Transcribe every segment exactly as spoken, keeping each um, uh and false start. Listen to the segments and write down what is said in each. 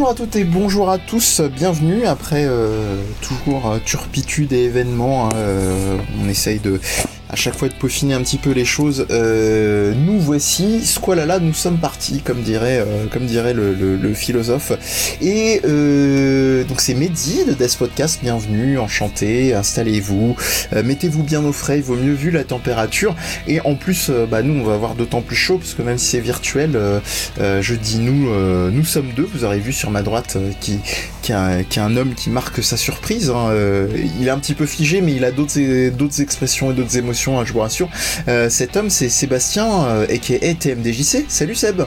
Bonjour à toutes et bonjour à tous, bienvenue après euh, toujours euh, turpitude et événements, hein, euh, on essaye de à chaque fois de peaufiner un petit peu les choses. Euh, nous voici, Squalala, nous sommes partis, comme dirait, euh, comme dirait le, le, le philosophe. Et euh, donc c'est Mehdi de Death Podcast, bienvenue, enchanté, installez-vous, euh, mettez-vous bien au frais, il vaut mieux vu la température. Et en plus, euh, bah, nous on va avoir d'autant plus chaud, parce que même si c'est virtuel, euh, euh, je dis nous, euh, nous sommes deux, vous aurez vu sur ma droite euh, qui, qui, a, qui a un homme qui marque sa surprise. Hein, euh, il est un petit peu figé, mais il a d'autres, d'autres expressions et d'autres émotions. Je vous rassure. Euh, cet homme, c'est Sébastien, euh, aka T M D J C. Salut Seb.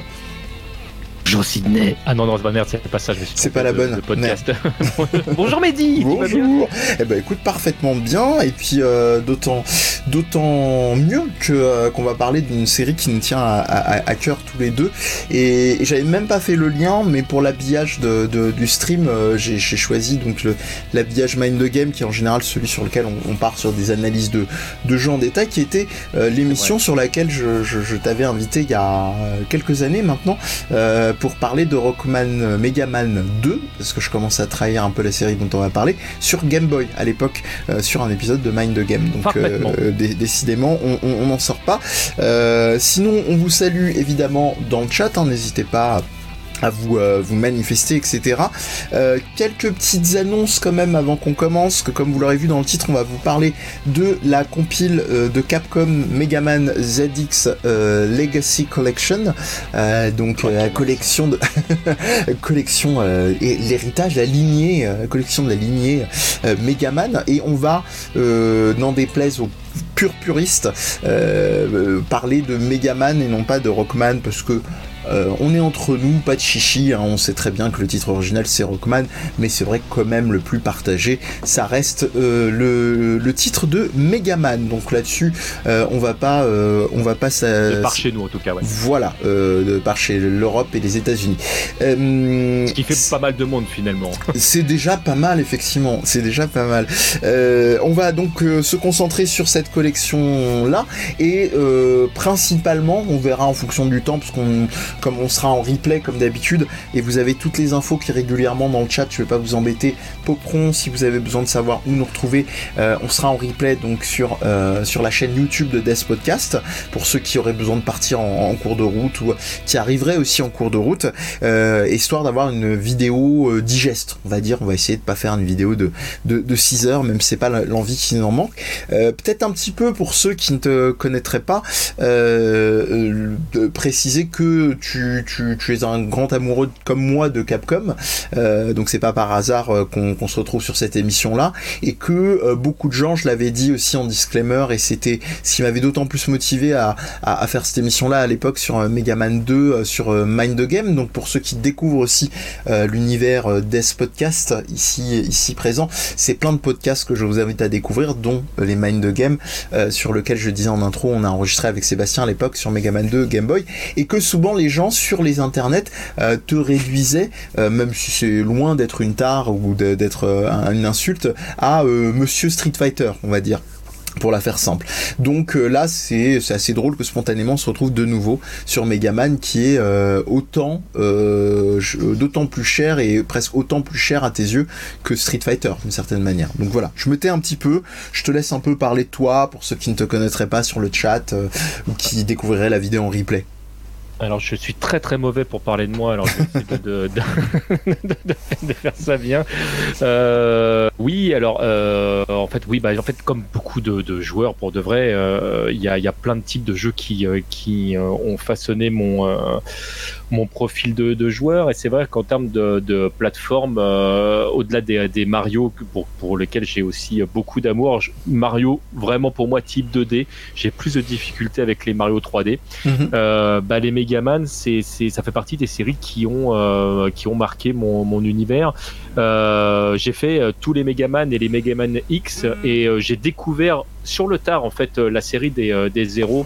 Bonjour Sydney. Ah non, non, c'est pas merde, c'est pas ça, je me suis C'est pas la bonne. Le podcast. Bonjour Mehdi. Bonjour. Eh ben écoute, parfaitement bien, et puis euh, d'autant, d'autant mieux que euh, qu'on va parler d'une série qui nous tient à, à, à cœur tous les deux. Et, et j'avais même pas fait le lien, mais pour l'habillage de, de, du stream, euh, j'ai, j'ai choisi donc le, l'habillage Mind the Game, qui est en général celui sur lequel on, on part sur des analyses de, de jeux en détail, qui était euh, l'émission ouais. sur laquelle je, je, je t'avais invité il y a quelques années maintenant. Euh, pour parler de Rockman Megaman deux, parce que je commence à trahir un peu la série dont on va parler, sur Game Boy, à l'époque, euh, sur un épisode de Mind the Game. Donc, euh, d- décidément, on n'en sort pas. Euh, sinon, on vous salue, évidemment, dans le chat, hein, n'hésitez pas à à vous euh, vous manifester, et cetera. Euh, quelques petites annonces quand même avant qu'on commence, que comme vous l'aurez vu dans le titre, on va vous parler de la compile euh, de Capcom Megaman Z X euh, Legacy Collection, euh, donc euh, la collection de collection euh, et l'héritage, la lignée, euh, collection de la lignée euh, Megaman, et on va euh, n'en déplaise aux purs puristes euh, euh, parler de Megaman et non pas de Rockman, parce que Euh, on est entre nous, pas de chichi, hein, on sait très bien que le titre original c'est Rockman, mais c'est vrai que quand même le plus partagé, ça reste euh, le, le titre de Megaman. Donc là-dessus, euh, on va pas, euh, on va pas ça. De par chez nous en tout cas, ouais. Voilà, euh, de par chez l'Europe et les États-Unis. Euh, Ce qui fait pas mal de monde finalement. C'est déjà pas mal, effectivement. C'est déjà pas mal. Euh, on va donc euh, se concentrer sur cette collection-là et euh, principalement, on verra en fonction du temps, parce qu'on comme on sera en replay comme d'habitude, et vous avez toutes les infos qui régulièrement dans le chat, je vais pas vous embêter, poperont si vous avez besoin de savoir où nous retrouver, euh, on sera en replay donc sur, euh, sur la chaîne YouTube de Death Podcast, pour ceux qui auraient besoin de partir en, en cours de route, ou qui arriveraient aussi en cours de route, euh, histoire d'avoir une vidéo euh, digeste, on va dire. On va essayer de pas faire une vidéo de, de, de six heures, même si c'est pas l'envie qui nous en manque. Euh, peut-être un petit peu pour ceux qui ne te connaîtraient pas, euh, de préciser que Tu, tu, tu es un grand amoureux comme moi de Capcom, euh, donc c'est pas par hasard euh, qu'on, qu'on se retrouve sur cette émission là, et que euh, beaucoup de gens, je l'avais dit aussi en disclaimer, et c'était ce qui m'avait d'autant plus motivé à, à, à faire cette émission là à l'époque sur euh, Megaman deux, euh, sur euh, Mind the Game. Donc pour ceux qui découvrent aussi euh, l'univers euh, Death Podcast ici, ici présent, c'est plein de podcasts que je vous invite à découvrir, dont euh, les Mind the Game, euh, sur lequel je disais en intro, on a enregistré avec Sébastien à l'époque sur Megaman deux Game Boy, et que souvent les gens sur les internets euh, te réduisaient, euh, même si c'est loin d'être une tare ou de, d'être euh, une insulte, à euh, Monsieur Street Fighter, on va dire, pour la faire simple. Donc euh, là c'est, c'est assez drôle que spontanément on se retrouve de nouveau sur Megaman, qui est euh, autant euh, d'autant plus cher, et presque autant plus cher à tes yeux que Street Fighter d'une certaine manière. Donc voilà, je me tais un petit peu, je te laisse un peu parler de toi pour ceux qui ne te connaîtraient pas sur le chat, euh, ou qui découvriraient la vidéo en replay. Alors je suis très très mauvais pour parler de moi, alors je vais essayer de, de, de, de, de faire ça bien. Euh, oui, alors euh, en fait oui, bah en fait comme beaucoup de, de joueurs pour de vrai, il euh, y a il y a plein de types de jeux qui euh, qui euh, ont façonné mon euh, mon profil de, de joueur, et c'est vrai qu'en termes de, de plateforme, euh, au-delà des, des Mario pour pour lesquels j'ai aussi beaucoup d'amour, je, Mario vraiment pour moi type deux D, j'ai plus de difficultés avec les Mario trois D. Mm-hmm. Euh, bah les Megaman, c'est, c'est, ça fait partie des séries qui ont, euh, qui ont marqué mon, mon univers. Euh, j'ai fait euh, tous les Megaman et les Megaman X, et euh, j'ai découvert sur le tard en fait la série des, euh, des Zero.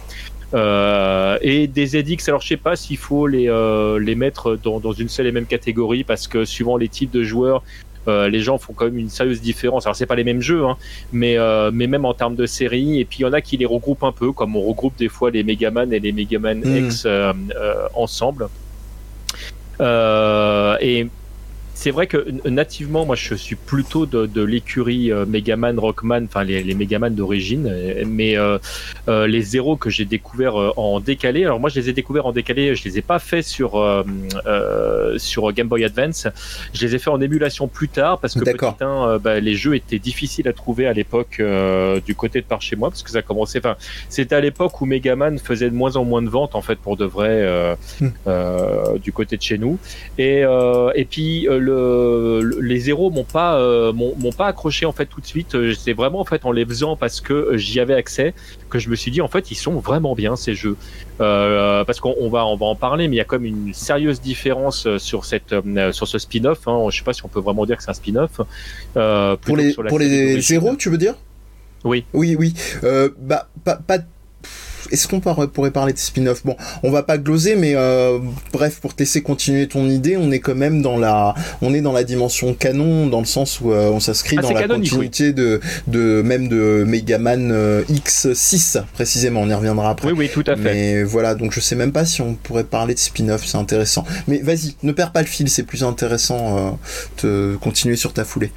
Euh, et des Z X, alors je sais pas s'il faut les, euh, les mettre dans, dans une seule et même catégorie, parce que suivant les types de joueurs, Euh, les gens font quand même une sérieuse différence. Alors c'est pas les mêmes jeux, hein, mais euh, mais même en termes de série. Et puis il y en a qui les regroupent un peu, comme on regroupe des fois les Megaman et les Megaman mmh. X euh, euh, ensemble. Euh, et c'est vrai que nativement, moi, je suis plutôt de, de l'écurie euh, Megaman, Rockman, enfin les, les Megaman d'origine, mais euh, euh, les zéros que j'ai découverts euh, en décalé. Alors moi, je les ai découverts en décalé. Je les ai pas fait sur euh, euh, sur Game Boy Advance. Je les ai fait en émulation plus tard parce que petit un, euh, bah, les jeux étaient difficiles à trouver à l'époque euh, du côté de par chez moi parce que ça commençait. Enfin, c'était à l'époque où Megaman faisait de moins en moins de ventes en fait pour de vrai euh, mm. euh, du côté de chez nous. Et euh, et puis euh, le, le, les zéros m'ont pas euh, m'ont, m'ont pas accroché en fait tout de suite. C'est vraiment en fait en les faisant parce que j'y avais accès que je me suis dit en fait ils sont vraiment bien ces jeux. Euh, parce qu'on on va on va en parler, mais il y a comme une sérieuse différence sur cette euh, sur ce spin-off. Hein. Je sais pas si on peut vraiment dire que c'est un spin-off. Euh, pour les pour les zéros, tu veux dire? Oui. Oui, oui. Euh, bah pas pas. Est-ce qu'on pourrait parler de spin-off? Bon, on va pas gloser, mais euh, bref, pour te laisser continuer ton idée, on est quand même dans la, on est dans la dimension canon, dans le sens où euh, on s'inscrit ah, dans la continuité oui. de, de même de Megaman euh, X six précisément. On y reviendra après. Oui, oui, tout à fait. Mais voilà, donc je sais même pas si on pourrait parler de spin-off, c'est intéressant. Mais vas-y, ne perds pas le fil, c'est plus intéressant euh, de continuer sur ta foulée.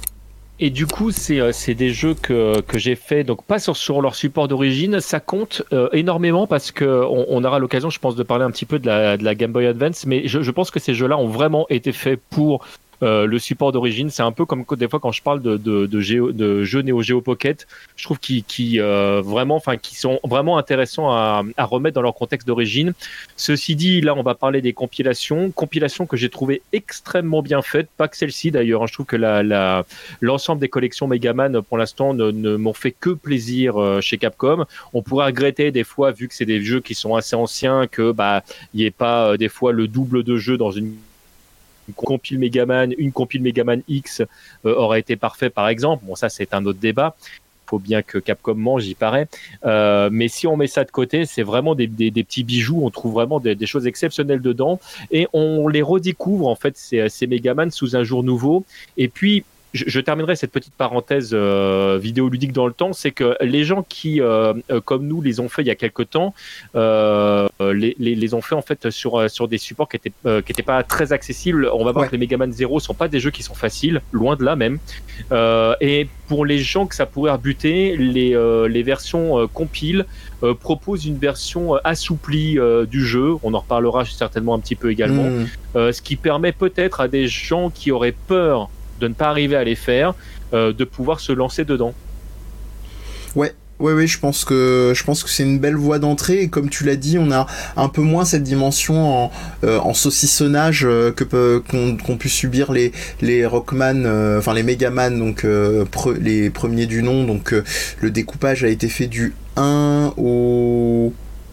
Et du coup, c'est euh, c'est des jeux que que j'ai fait donc pas sur sur leur support d'origine. Ça compte euh, énormément parce que on, on aura l'occasion, je pense, de parler un petit peu de la de la Game Boy Advance. Mais je, je pense que ces jeux-là ont vraiment été faits pour Euh, le support d'origine. C'est un peu comme des fois quand je parle de de de, Géo, de jeux Neo Geo Pocket, je trouve qu'ils qui euh, vraiment, enfin, qui sont vraiment intéressants à, à remettre dans leur contexte d'origine. Ceci dit, là, on va parler des compilations, compilations que j'ai trouvées extrêmement bien faites, pas que celle-ci d'ailleurs. Hein. Je trouve que la la l'ensemble des collections Megaman pour l'instant ne, ne m'ont fait que plaisir euh, chez Capcom. On pourrait regretter des fois, vu que c'est des jeux qui sont assez anciens, que bah il y ait pas euh, des fois le double de jeux dans une une compile Megaman, une compile Megaman X euh, aurait été parfait par exemple. Bon, ça c'est un autre débat. Il faut bien que Capcom mange, j'y paraît. Euh, mais si on met ça de côté, c'est vraiment des, des, des petits bijoux. On trouve vraiment des, des choses exceptionnelles dedans et on les redécouvre en fait ces, ces Megaman sous un jour nouveau. Et puis Je, je terminerai cette petite parenthèse euh, vidéoludique dans le temps, c'est que les gens qui, euh, comme nous, les ont fait il y a quelque temps, euh, les, les, les ont fait en fait sur sur des supports qui étaient euh, qui étaient pas très accessibles. On va voir ouais. que les Megaman Zero sont pas des jeux qui sont faciles, loin de là même. Euh, et pour les gens que ça pourrait rebuter, les euh, les versions euh, compile euh, proposent une version assouplie euh, du jeu. On en reparlera certainement un petit peu également. Mmh. Euh, ce qui permet peut-être à des gens qui auraient peur de ne pas arriver à les faire, euh, de pouvoir se lancer dedans. Ouais. Oui, oui, je pense que je pense que c'est une belle voie d'entrée et comme tu l'as dit, on a un peu moins cette dimension en, euh, en saucissonnage euh, que peut, qu'ont, qu'ont pu subir les les Rockman, euh, enfin les Megaman, donc euh, pre, les premiers du nom. Donc euh, le découpage a été fait du un au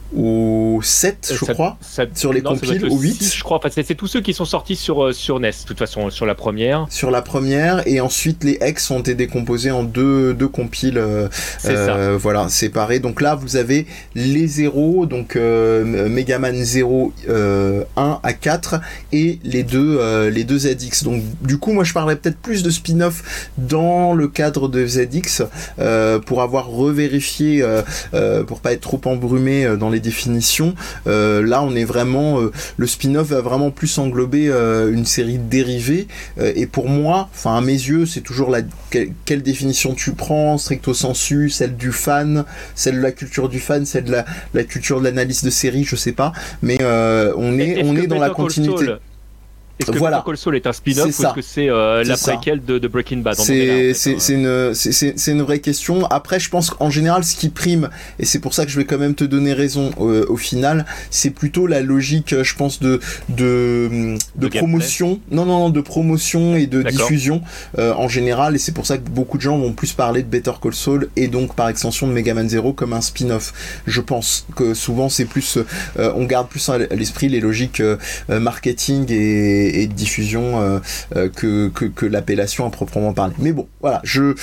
au sept, je ça, crois, ça, sur les non, compiles, au huit. six, je crois. Enfin, c'est, c'est tous ceux qui sont sortis sur, sur N E S, de toute façon, sur la première. Sur la première, et ensuite les X ont été décomposés en deux, deux compiles, euh, c'est euh, ça. Voilà, séparés. Donc là, vous avez les zéros, donc euh, Megaman zéro, euh, un à quatre, et les deux, euh, les deux Z X. Donc du coup, moi, je parlerais peut-être plus de spin-off dans le cadre de Z X, euh, pour avoir revérifié, euh, euh, pour pas être trop embrumé dans les définitions. Euh, là, on est vraiment euh, le spin-off va vraiment plus englober euh, une série dérivée. Euh, et pour moi, enfin à mes yeux, c'est toujours la quelle, quelle définition tu prends, stricto sensu, celle du fan, celle de la culture du fan, celle de la, la culture de l'analyse de série, je sais pas. Mais euh, on est est-ce on est dans la continuité. Soul Est-ce que voilà. Better Call Saul est un spin-off c'est ou est-ce que c'est, euh, c'est la préquelle de, de Breaking Bad? C'est, là, en fait, c'est, hein. c'est, une, c'est, c'est, c'est une vraie question. Après, je pense qu'en général, ce qui prime, et c'est pour ça que je vais quand même te donner raison euh, au final, c'est plutôt la logique, je pense, de, de, de, de promotion. Non, non, non, de promotion et de D'accord. diffusion euh, en général. Et c'est pour ça que beaucoup de gens vont plus parler de Better Call Saul et donc par extension de Megaman Zero comme un spin-off. Je pense que souvent, c'est plus, euh, on garde plus à l'esprit les logiques euh, marketing et et de diffusion euh, euh, que, que, que l'appellation à proprement parler. Mais bon, voilà, je,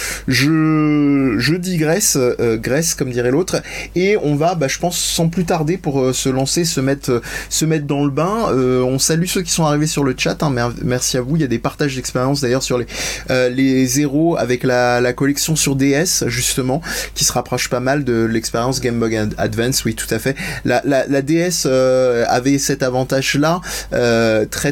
je, je digresse, euh, graisse, comme dirait l'autre, et on va, bah, je pense, sans plus tarder pour euh, se lancer, se mettre, euh, se mettre dans le bain. Euh, on salue ceux qui sont arrivés sur le chat, hein, mer- merci à vous. Il y a des partages d'expérience d'ailleurs sur les, euh, les zéros avec la, la collection sur D S, justement, qui se rapproche pas mal de l'expérience Game Boy Advance, oui, tout à fait. La, la, la D S euh, avait cet avantage-là, euh, très très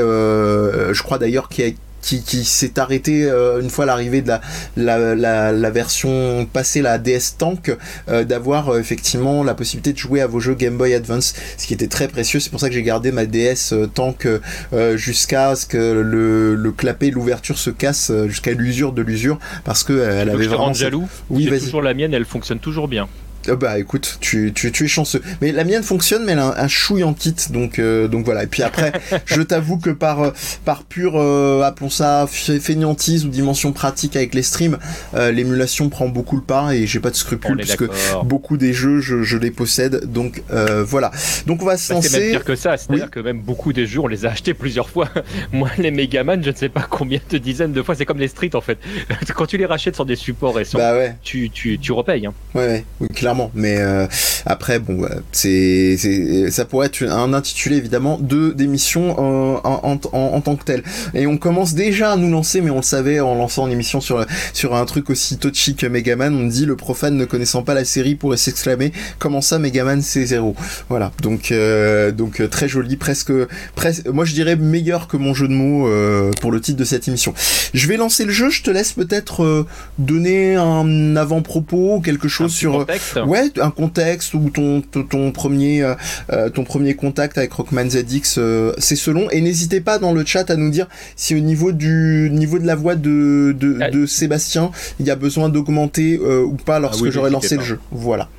euh, je crois d'ailleurs qu'il y a Qui, qui s'est arrêté euh, une fois l'arrivée de la, la, la, la version passée, la D S Tank, euh, d'avoir euh, effectivement la possibilité de jouer à vos jeux Game Boy Advance, ce qui était très précieux. C'est pour ça que j'ai gardé ma D S euh, Tank euh, jusqu'à ce que le, le clapet, l'ouverture se casse, euh, jusqu'à l'usure de l'usure, parce que euh, elle Donc avait je te vraiment... rends jaloux. Oui, J'ai vas-y. toujours la mienne, elle fonctionne toujours bien. Euh, bah écoute, tu, tu, tu es chanceux. Mais la mienne fonctionne, mais elle a un, un chouille en kit, donc, euh, donc voilà. Et puis après, je t'avoue que par, par pure, euh, appelons ça fainéantise ou dimension pratique avec les streams, euh, l'émulation prend beaucoup le pas et j'ai pas de scrupules puisque d'accord. Beaucoup des jeux, je, je les possède. Donc euh, voilà. Donc on va se bah, lancer. C'est même pire que ça, c'est-à-dire oui. que même beaucoup des jeux, on les a achetés plusieurs fois. Moi, les Megaman, je ne sais pas combien de dizaines de fois, c'est comme les Street en fait. Quand tu les rachètes sur des supports récents, bah ouais. tu, tu, tu repayes. Hein. Ouais, ouais, oui, clairement. Mais euh, après, bon, ouais, c'est, c'est, ça pourrait être un intitulé évidemment de d'émission euh, en, en, en, en tant que tel. Et on commence déjà à nous lancer, mais on le savait en lançant une émission sur sur un truc aussi touchy que Megaman. On dit le profane ne connaissant pas la série pourrait s'exclamer comment ça Megaman c'est zéro. Voilà, donc euh, donc euh, très joli, presque presque. Moi je dirais meilleur que mon jeu de mots euh, pour le titre de cette émission. Je vais lancer le jeu. Je te laisse peut-être euh, donner un avant-propos, quelque chose un sur contexte. Ouais, un contexte ou ton, ton, ton premier euh, ton premier contact avec Rockman Z X, euh, c'est selon. Et n'hésitez pas dans le chat à nous dire si au niveau du niveau de la voix de de, ah, de Sébastien, il y a besoin d'augmenter euh, ou pas lorsque ah oui, j'aurai lancé pas. le jeu. Voilà.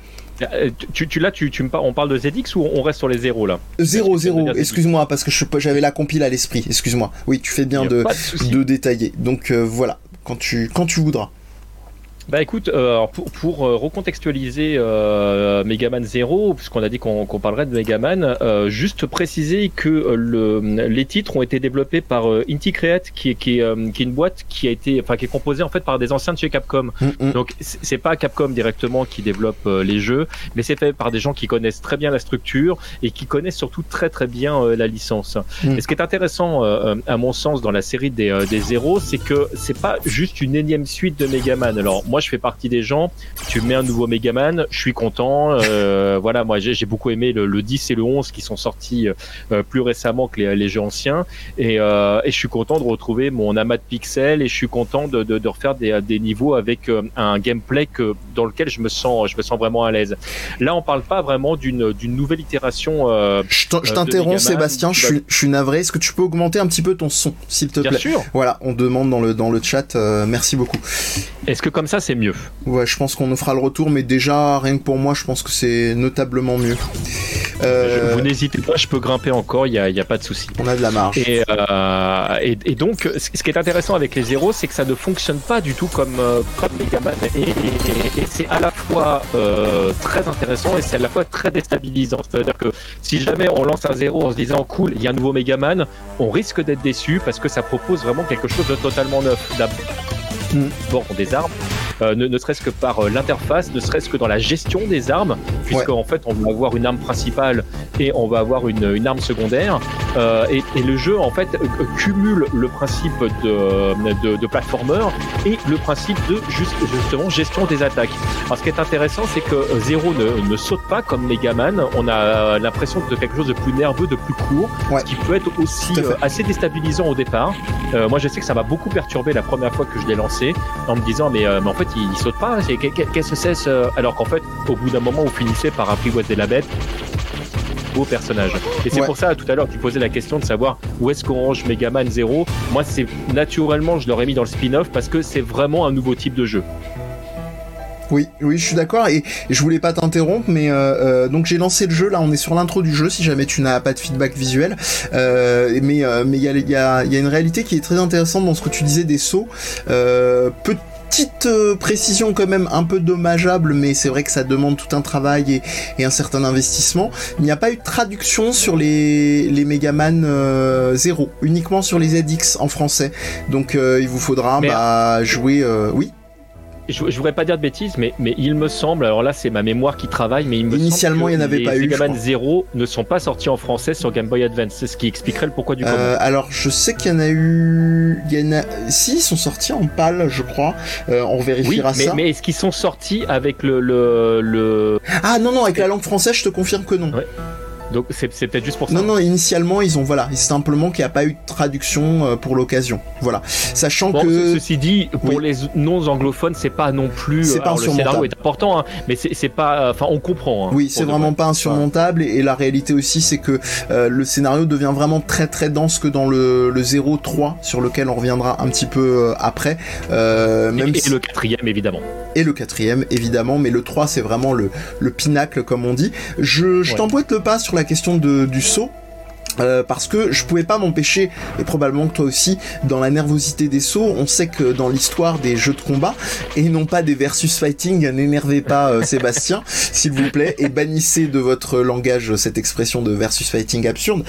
Tu, tu là, tu, tu me par... on parle de Z X ou on reste sur les zéros là? Zéro, zéro. Excuse-moi parce que je, j'avais la compile à l'esprit. Excuse-moi. Oui, tu fais bien de de, de détailler. Donc euh, voilà, quand tu quand tu voudras. Bah écoute, euh, pour, pour euh, recontextualiser euh, Megaman Zero, puisqu'on a dit qu'on, qu'on parlerait de Megaman, euh, juste préciser que euh, le, les titres ont été développés par euh, Inti Create, qui est, qui, est, euh, qui est une boîte qui a été, enfin qui est composée en fait par des anciens de chez Capcom. Mm-hmm. Donc c'est pas Capcom directement qui développe euh, les jeux, mais c'est fait par des gens qui connaissent très bien la structure et qui connaissent surtout très très bien euh, la licence. Mm. Et ce qui est intéressant, euh, à mon sens, dans la série des, euh, des Zero, c'est que c'est pas juste une énième suite de Megaman. Alors moi je fais partie des gens, tu mets un nouveau Megaman, je suis content, euh, voilà, moi j'ai, j'ai beaucoup aimé le, le dix et le onze qui sont sortis euh, plus récemment que les, les jeux anciens, et, euh, et je suis content de retrouver mon amas de pixels, et je suis content de, de, de refaire des, des niveaux avec euh, un gameplay que, dans lequel je me sens, je me sens vraiment à l'aise. Là on parle pas vraiment d'une, d'une nouvelle itération. Euh, je, je t'interromps Sébastien, je suis, je suis navré, est-ce que tu peux augmenter un petit peu ton son, s'il te plaît? Bien sûr. Voilà, on demande dans le, dans le chat, euh, merci beaucoup. Est-ce que comme ça c'est mieux? Ouais, je pense qu'on nous fera le retour, mais déjà, rien que pour moi, je pense que c'est notablement mieux. Euh... Vous n'hésitez pas, je peux grimper encore, il n'y a, y a pas de souci. On a de la marge. Et, euh, et, et donc, ce qui est intéressant avec les zéros, c'est que ça ne fonctionne pas du tout comme, euh, comme Megaman. Et, et, et, et c'est à la fois euh, très intéressant et c'est à la fois très déstabilisant. C'est-à-dire que si jamais on lance un zéro en se disant cool, il y a un nouveau Megaman, on risque d'être déçu parce que ça propose vraiment quelque chose de totalement neuf. D'abord des armes, euh, ne, ne serait-ce que par euh, l'interface, ne serait-ce que dans la gestion des armes, puisque ouais. en fait on va avoir une arme principale et on va avoir une, une arme secondaire, euh, et, et le jeu en fait euh, cumule le principe de, de, de platformer et le principe de juste, justement gestion des attaques. Alors ce qui est intéressant, c'est que Zero ne, ne saute pas comme Megaman, on a l'impression de quelque chose de plus nerveux, de plus court, ouais. ce qui peut être aussi euh, assez déstabilisant au départ. Euh, moi je sais que ça m'a beaucoup perturbé la première fois que je l'ai lancé, en me disant mais, euh, mais en fait il, il saute pas, c'est, qu'est-ce que c'est ce... alors qu'en fait au bout d'un moment vous finissez par apprivoiser la bête, beau personnage. Et c'est ouais. pour ça tout à l'heure tu posais la question de savoir où est-ce qu'on range Megaman Zero. Moi c'est naturellement je l'aurais mis dans le spin-off parce que c'est vraiment un nouveau type de jeu. Oui, oui, je suis d'accord et, et je voulais pas t'interrompre, mais euh, euh, donc j'ai lancé le jeu. Là, on est sur l'intro du jeu. Si jamais tu n'as pas de feedback visuel, euh, mais euh, mais il y a il y a il y a une réalité qui est très intéressante dans ce que tu disais des sauts. Euh, Petite euh, précision quand même un peu dommageable, mais c'est vrai que ça demande tout un travail et, et un certain investissement. Il n'y a pas eu de traduction sur les les Megaman euh, Zero, uniquement sur les Z X en français. Donc euh, il vous faudra mais... bah jouer. Euh, oui. Je, je voudrais pas dire de bêtises, mais, mais il me semble, alors là c'est ma mémoire qui travaille, mais il me Initialement, semble que il n'y en avait les pas eu. Les Megaman Zero ne sont pas sortis en français sur Game Boy Advance, c'est ce qui expliquerait le pourquoi du comment. Euh, alors je sais qu'il y en a eu, il y en a, si ils sont sortis en PAL, je crois. Euh, on vérifiera oui, mais, ça. Mais est-ce qu'ils sont sortis avec le le, le... Ah non non, avec la langue française, je te confirme que non. Ouais. Donc c'est, c'est peut-être juste pour ça. Non, non, initialement, ils ont, voilà, c'est simplement qu'il n'y a pas eu de traduction euh, pour l'occasion. Voilà. Sachant bon, que. Ceci dit, pour oui. les non-anglophones, c'est pas non plus. C'est pas alors, le scénario est important, hein, mais c'est, c'est pas. Enfin, on comprend. Hein, oui, c'est vraiment pas insurmontable. Et, et la réalité aussi, c'est que euh, le scénario devient vraiment très très dense que dans le, le zéro trois, sur lequel on reviendra un petit peu euh, après. Euh, même et, si... et le quatrième, évidemment. Et le quatrième, évidemment, mais le trois, c'est vraiment le, le pinacle, comme on dit. Je, je ouais. t'emboîte le pas sur la question de, du saut. Euh, parce que je pouvais pas m'empêcher, et probablement que toi aussi, dans la nervosité des sauts, on sait que dans l'histoire des jeux de combat, et non pas des versus fighting, n'énervez pas euh, Sébastien, s'il vous plaît, et bannissez de votre langage cette expression de versus fighting absurde,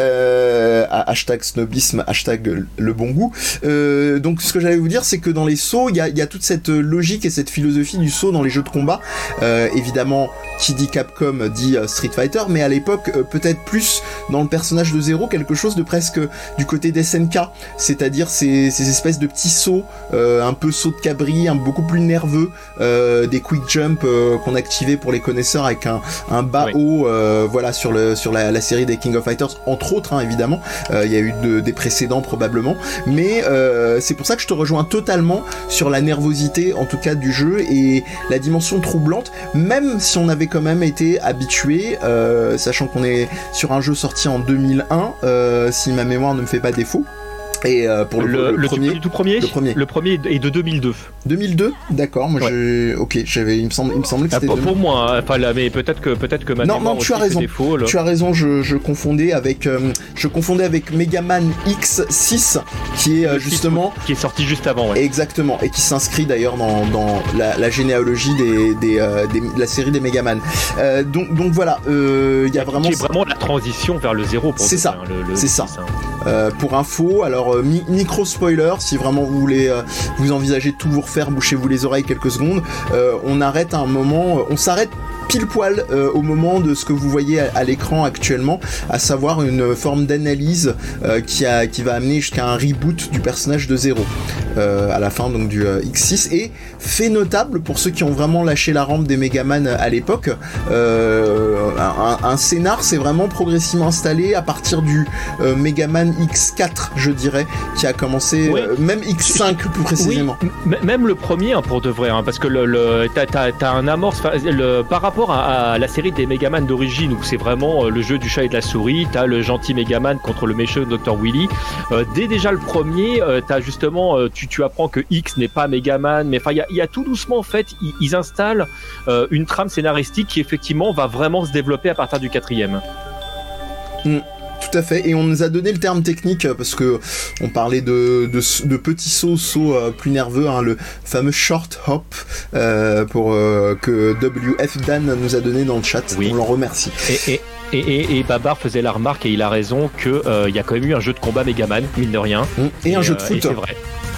euh, hashtag snobisme, hashtag le bon goût. Euh, donc ce que j'allais vous dire, c'est que dans les sauts, il y a, y a toute cette logique et cette philosophie du saut dans les jeux de combat. Euh, évidemment, qui dit Capcom dit euh, Street Fighter, mais à l'époque, euh, peut-être plus dans le personnage de Zero, quelque chose de presque du côté d'S N K, c'est-à-dire ces, ces espèces de petits sauts, euh, un peu saut de cabri, un, beaucoup plus nerveux, euh, des quick jump euh, qu'on activait pour les connaisseurs avec un, un bas oui. haut, euh, voilà, sur, le, sur la, la série des King of Fighters, entre autres, hein, évidemment, il euh, y a eu de, des précédents probablement, mais euh, c'est pour ça que je te rejoins totalement sur la nervosité, en tout cas, du jeu, et la dimension troublante, même si on avait quand même été habitué, euh, sachant qu'on est sur un jeu sorti en deux mille un, euh, si ma mémoire ne me fait pas défaut. Et euh, pour le, le, le, le premier, tout, tout premier, le premier, le premier est de deux mille deux. deux mille deux, d'accord. Moi, ouais. j'ai, ok, j'avais, il me semble, il me semblait que c'était. Ah, pour, pour moi, enfin là, mais peut-être que peut-être que ma non, mémoire non, tu as raison. Défaut, tu as raison. Je, je confondais avec, euh, je confondais avec Megaman X six, qui est euh, justement, qui est sorti juste avant. Ouais. Exactement, et qui s'inscrit d'ailleurs dans, dans la, la généalogie des, des, euh, des, de la série des Megaman. Euh, donc, donc voilà, il euh, y a vraiment. C'est vraiment la transition vers le zéro. Pour c'est ça. Hein, le, le c'est ça. Euh, pour info, alors euh, mi- micro spoiler, si vraiment vous voulez, euh, vous envisagez de tout vous refaire, bouchez-vous les oreilles quelques secondes. Euh, on arrête à un moment, euh, on s'arrête pile poil euh, au moment de ce que vous voyez à, à l'écran actuellement, à savoir une forme d'analyse euh, qui a, qui va amener jusqu'à un reboot du personnage de Zero euh, à la fin donc du euh, X six. Et fait notable pour ceux qui ont vraiment lâché la rampe des Megaman à l'époque, euh, un, un scénar s'est vraiment progressivement installé à partir du euh, Megaman X quatre, je dirais, qui a commencé, oui. euh, même X cinq plus précisément. Oui, m- même le premier, hein, pour de vrai, hein, parce que le, le, t'as, t'as, t'as un amorce, le, par rapport à, à la série des Megaman d'origine, où c'est vraiment euh, le jeu du chat et de la souris, t'as le gentil Megaman contre le méchant docteur Willy. Euh, dès déjà le premier, euh, t'as justement, euh, tu, tu apprends que X n'est pas Megaman, mais enfin, il y a, y a tout doucement, en fait, ils, ils installent euh, une trame scénaristique qui, effectivement, va vraiment se développer à partir du quatrième. Mm. Tout à fait, et on nous a donné le terme technique parce que on parlait de, de, de petits sauts, sauts euh, plus nerveux, hein, le fameux short hop euh, pour euh, que W F Dan nous a donné dans le chat. Oui. On l'en remercie. Et, et... Et, et, et Babar faisait la remarque, et il a raison, qu'il euh, y a quand même eu un jeu de combat Megaman, mine de rien. Mmh. Et, et un euh, jeu de foot. C'est vrai.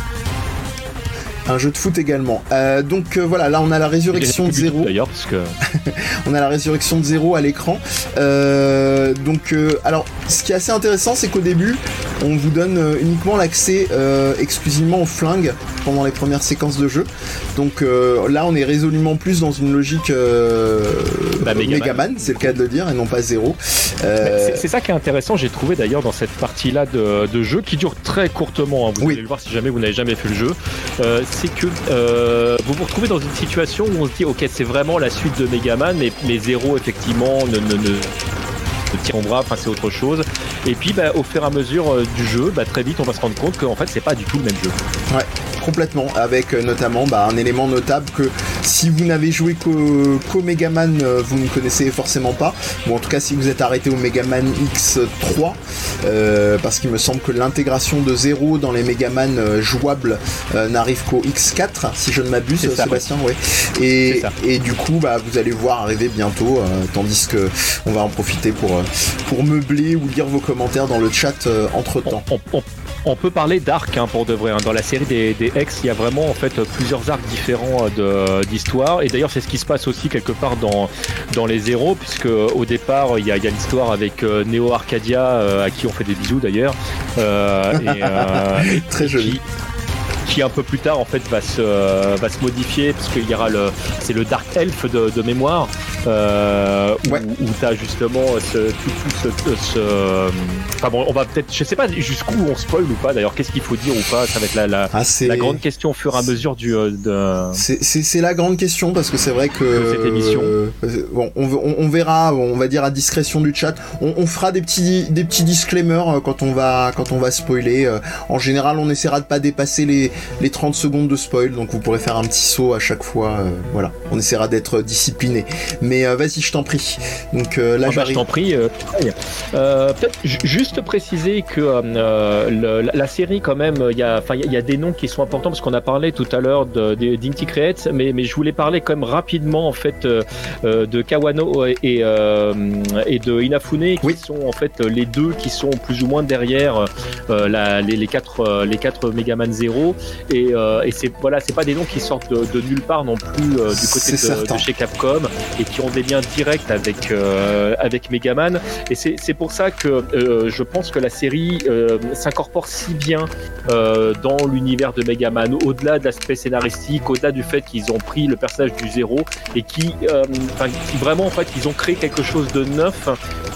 Un jeu de foot également. Euh, donc euh, voilà, là on a la résurrection de Zero. D'ailleurs, parce que on a la résurrection de Zero à l'écran. Euh, donc, euh, alors, ce qui est assez intéressant, c'est qu'au début, on vous donne euh, uniquement l'accès euh, exclusivement aux flingues pendant les premières séquences de jeu. Donc euh, là, on est résolument plus dans une logique euh, bah, Megaman, Megaman c'est le cas de le dire, et non pas Zero. Euh... C'est, c'est ça qui est intéressant, j'ai trouvé d'ailleurs dans cette partie-là de, de jeu qui dure très courtement. Hein, vous oui. allez le voir si jamais vous n'avez jamais fait le jeu. Euh, c'est que euh, vous vous retrouvez dans une situation où on se dit ok, c'est vraiment la suite de Megaman, mais, mais Zero effectivement ne, ne, ne, ne tire en bras, enfin c'est autre chose. Et puis bah, au fur et à mesure euh, du jeu, bah, très vite on va se rendre compte qu'en fait c'est pas du tout le même jeu. Ouais, complètement, avec euh, notamment bah, un élément notable que si vous n'avez joué qu'au, qu'au Megaman, euh, vous ne connaissez forcément pas, ou en tout cas si vous êtes arrêté au Megaman X trois, euh, parce qu'il me semble que l'intégration de Zero dans les Megaman euh, jouables euh, n'arrive qu'au X quatre, si je ne m'abuse, ça, Sébastien, ouais. Et, et du coup, bah, vous allez voir arriver bientôt, euh, tandis que on va en profiter pour, euh, pour meubler ou lire vos commentaires dans le chat euh, entre-temps. On, on, on... On peut parler d'arcs hein, pour de vrai. Hein. Dans la série des, des X, il y a vraiment en fait plusieurs arcs différents de, d'histoire. Et d'ailleurs, c'est ce qui se passe aussi quelque part dans, dans les Zéros, puisque au départ, il y a, il y a l'histoire avec euh, Neo Arcadia, euh, à qui on fait des bisous d'ailleurs. Euh, et, euh, Très joli. Qui, qui un peu plus tard en fait va se, euh, va se modifier, parce qu'il y aura le, c'est le Dark Elf de, de mémoire. euh, ouais. où, où t'as justement ce, tout, tout ce, ce, enfin bon, on va peut-être, je sais pas jusqu'où on spoil ou pas. D'ailleurs, qu'est-ce qu'il faut dire ou pas? Ça va être la, la, ah, la grande question au fur et à mesure du. Euh, de... C'est, c'est, c'est la grande question parce que c'est vrai que de cette émission. Euh, bon, on, on, on verra, on va dire à discrétion du chat. On, on fera des petits, des petits disclaimers quand on va, quand on va spoiler. En général, on essaiera de pas dépasser les, les trente secondes de spoil, donc vous pourrez faire un petit saut à chaque fois. Euh, voilà, on essaiera d'être discipliné. Mais euh, vas-y, je t'en prie. Donc euh, là, ah bah, je t'en prie. Euh, euh, peut-être j- juste préciser que euh, le, la, la série, quand même, il y a, enfin, il y a des noms qui sont importants parce qu'on a parlé tout à l'heure de, de d'Inti Creates, mais mais je voulais parler quand même rapidement en fait euh, de Kawano et euh, et de Inafune, qui oui. sont en fait les deux qui sont plus ou moins derrière euh, la, les, les quatre les quatre Megaman Zero et, euh, et c'est voilà, c'est pas des noms qui sortent de, de nulle part non plus euh, du côté de, de chez Capcom et qui ont des liens directs avec euh, avec Megaman, et c'est c'est pour ça que euh, je pense que la série euh, s'incorpore si bien euh, dans l'univers de Megaman, au-delà de l'aspect scénaristique, au-delà du fait qu'ils ont pris le personnage du Zéro et qui, euh, enfin, qui vraiment en fait ils ont créé quelque chose de neuf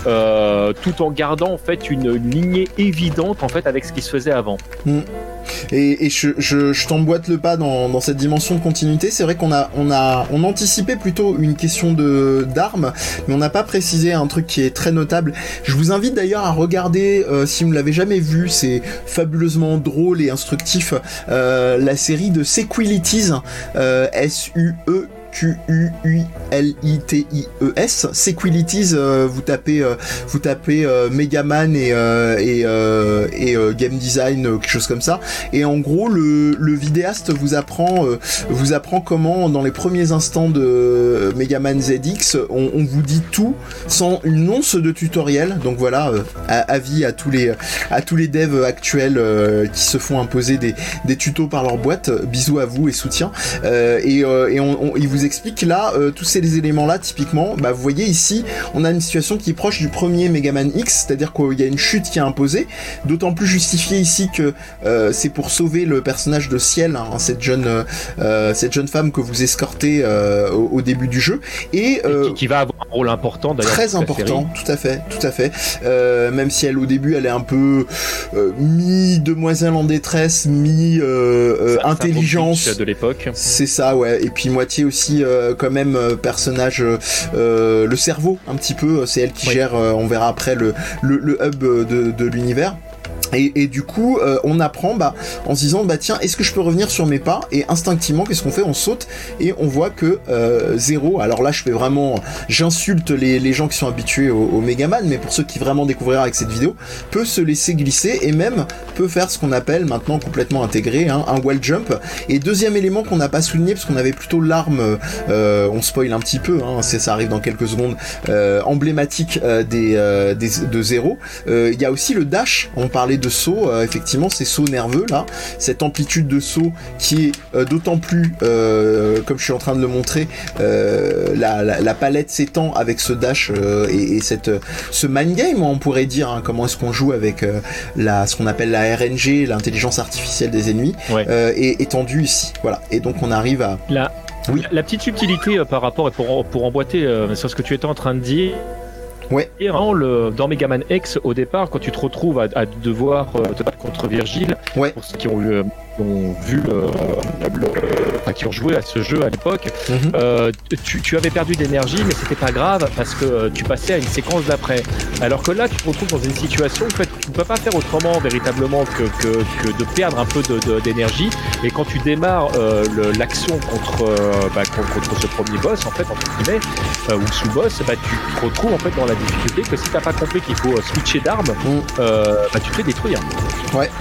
euh, tout en gardant en fait une, une lignée évidente en fait avec ce qui se faisait avant. Mmh. Et, et je, je, je t'emboîte le pas dans, dans cette dimension de continuité. C'est vrai qu'on a, on a, on anticipait plutôt une question de d'armes, mais on n'a pas précisé un truc qui est très notable. Je vous invite d'ailleurs à regarder, euh, si vous ne l'avez jamais vu, c'est fabuleusement drôle et instructif, euh, la série de Sequelities, euh, S U E Q U I L I T I E S. Sequelities, euh, vous tapez, euh, vous tapez euh, Megaman et euh, et, euh, et euh, game design, euh, quelque chose comme ça. Et en gros, le, le vidéaste vous apprend, euh, vous apprend comment, dans les premiers instants de Megaman Z X, on, on vous dit tout sans une once de tutoriel. Donc voilà, euh, avis à tous les, à tous les devs actuels euh, qui se font imposer des, des tutos par leur boîte. Bisous à vous et soutien. Euh, et, euh, et on, on, il vous explique là euh, tous ces éléments là typiquement. Bah vous voyez ici on a une situation qui est proche du premier Megaman X, c'est-à-dire qu'il y a une chute qui est imposée, d'autant plus justifiée ici que euh, c'est pour sauver le personnage de Ciel, hein, cette jeune euh, cette jeune femme que vous escortez euh, au, au début du jeu et, euh, et qui, qui va avoir un rôle important d'ailleurs, très important, tout à fait, tout à fait. Euh, même si elle au début elle est un peu euh, mi demoiselle en détresse, mi euh, euh, intelligence de l'époque. C'est ça, ouais. Et puis moitié aussi euh, quand même euh, personnage euh, le cerveau un petit peu, c'est elle qui oui. gère euh, on verra après le, le, le hub de, de l'univers. Et, et du coup, euh, on apprend bah, en se disant, bah tiens, est-ce que je peux revenir sur mes pas? Et instinctivement, qu'est-ce qu'on fait? On saute et on voit que euh, Zéro, alors là je fais vraiment, j'insulte les, les gens qui sont habitués au, au Megaman, mais pour ceux qui vraiment découvriront avec cette vidéo, peut se laisser glisser et même peut faire ce qu'on appelle maintenant complètement intégré, hein, un wall jump. Et deuxième élément qu'on n'a pas souligné, parce qu'on avait plutôt l'arme, euh, on spoil un petit peu, hein, ça arrive dans quelques secondes, euh, emblématique euh, des, euh, des, de Zéro, il euh, y a aussi le dash, on parlait de saut, euh, effectivement ces sauts nerveux là, cette amplitude de saut qui est euh, d'autant plus euh, comme je suis en train de le montrer, euh, la, la, la palette s'étend avec ce dash euh, et, et cette, ce mind game on pourrait dire, hein, comment est-ce qu'on joue avec euh, la, ce qu'on appelle la R N G, l'intelligence artificielle des ennemis, ouais. euh, est étendue ici, voilà, et donc on arrive à... La, oui. la petite subtilité euh, par rapport, pour, pour emboîter euh, sur ce que tu étais en train de dire. Ouais. Et dans, le, dans Megaman X, au départ, quand tu te retrouves à, à devoir euh, te battre contre Virgile, ouais. pour ceux qui ont, eu, ont vu, le, le, enfin, qui ont joué à ce jeu à l'époque, mm-hmm. euh, tu, tu avais perdu d'énergie, mais c'était pas grave parce que euh, tu passais à une séquence d'après. Alors que là, tu te retrouves dans une situation où en fait, tu ne peux pas faire autrement véritablement que, que, que de perdre un peu de, de, d'énergie. Et quand tu démarres euh, le, l'action contre, euh, bah, contre, contre ce premier boss, en fait, entre guillemets, euh, ou sous-boss, bah, tu te retrouves en fait dans la difficulté que si t'as pas compris qu'il faut switcher d'armes, mm. euh, bah tu te fais détruire. Ouais.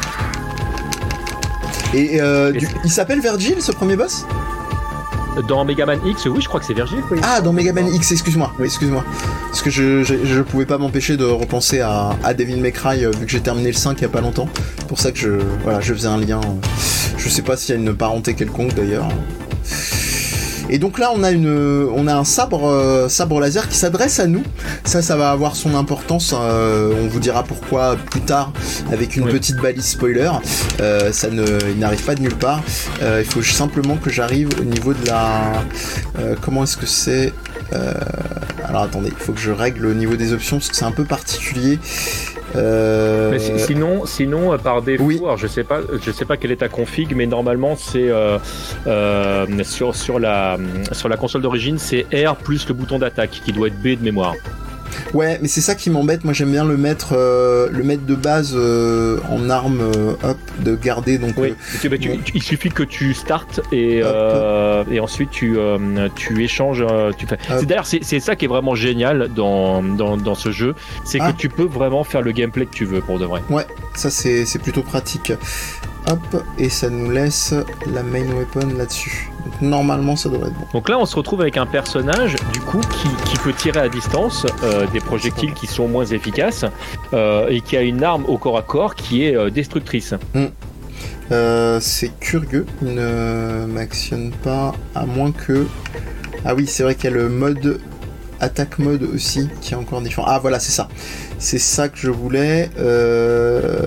Et, euh, Et du, il s'appelle Virgile ce premier boss? Dans Megaman X, oui, je crois que c'est Virgile. Oui. Ah, dans Megaman X, excuse-moi, oui, excuse-moi. Parce que je, je, je pouvais pas m'empêcher de repenser à, à Devil May Cry, vu que j'ai terminé le cinq il y a pas longtemps. C'est pour ça que je, voilà, je faisais un lien. Je sais pas s'il y a une parenté quelconque d'ailleurs. Et donc là, on a une, on a un sabre, euh, sabre laser qui s'adresse à nous. Ça, ça va avoir son importance. Euh, on vous dira pourquoi plus tard avec une oui. petite balise spoiler. Euh, ça ne, il n'arrive pas de nulle part. Euh, il faut simplement que j'arrive au niveau de la, euh, comment est-ce que c'est? Euh, alors attendez, il faut que je règle le niveau des options parce que c'est un peu particulier. Euh... Mais si, sinon, sinon par défaut, oui. alors je sais pas, je sais pas quelle est ta config, mais normalement c'est euh, euh, sur sur la sur la console d'origine, c'est R plus le bouton d'attaque qui doit être B de mémoire. Ouais, mais c'est ça qui m'embête. Moi, j'aime bien le mettre, euh, le mettre de base euh, en arme, euh, hop, de garder. Donc, oui. euh, tu, bah, tu, bon. tu, il suffit que tu startes et euh, et ensuite tu euh, tu échanges. Tu fais. C'est, d'ailleurs, c'est, c'est ça qui est vraiment génial dans dans, dans ce jeu, c'est ah. que tu peux vraiment faire le gameplay que tu veux pour de vrai. Ouais, ça c'est c'est plutôt pratique. Hop, et ça nous laisse la main weapon là-dessus. Donc normalement ça devrait être bon. Donc là on se retrouve avec un personnage du coup qui, qui peut tirer à distance euh, des projectiles qui sont moins efficaces euh, et qui a une arme au corps à corps qui est euh, destructrice. Mm. Euh, c'est curieux, il ne m'actionne pas à moins que... Ah oui, c'est vrai qu'il y a le mode... Attaque mode aussi qui est encore différent. Ah voilà, c'est ça. C'est ça que je voulais. Euh...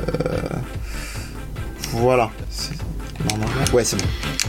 Voilà. C'est... Normalement... Ouais, c'est bon.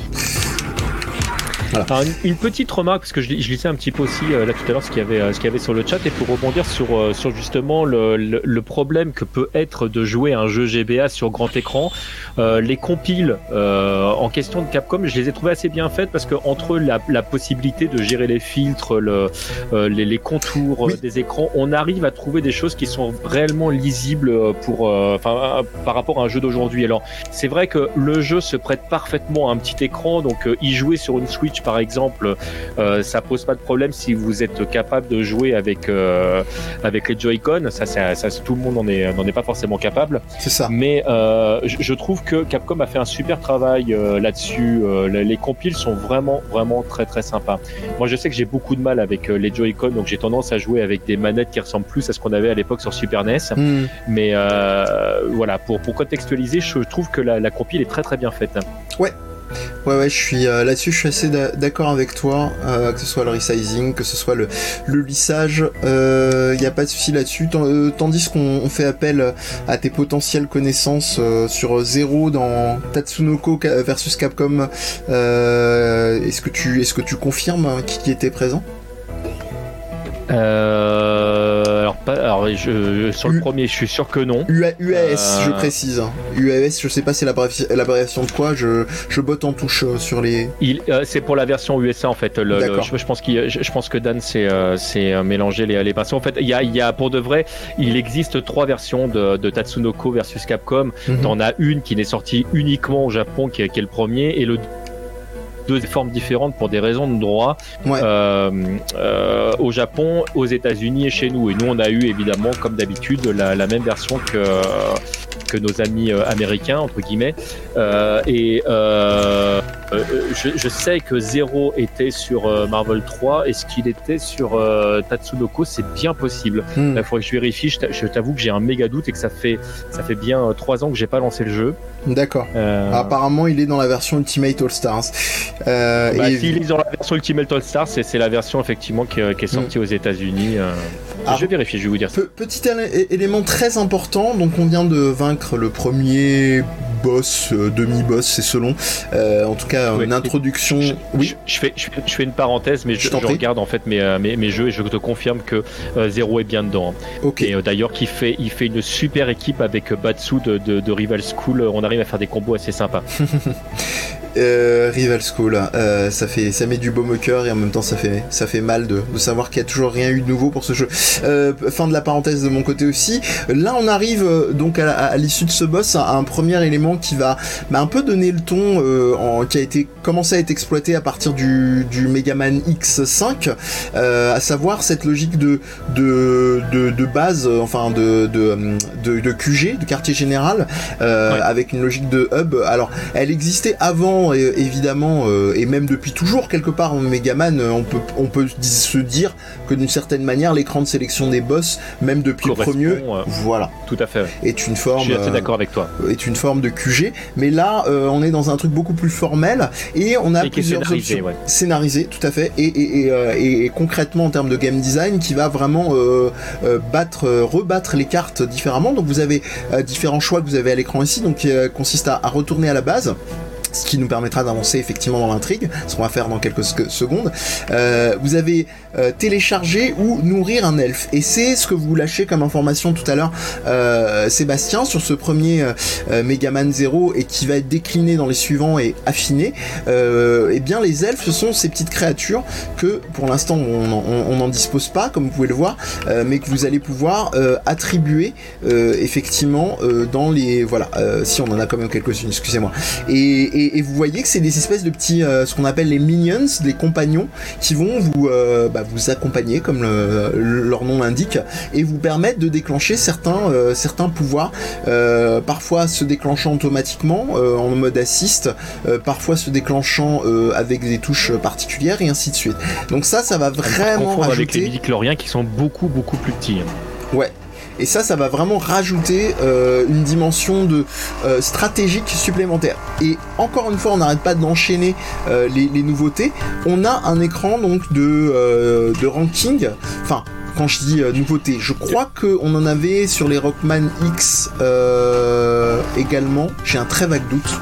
Voilà. Alors, une, une petite remarque, parce que je, je lisais un petit peu aussi euh, là tout à l'heure ce qu'il y avait, euh, ce qu'il y avait sur le chat, et pour rebondir sur, euh, sur justement le, le, le problème que peut être de jouer un jeu G B A sur grand écran. Euh, les compiles euh, en question de Capcom, je les ai trouvées assez bien faites parce que entre la, la possibilité de gérer les filtres, le, euh, les, les contours oui. des écrans, on arrive à trouver des choses qui sont réellement lisibles pour, euh, enfin, par rapport à un jeu d'aujourd'hui. Alors, c'est vrai que le jeu se prête parfaitement à un petit écran, donc euh, y jouer sur une Switch par exemple, euh, ça pose pas de problème si vous êtes capable de jouer avec euh, avec les Joy-Con. Ça, ça, ça, tout le monde n'en est n'en est pas forcément capable. C'est ça. Mais euh, je, je trouve que Capcom a fait un super travail euh, là-dessus. Euh, les, les compiles sont vraiment vraiment très très sympas. Moi, je sais que j'ai beaucoup de mal avec euh, les Joy-Con, donc j'ai tendance à jouer avec des manettes qui ressemblent plus à ce qu'on avait à l'époque sur Super N E S. Mm. Mais euh, voilà, pour pour contextualiser, je trouve que la, la compile est très très bien faite. Ouais. Ouais ouais, je suis euh, là-dessus, je suis assez d'a- d'accord avec toi, euh, que ce soit le resizing, que ce soit le, le lissage, il euh, y a pas de souci là-dessus. T- euh, tandis qu'on on fait appel à tes potentielles connaissances euh, sur Zero dans Tatsunoko versus Capcom, euh, est-ce que tu est-ce que tu confirmes hein, qui, qui était présent? Euh, alors, pas, alors je, sur le U, premier, je suis sûr que non. U A, U A S, euh... je précise. U A S, je sais pas c'est l'abréviation de quoi, je, je botte en touche sur les. Il, euh, c'est pour la version U S A en fait. Le, le, je, je, pense qu'il, je, je pense que Dan s'est euh, mélangé les, les pinceaux. En fait, il y a, il y a pour de vrai, il existe trois versions de, de Tatsunoko versus Capcom. Mm-hmm. T'en as une qui n'est sortie uniquement au Japon, qui est, qui est le premier, et le deux formes différentes pour des raisons de droit ouais. euh, euh, au Japon, aux États-Unis et chez nous. Et nous, on a eu évidemment, comme d'habitude, la, la même version que que nos amis euh, américains entre guillemets. Euh, et euh, je, je sais que Zero était sur euh, Marvel trois et ce qu'il était sur euh, Tatsunoko, c'est bien possible. Mm. Il faudrait que je vérifie. Je, je t'avoue que j'ai un méga doute et que ça fait ça fait bien euh, trois ans que j'ai pas lancé le jeu. D'accord. Euh... Apparemment, il est dans la version Ultimate All Stars. Euh, bah, et... S'il est dans la version Ultimate All Stars, c'est, c'est la version effectivement qui, qui est sortie mm. aux États-Unis. Euh... Ah, je vais vérifier, je vais vous dire ça. Pe- petit él- élément très important, donc on vient de vaincre le premier boss, euh, demi-boss, c'est selon. Euh, en tout cas, ouais, une introduction. Je, oui. Je, je, fais, je, fais, je fais une parenthèse, mais je, je, je regarde en fait mes, mes, mes jeux et je te confirme que euh, Zero est bien dedans. Okay. Et euh, d'ailleurs, qu'il fait, il fait une super équipe avec Batsu de, de, de Rival School. On arrive à faire des combos assez sympas. Euh, Rival School, euh, ça fait, ça met du baume au cœur et en même temps ça fait, ça fait mal de, de savoir qu'il y a toujours rien eu de nouveau pour ce jeu. Euh, fin de la parenthèse de mon côté aussi. Là, on arrive euh, donc à, à l'issue de ce boss à un premier élément qui va bah, un peu donner le ton, euh, en, qui a été commencé à être exploité à partir du, du Mega Man X cinq, euh, à savoir cette logique de, de, de, de base, enfin de, de, de, de Q G, de quartier général, euh, ouais. avec une logique de hub. Alors, elle existait avant. Et évidemment, euh, et même depuis toujours quelque part en Megaman, euh, on peut on peut se dire que d'une certaine manière l'écran de sélection des boss, même depuis le premier, euh, voilà, tout à fait, ouais. est une forme. Je suis assez euh, d'accord avec toi. Est une forme de Q G, mais là euh, on est dans un truc beaucoup plus formel et on a et plusieurs scénarisé, options ouais. scénarisées, tout à fait, et et, et, euh, et, et concrètement en termes de game design, qui va vraiment euh, euh, battre, euh, rebattre les cartes différemment. Donc vous avez euh, différents choix que vous avez à l'écran ici, donc qui euh, consiste à, à retourner à la base. ce qui nous permettra d'avancer effectivement dans l'intrigue, ce qu'on va faire dans quelques secondes. Euh, vous avez euh, télécharger ou nourrir un elfe, et c'est ce que vous lâchez comme information tout à l'heure, euh, Sébastien, sur ce premier euh, Megaman Zero, et qui va être décliné dans les suivants et affiné. Euh, et bien les elfes, ce sont ces petites créatures que pour l'instant on n'en dispose pas, comme vous pouvez le voir, euh, mais que vous allez pouvoir euh, attribuer euh, effectivement euh, dans les... Voilà, euh, si on en a quand même quelques-unes, excusez-moi. Et, et, et vous voyez que c'est des espèces de petits, euh, ce qu'on appelle les minions, des compagnons, qui vont vous, euh, bah, vous accompagner, comme le, le, leur nom l'indique, et vous permettre de déclencher certains, euh, certains pouvoirs, euh, parfois se déclenchant automatiquement, euh, en mode assist, euh, parfois se déclenchant euh, avec des touches particulières, et ainsi de suite. Donc ça, ça va vraiment rajouter... avec les midi-chloriens qui sont beaucoup, beaucoup plus petits. Ouais. Et ça, ça va vraiment rajouter euh, une dimension de euh, stratégique supplémentaire. Et encore une fois, on n'arrête pas d'enchaîner euh, les, les nouveautés. On a un écran donc de, euh, de ranking. Enfin, quand je dis euh, nouveauté, je crois qu'on en avait sur les Rockman X euh, également. J'ai un très vague doute.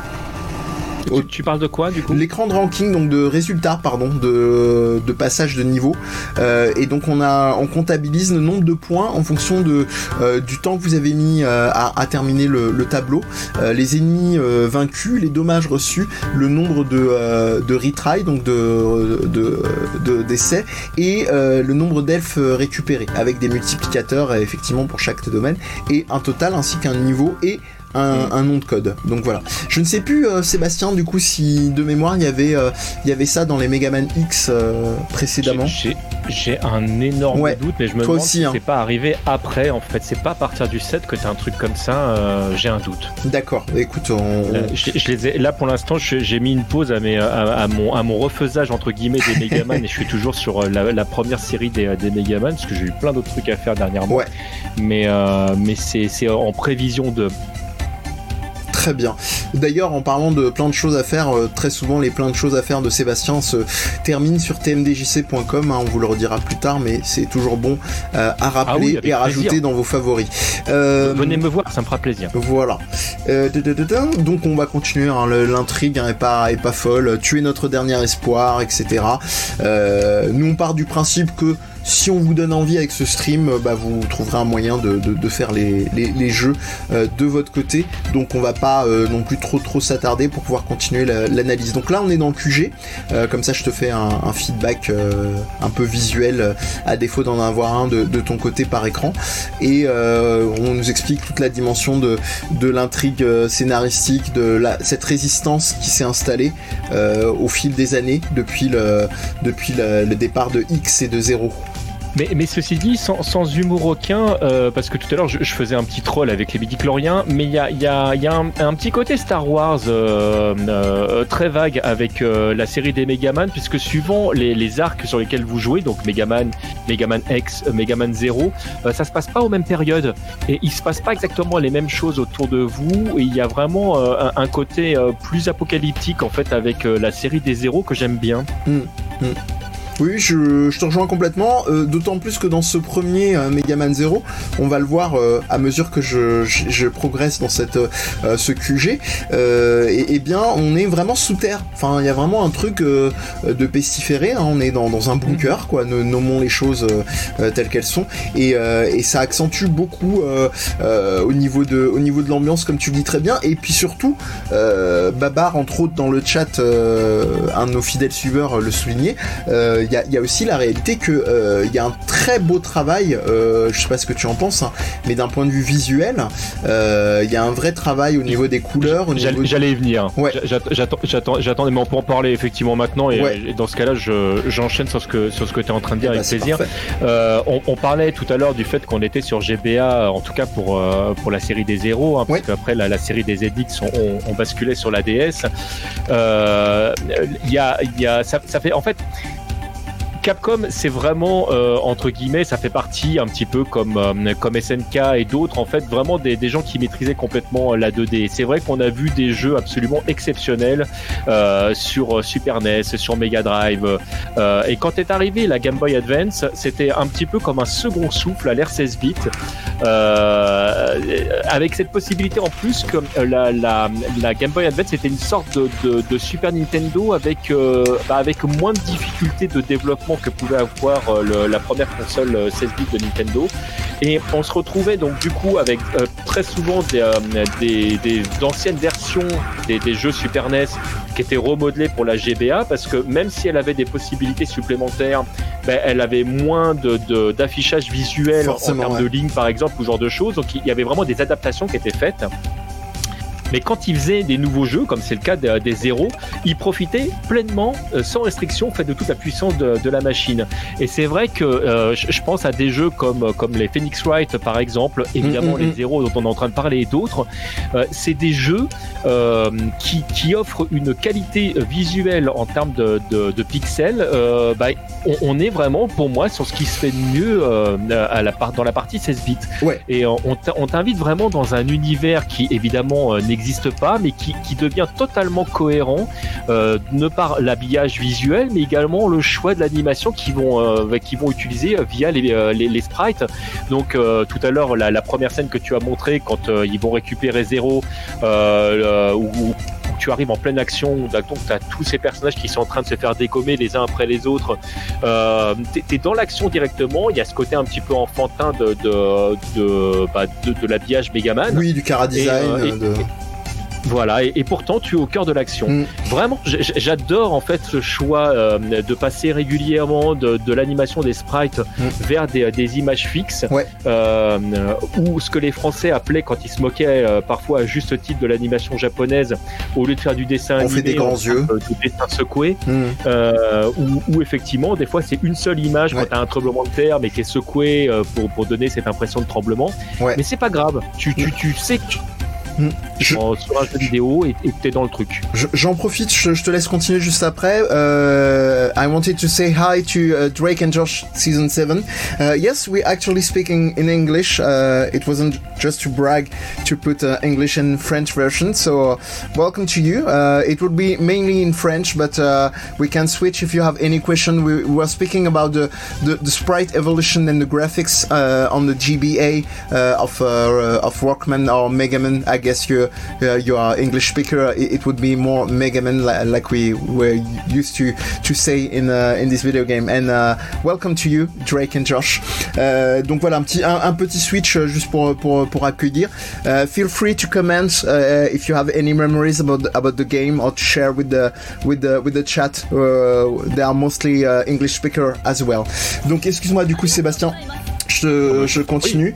Tu, tu parles de quoi du coup ? L'écran de ranking, donc de résultats, pardon, de, de passage de niveau. Euh, et donc on a, on comptabilise le nombre de points en fonction de euh, du temps que vous avez mis euh, à, à terminer le, le tableau, euh, les ennemis euh, vaincus, les dommages reçus, le nombre de euh, de retry, donc de de, de d'essais, et euh, le nombre d'elfes récupérés avec des multiplicateurs effectivement pour chaque domaine, et un total ainsi qu'un niveau et Un, un nom de code. Donc voilà. Je ne sais plus, euh, Sébastien, du coup, si de mémoire il y avait, euh, il y avait ça dans les Megaman X euh, précédemment. J'ai, j'ai un énorme ouais, doute, mais je me demande aussi, si hein. c'est pas arrivé après. En fait, c'est pas à partir du sept que t'as un truc comme ça. Euh, j'ai un doute. D'accord. Écoute, on, on... Là, je, je les ai, là pour l'instant, je, j'ai mis une pause à, mes, à, à, mon, à mon refaisage entre guillemets des Megaman et je suis toujours sur la, la première série des, des Megaman parce que j'ai eu plein d'autres trucs à faire dernièrement. Ouais. Mais, euh, mais c'est, c'est en prévision de. Très bien. D'ailleurs, en parlant de plein de choses à faire, euh, très souvent les plein de choses à faire de Sébastien se terminent sur t m d j c point com, hein, on vous le redira plus tard, mais c'est toujours bon euh, à rappeler ah oui, et à rajouter plaisir. Dans vos favoris. Euh, Venez me voir, ça me fera plaisir. Voilà. Euh, donc on va continuer, hein, l'intrigue hein, est pas, est pas folle, tuer notre dernier espoir, et cetera. Euh, nous on part du principe que si on vous donne envie avec ce stream, bah, vous trouverez un moyen de, de, de faire les, les, les jeux euh, de votre côté. Donc on va pas euh, non plus trop trop s'attarder pour pouvoir continuer la, l'analyse. Donc là on est dans le Q G, euh, comme ça je te fais un, un feedback euh, un peu visuel, à défaut d'en avoir un de, de ton côté par écran. Et euh, on nous explique toute la dimension de, de l'intrigue scénaristique, de la, cette résistance qui s'est installée euh, au fil des années depuis le, depuis le, le départ de X et de Zero. Mais, mais ceci dit, sans, sans humour aucun, euh, parce que tout à l'heure je, je faisais un petit troll avec les midi-chloriens, mais il y a, y a, y a un, un petit côté Star Wars euh, euh, très vague avec euh, la série des Megaman, puisque suivant les, les arcs sur lesquels vous jouez, donc Megaman, Megaman X, euh, Megaman Zero, euh, ça se passe pas aux mêmes périodes, et il se passe pas exactement les mêmes choses autour de vous, et il y a vraiment euh, un, un côté euh, plus apocalyptique en fait avec euh, la série des Zero que j'aime bien. Mmh, mmh. Oui, je, je te rejoins complètement, euh, d'autant plus que dans ce premier euh, Megaman Zero, on va le voir euh, à mesure que je, je, je progresse dans cette, euh, ce Q G, euh, et, et bien on est vraiment sous terre, enfin il y a vraiment un truc euh, de pestiféré, hein, on est dans, dans un bunker, quoi, Nos, nommons les choses euh, telles qu'elles sont, et, euh, et ça accentue beaucoup euh, euh, au niveau de, au niveau de l'ambiance, comme tu le dis très bien, et puis surtout, euh, Babar, entre autres dans le chat, euh, un de nos fidèles suiveurs le soulignait, euh, il y, y a aussi la réalité que euh, il y a un très beau travail, euh, je sais pas ce que tu en penses, hein, mais d'un point de vue visuel, euh, il y a un vrai travail au niveau des couleurs. Au j'allais, niveau j'allais y venir. Ouais. J'attends, j'attends, j'attends, mais on peut en parler effectivement maintenant, et, ouais. et dans ce cas-là, je, j'enchaîne sur ce que sur ce que tu es en train de dire, et avec bah, plaisir. Euh, on, on parlait tout à l'heure du fait qu'on était sur G B A, en tout cas pour euh, pour la série des Zero, hein, parce ouais. qu'après la, la série des Z X, on, on, on basculait sur la D S. Il euh, y a il y a ça, ça fait en fait. Capcom, c'est vraiment euh, entre guillemets, ça fait partie un petit peu comme euh, comme S N K et d'autres, en fait, vraiment des, des gens qui maîtrisaient complètement la deux D. C'est vrai qu'on a vu des jeux absolument exceptionnels euh, sur Super N E S, sur Mega Drive, euh, et quand est arrivé la Game Boy Advance, c'était un petit peu comme un second souffle à l'ère seize bits, euh, avec cette possibilité en plus que la, la, la Game Boy Advance était une sorte de, de, de Super Nintendo avec euh, bah avec moins de difficultés de développement que pouvait avoir euh, le, la première console euh, seize bits de Nintendo, et on se retrouvait donc du coup avec euh, très souvent des, euh, des, des anciennes versions des, des jeux Super N E S qui étaient remodelés pour la G B A, parce que même si elle avait des possibilités supplémentaires, ben, elle avait moins de, de, d'affichage visuel Forcément, en termes ouais. de lignes par exemple, ou ce genre de choses, donc il y avait vraiment des adaptations qui étaient faites. Mais quand ils faisaient des nouveaux jeux, comme c'est le cas des, des Zero, ils profitaient pleinement, euh, sans restriction, en fait, de toute la puissance de, de la machine. Et c'est vrai que euh, je, je pense à des jeux comme comme les Phoenix Wright, par exemple, évidemment mm-hmm. les Zero dont on est en train de parler et d'autres. Euh, c'est des jeux euh, qui qui offrent une qualité visuelle en termes de de, de pixels. Euh, bah, on, on est vraiment, pour moi, sur ce qui se fait de mieux euh, à la part dans la partie seize bits. Ouais. Et on, on t'invite vraiment dans un univers qui évidemment euh, n'existe pas, mais qui, qui devient totalement cohérent, euh, ne par l'habillage visuel, mais également le choix de l'animation qu'ils vont, euh, qu'ils vont utiliser via les, euh, les, les sprites. Donc euh, tout à l'heure, la, la première scène que tu as montrée, quand euh, ils vont récupérer Zero, euh, où, où tu arrives en pleine action, donc tu as tous ces personnages qui sont en train de se faire dégommer les uns après les autres, euh, t'es, t'es dans l'action directement, il y a ce côté un petit peu enfantin de, de, de, bah, de, de l'habillage Megaman. Oui, du chara-design. Et, euh, et, de... Voilà, et, et pourtant tu es au cœur de l'action. Mmh. Vraiment, j'adore en fait ce choix euh, de passer régulièrement de, de l'animation des sprites mmh. vers des, des images fixes, ouais. euh, ou ce que les Français appelaient, quand ils se moquaient euh, parfois à juste titre de l'animation japonaise, au lieu de faire du dessin on animé, fait des grands on yeux, du dessin secoué, mmh. euh, où, où effectivement des fois c'est une seule image ouais. quand tu as un tremblement de terre, mais qui est secoué euh, pour, pour donner cette impression de tremblement. Ouais. Mais c'est pas grave, tu, tu, tu sais que tu Je... sur un jeu vidéo et t'es dans le truc. Je, j'en profite, je, je te laisse continuer juste après. Uh, I wanted to say hi to uh, Drake and Josh season seven. Uh, yes, we're actually speaking in English. Uh, it wasn't just to brag to put uh, English and French version. So uh, welcome to you. Uh, it would be mainly in French, but uh, we can switch if you have any question. We, we were speaking about the, the, the sprite evolution and the graphics uh, on the G B A uh, of uh, of Rockman or Megaman. I guess you uh, you are English speaker. It, it would be more Megaman, li- like we were used to to say in uh, in this video game. And uh, welcome to you, Drake and Josh. Euh, donc voilà un petit un, un petit switch juste pour pour pour accueillir. Uh, feel free to comment uh, if you have any memories about the, about the game, or to share with the with the with the chat. Uh, they are mostly uh, English speaker as well. Donc excuse-moi du coup Sébastien. Je, je continue.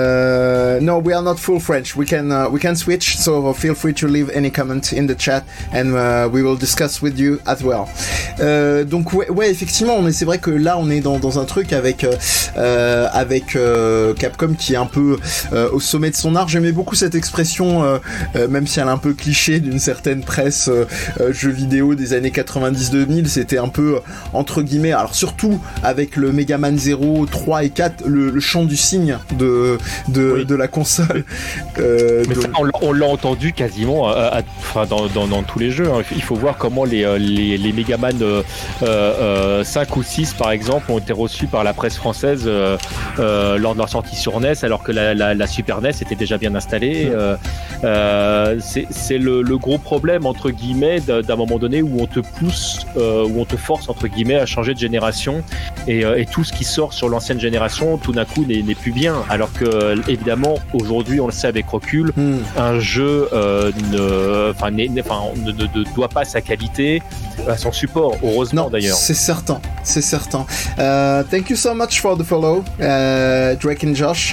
Uh, no, we are not full French. We can uh, we can switch. So feel free to leave any comment in the chat, and uh, we will discuss with you as well. Euh, donc ouais, ouais, effectivement, on est. C'est vrai que là, on est dans dans un truc avec euh, avec euh, Capcom qui est un peu euh, au sommet de son art. J'aimais beaucoup cette expression, euh, euh, même si elle est un peu cliché d'une certaine presse euh, euh, jeux vidéo des années quatre-vingt-dix deux mille. C'était un peu entre guillemets. Alors surtout avec le Mega Man zéro, trois et quatre. Le Le, le chant du cygne de de, oui. de la console. Euh, Mais donc... ça, on, l'a, on l'a entendu quasiment à, à, à, dans, dans, dans tous les jeux. Hein. Il faut voir comment les, les, les Megaman euh, euh, cinq ou six, par exemple, ont été reçus par la presse française euh, euh, lors de leur sortie sur N E S, alors que la, la, la Super N E S était déjà bien installée. Mmh. Euh, euh, c'est c'est le, le gros problème, entre guillemets, d'un moment donné où on te pousse, euh, où on te force, entre guillemets, à changer de génération. Et, euh, et tout ce qui sort sur l'ancienne génération, tout d'un coup n'est, n'est plus bien, alors que évidemment aujourd'hui on le sait avec recul, mm. un jeu euh, ne, enfin, n'est, enfin, ne, ne, ne doit pas sa qualité à son support, heureusement non, d'ailleurs. C'est certain, c'est certain. Uh, thank you so much for the follow, uh, Drake and Josh.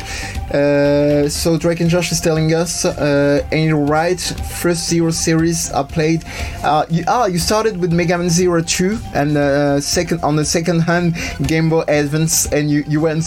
Uh, so Drake and Josh is telling us, uh, and you're right, first Zero series I played. Uh, you, ah, you started with Mega Man Zero two, and uh, second on the second hand Game Boy Advance, and you you were in sixth grade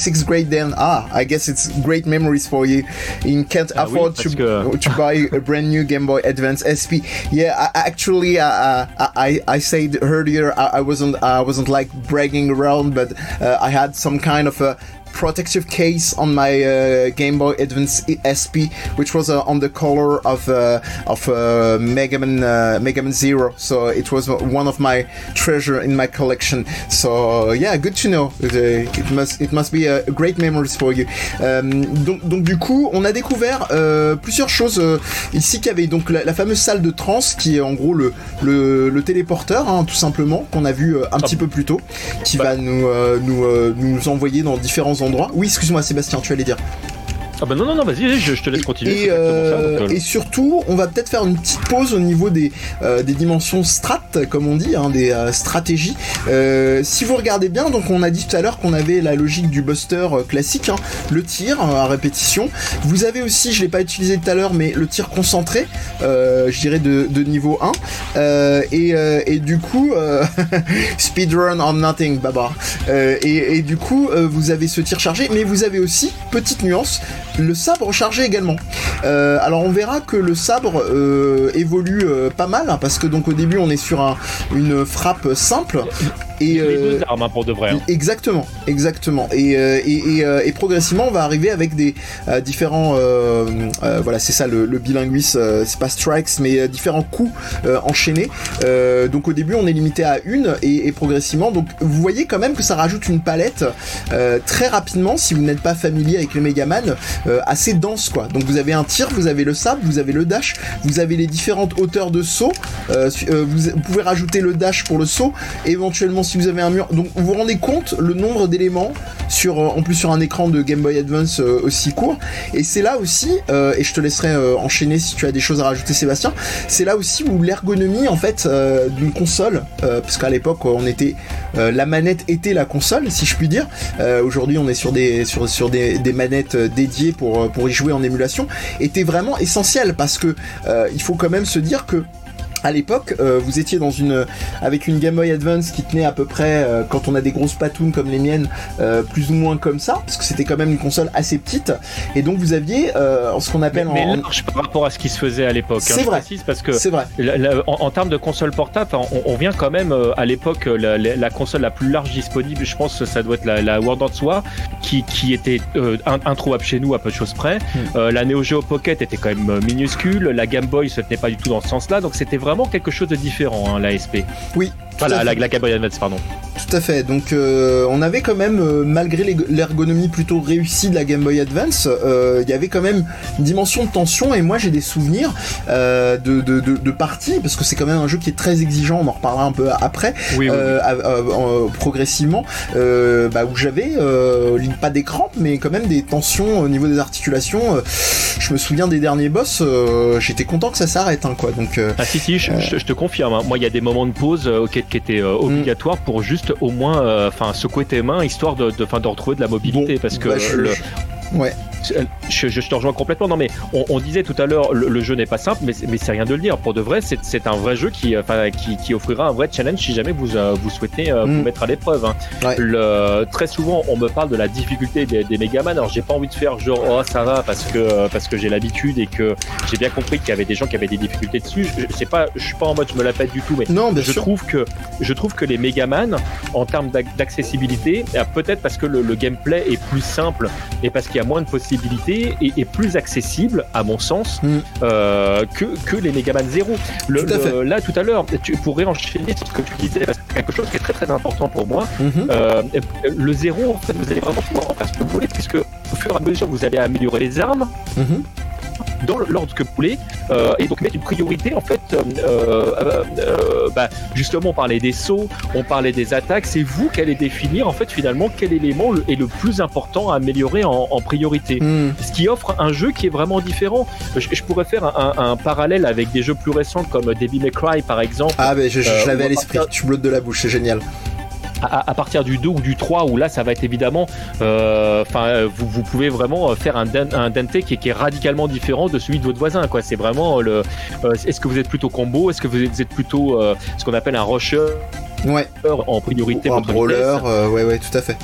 right then, ah, I guess it's great memories for you. You can't ah afford oui, to que... to buy a brand new Game Boy Advance S P. Yeah, I, actually, uh, I I said earlier I, I wasn't I wasn't like bragging around, but uh, I had some kind of a protective case on my uh, Game Boy Advance S P, which was uh, on the color of uh, of uh, Mega Man uh, Mega Man Zero. So it was one of my treasure in my collection. So yeah, good to know. It, uh, it must it must be a great memories for you. Um, donc donc du coup, on a découvert euh, plusieurs choses euh, ici. Qu'il y avait donc la, la fameuse salle de trans qui est en gros le le, le téléporteur, hein, tout simplement, qu'on a vu euh, un ah. petit peu plus tôt, qui bah. va nous euh, nous euh, nous envoyer dans différents endroits. Oui, excuse-moi Sébastien, tu allais dire. Ah bah non, non, non, vas-y, je, je te laisse continuer. Et, euh, ça, donc, euh... et surtout, on va peut-être faire une petite pause au niveau des, euh, des dimensions strat, comme on dit, hein, des euh, stratégies. Euh, si vous regardez bien, donc on a dit tout à l'heure qu'on avait la logique du buster euh, classique, hein, le tir euh, à répétition. Vous avez aussi, je l'ai pas utilisé tout à l'heure, mais le tir concentré, euh, je dirais de, de niveau un. Euh, et, euh, et du coup, euh, speedrun or nothing, baba. Euh, et, et du coup, euh, vous avez ce tir chargé, mais vous avez aussi, petite nuance, le sabre chargé également. Euh, alors on verra que le sabre euh, évolue euh, pas mal, hein, parce que donc au début on est sur un, une frappe simple. Et les deux armes hein, pour de vrai. Hein. Exactement, exactement. Et, euh, et, et, euh, et progressivement, on va arriver avec des euh, différents, euh, euh, voilà, c'est ça le, le bilinguisme, euh, c'est pas strikes, mais euh, différents coups euh, enchaînés. Euh, donc au début, on est limité à une, et, et progressivement, donc vous voyez quand même que ça rajoute une palette euh, très rapidement, si vous n'êtes pas familier avec le Megaman, euh, assez dense quoi. Donc vous avez un tir, vous avez le sabre, vous avez le dash, vous avez les différentes hauteurs de saut. Euh, euh, vous, vous pouvez rajouter le dash pour le saut, et éventuellement si vous avez un mur, donc vous vous rendez compte le nombre d'éléments sur, en plus sur un écran de Game Boy Advance euh, aussi court, et c'est là aussi, euh, et je te laisserai euh, enchaîner si tu as des choses à rajouter Sébastien, c'est là aussi où l'ergonomie en fait euh, d'une console, euh, parce qu'à l'époque on était, euh, la manette était la console si je puis dire, euh, aujourd'hui on est sur des, sur, sur des, des manettes dédiées pour, pour y jouer en émulation, était vraiment essentiel parce que euh, il faut quand même se dire que à l'époque, euh, vous étiez dans une avec une Game Boy Advance qui tenait à peu près, euh, quand on a des grosses patounes comme les miennes, euh, plus ou moins comme ça, parce que c'était quand même une console assez petite, et donc vous aviez euh, ce qu'on appelle mais, en... mais large par rapport à ce qui se faisait à l'époque. C'est hein, vrai. Je précise parce que c'est vrai. La, la, en, en termes de console portable, on, on vient quand même euh, à l'époque la, la, la console la plus large disponible. Je pense que ça doit être la, la World of War qui, qui était euh, introuvable chez nous à peu de choses près. Mm. Euh, la Neo Geo Pocket était quand même minuscule. La Game Boy se tenait pas du tout dans ce sens-là, donc c'était vraiment quelque chose de différent, hein, la S P. Oui. Enfin, la, la, la Game Boy Advance, pardon. Tout à fait. Donc, euh, on avait quand même, euh, malgré l'ergonomie plutôt réussie de la Game Boy Advance, euh, il y avait quand même une dimension de tension. Et moi, j'ai des souvenirs euh, de, de, de, de parties, parce que c'est quand même un jeu qui est très exigeant. On en reparlera un peu après, oui, oui, euh, oui. Euh, euh, progressivement, euh, bah, où j'avais euh, pas des crampes, mais quand même des tensions au niveau des articulations. Je me souviens des derniers boss. Euh, j'étais content que ça s'arrête, hein, quoi. Donc, euh, ah si si, je, euh... je, je te confirme. Hein. Moi, il y a des moments de pause euh, qui, qui étaient euh, obligatoires mm. pour juste au moins enfin euh, secouer tes mains histoire de, de, de, de retrouver de la mobilité bon, parce que bah, je, le... je... ouais Je, je, je te rejoins complètement. Non mais on, on disait tout à l'heure le, le jeu n'est pas simple, mais, mais c'est rien de le dire. Pour de vrai, c'est, c'est un vrai jeu qui, enfin, qui, qui offrira un vrai challenge si jamais vous, euh, vous souhaitez euh, mm. vous mettre à l'épreuve. Hein. Ouais. Le, très souvent, on me parle de la difficulté des, des Megaman. Alors j'ai pas envie de faire genre oh ça va parce que parce que j'ai l'habitude et que j'ai bien compris qu'il y avait des gens qui avaient des difficultés dessus. Je, c'est pas, je suis pas en mode je me la pète du tout, mais non, je sûr. trouve que je trouve que les Megaman en termes d'accessibilité, peut-être parce que le, le gameplay est plus simple et parce qu'il y a moins de possibilités et est plus accessible à mon sens mm. euh, que, que les Megaman Zero. Le, tout le, là tout à l'heure, tu pourrais enchaîner sur ce que tu disais, parce que c'est quelque chose qui est très très important pour moi. Mm-hmm. Euh, le zéro, en fait, vous allez vraiment pouvoir en faire ce que vous voulez, puisque au fur et à mesure vous allez améliorer les armes. Mm-hmm. Dans l'ordre que vous voulez, euh, et donc mettre une priorité en fait. Euh, euh, euh, bah, justement, on parlait des sauts, on parlait des attaques. C'est vous qui allez définir en fait finalement quel élément est le plus important à améliorer en, en priorité. Mm. Ce qui offre un jeu qui est vraiment différent. Je, je pourrais faire un, un, un parallèle avec des jeux plus récents comme Devil May Cry par exemple. Ah ben je, je, euh, je l'avais à l'esprit. Partir... Tu blottes de la bouche, c'est génial. À, à partir du deux ou du trois où là ça va être évidemment euh, enfin vous, vous pouvez vraiment faire un, un Dante qui est, qui est radicalement différent de celui de votre voisin quoi. C'est vraiment le euh, est-ce que vous êtes plutôt combo, est-ce que vous êtes, vous êtes plutôt euh, ce qu'on appelle un rusher ouais. en priorité ou un brawler, euh, ouais ouais tout à fait. Bah,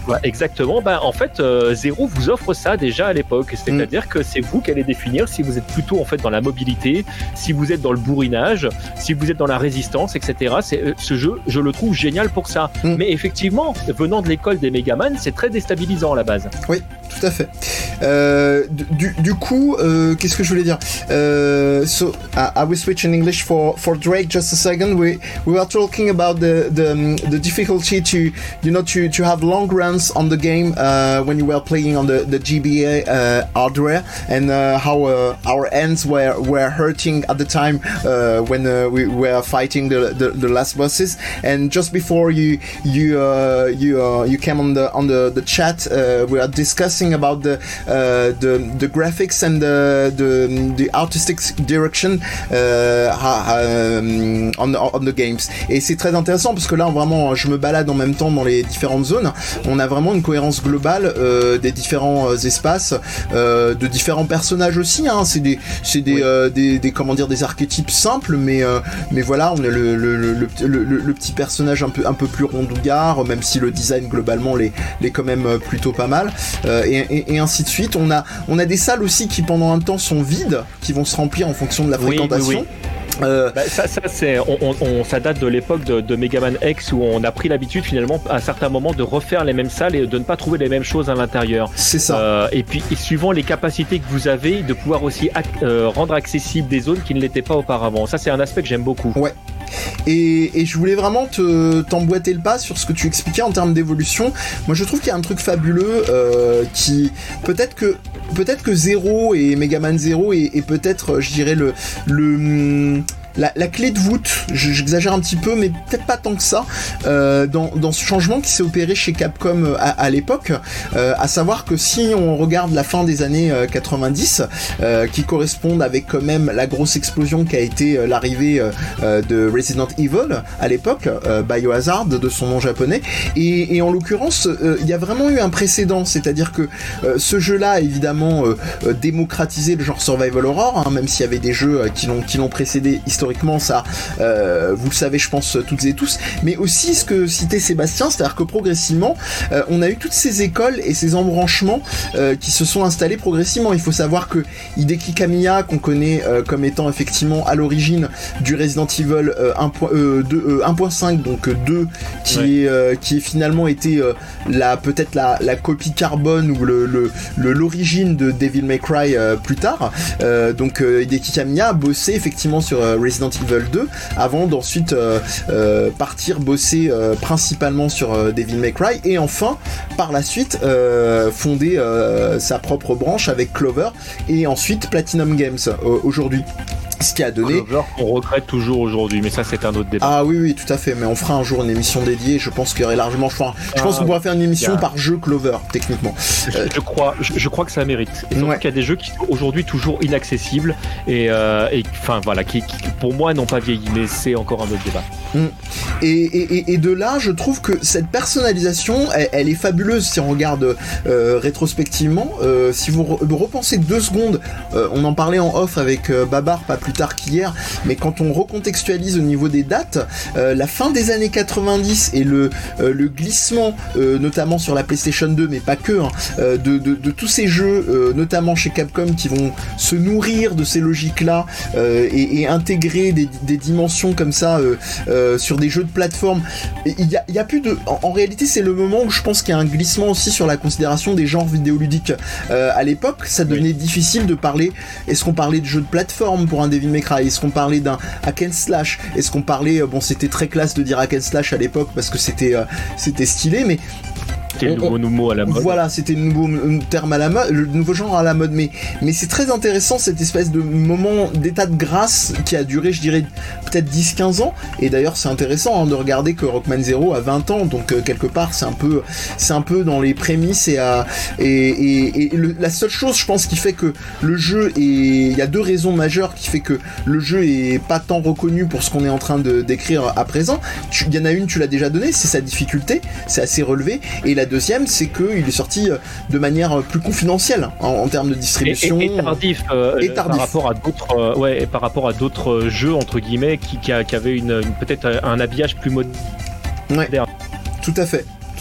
Ouais, exactement. Ben, en fait, euh, Zero vous offre ça déjà à l'époque. C'est-à-dire mm. que c'est vous qui allez définir si vous êtes plutôt en fait dans la mobilité, si vous êtes dans le bourrinage, si vous êtes dans la résistance, et cetera. C'est, euh, ce jeu, je le trouve génial pour ça. Mm. Mais effectivement, venant de l'école des Megaman, c'est très déstabilisant à la base. Oui, tout à fait. Euh, du, du coup, euh, qu'est-ce que je voulais dire? uh, So, I, I will switch in English for, for Drake just a second. We we were talking about the the, um, the difficulty to you know to to have long runs on the game uh, when you were playing on the the G B A uh, hardware, and uh, how uh, our hands were were hurting at the time uh, when uh, we were fighting the, the the last bosses. And just before you you uh, you uh, you came on the on the the chat, uh, we are discussing about the uh, the the graphics and the the, the artistic direction uh, um, on on the games. Et c'est très intéressant parce que là vraiment je me balade en même temps dans les différentes zones. On a vraiment une cohérence globale euh, des différents euh, espaces, euh, de différents personnages aussi. Hein. C'est des c'est des, oui. euh, des des comment dire des archétypes simples, mais euh, mais voilà, on a le le, le le le le petit personnage un peu un peu plus rondouillard, même si le design globalement l'est l'est quand même plutôt pas mal. Euh, et, et, et ainsi de suite. On a, on a des salles aussi qui pendant un temps sont vides, qui vont se remplir en fonction de la fréquentation. Oui, oui, oui. Euh... Bah, ça, ça, c'est, on, on, ça date de l'époque de, de Megaman X où on a pris l'habitude finalement à certains moments de refaire les mêmes salles et de ne pas trouver les mêmes choses à l'intérieur. C'est ça. Euh, et puis, et suivant les capacités que vous avez, de pouvoir aussi ac- euh, rendre accessibles des zones qui ne l'étaient pas auparavant. Ça, c'est un aspect que j'aime beaucoup. Ouais. Et, et je voulais vraiment te, t'emboîter le pas sur ce que tu expliquais en termes d'évolution. Moi je trouve qu'il y a un truc fabuleux euh, qui peut-être que peut-être que Zero et Megaman Zero et, et peut-être je dirais le le La, la clé de voûte, j'exagère un petit peu, mais peut-être pas tant que ça, euh, dans, dans ce changement qui s'est opéré chez Capcom à, à l'époque, euh, à savoir que si on regarde la fin des années euh, quatre-vingt-dix, euh, qui correspondent avec quand même la grosse explosion qui a été euh, l'arrivée euh, de Resident Evil à l'époque, euh, Biohazard de son nom japonais, et, et en l'occurrence, il euh, y a vraiment eu un précédent, c'est-à-dire que euh, ce jeu-là a évidemment euh, euh, démocratisé le genre survival horror, hein, même s'il y avait des jeux euh, qui l'ont qui l'ont précédé historiquement. Historiquement, ça, euh, vous le savez, je pense toutes et tous, mais aussi ce que citait Sébastien, c'est-à-dire que progressivement, euh, on a eu toutes ces écoles et ces embranchements euh, qui se sont installés progressivement. Il faut savoir que Hideki Kamiya, qu'on connaît euh, comme étant effectivement à l'origine du Resident Evil euh, un point cinq, donc deux, qui ouais. est euh, qui est finalement été euh, la peut-être la, la copie carbone ou le, le, le l'origine de Devil May Cry euh, plus tard. Euh, donc euh, Hideki Kamiya a bossé effectivement sur euh, Resident Evil deux avant d'ensuite euh, euh, partir bosser euh, principalement sur euh, Devil May Cry et enfin par la suite euh, fonder euh, sa propre branche avec Clover et ensuite Platinum Games euh, aujourd'hui. Ce qui a donné. Clover qu'on regrette toujours aujourd'hui, mais ça c'est un autre débat. Ah oui, oui, tout à fait. Mais on fera un jour une émission dédiée. Je pense qu'il y aurait largement. Enfin, je pense ah, qu'on pourra faire une émission a... par jeu Clover, techniquement. Je, euh... je crois, je, je crois que ça mérite. Et surtout ouais. qu'il y a des jeux qui sont aujourd'hui toujours inaccessibles et, euh, et enfin voilà, qui, qui pour moi n'ont pas vieilli, mais c'est encore un autre débat. Mmh. Et, et, et de là, je trouve que cette personnalisation, elle, elle est fabuleuse si on regarde euh, rétrospectivement. Euh, si vous re- repensez deux secondes, euh, on en parlait en off avec euh, Babar, pas plus tard qu'hier, mais quand on recontextualise au niveau des dates, euh, la fin des années quatre-vingt-dix et le, euh, le glissement, euh, notamment sur la PlayStation deux, mais pas que, hein, euh, de, de, de tous ces jeux, euh, notamment chez Capcom, qui vont se nourrir de ces logiques-là euh, et, et intégrer des, des dimensions comme ça euh, euh, sur des jeux de plateforme. Il y a, y a plus de... En, en réalité, c'est le moment où je pense qu'il y a un glissement aussi sur la considération des genres vidéoludiques. Euh, à l'époque, ça devenait oui. difficile de parler... Est-ce qu'on parlait de jeux de plateforme pour un Devil May Cry ? Est-ce qu'on parlait d'un hack and slash ? Est-ce qu'on parlait... Bon, c'était très classe de dire hack and slash à l'époque parce que c'était, euh, c'était stylé, mais... C'était le nouveau, nouveau à la mode. Voilà, c'était le nouveau terme à la mode, le nouveau genre à la mode. Mais, mais c'est très intéressant cette espèce de moment d'état de grâce qui a duré, je dirais, peut-être dix quinze ans. Et d'ailleurs, c'est intéressant hein, de regarder que Rockman Zero a vingt ans. Donc, euh, quelque part, c'est un peu, c'est un peu dans les prémices. Et, à, et, et, et le, la seule chose, je pense, qui fait que le jeu est. Il y a deux raisons majeures qui fait que le jeu est pas tant reconnu pour ce qu'on est en train de décrire à présent. Il y en a une, tu l'as déjà donné, c'est sa difficulté. C'est assez relevé. Et la deuxième, c'est qu'il est sorti de manière plus confidentielle en, en termes de distribution et, et, et tardif, euh, et tardif. par rapport à d'autres, euh, ouais, et par rapport à d'autres jeux entre guillemets qui, qui, a, qui avaient une, une peut-être un habillage plus moderne. Ouais, tout à fait. Tout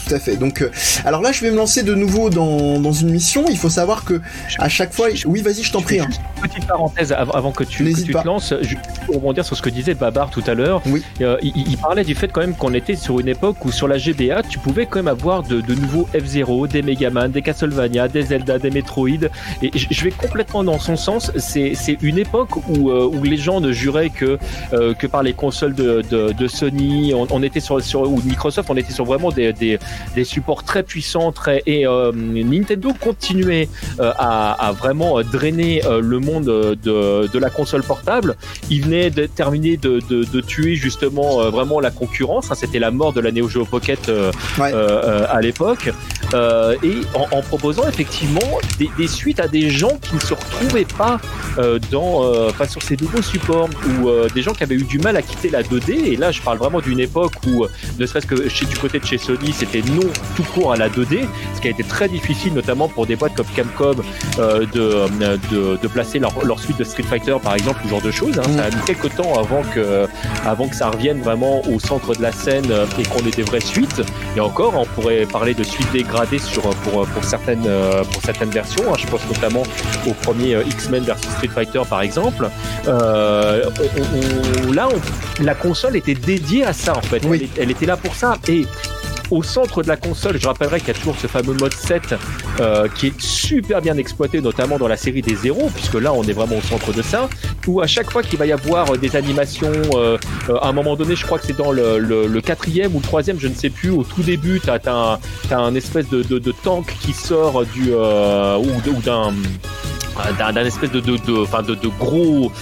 tout à fait. Donc, euh, alors là, je vais me lancer de nouveau dans, dans une mission. Il faut savoir que à chaque fois, oui, vas-y, je t'en prie. Hein. Petite parenthèse avant, avant que tu, que tu te lances, je pour rebondir sur ce que disait Babar tout à l'heure. Oui. Euh, il, il parlait du fait quand même qu'on était sur une époque où sur la G B A, tu pouvais quand même avoir de, de nouveaux F-Zero, des Megaman, des Castlevania, des Zelda, des Metroid. Et je vais complètement dans son sens. C'est, c'est une époque où, euh, où les gens ne juraient que, euh, que par les consoles de, de, de Sony, on, on était sur, sur, ou de Microsoft, on était sur vraiment des, des, des supports très puissants, très, et euh, Nintendo continuait euh, à, à vraiment drainer euh, le monde de, de la console portable. Il venait de terminer de, de, de tuer justement euh, vraiment la concurrence. Hein, c'était la mort de la Neo Geo Pocket euh, ouais. euh, à l'époque. Euh, et en, en proposant effectivement des, des suites à des gens qui ne se retrouvaient pas euh, dans, euh, pas sur ces nouveaux supports, ou euh, des gens qui avaient eu du mal à quitter la deux D. Et là, je parle vraiment d'une époque où, ne serait-ce que chez, du côté de chez Sony, c'était non tout court à la deux D, ce qui a été très difficile, notamment pour des boîtes comme Capcom, euh, de, de, de placer leur, leur suite de Street Fighter, par exemple, ce genre de choses. Hein. Mmh. Ça a mis quelques temps avant que, avant que ça revienne vraiment au centre de la scène et qu'on ait des vraies suites. Et encore, on pourrait parler de suites dégradées sur, pour, pour, certaines, pour certaines versions. Je pense notamment au premier X-Men versus Street Fighter, par exemple. Euh, on, on, là, on, la console était dédiée à ça, en fait. Oui. Elle, elle était là pour ça. Et au centre de la console, je rappellerai qu'il y a toujours ce fameux mode sept euh, qui est super bien exploité, notamment dans la série des Zéros, puisque là, on est vraiment au centre de ça, où à chaque fois qu'il va y avoir des animations, euh, à un moment donné, je crois que c'est dans le, le, le quatrième ou le troisième, je ne sais plus, au tout début, t'as, t'as, un, t'as un espèce de, de, de tank qui sort du... Euh, ou, ou d'un... D'un, d'un espèce de de de enfin de, de gros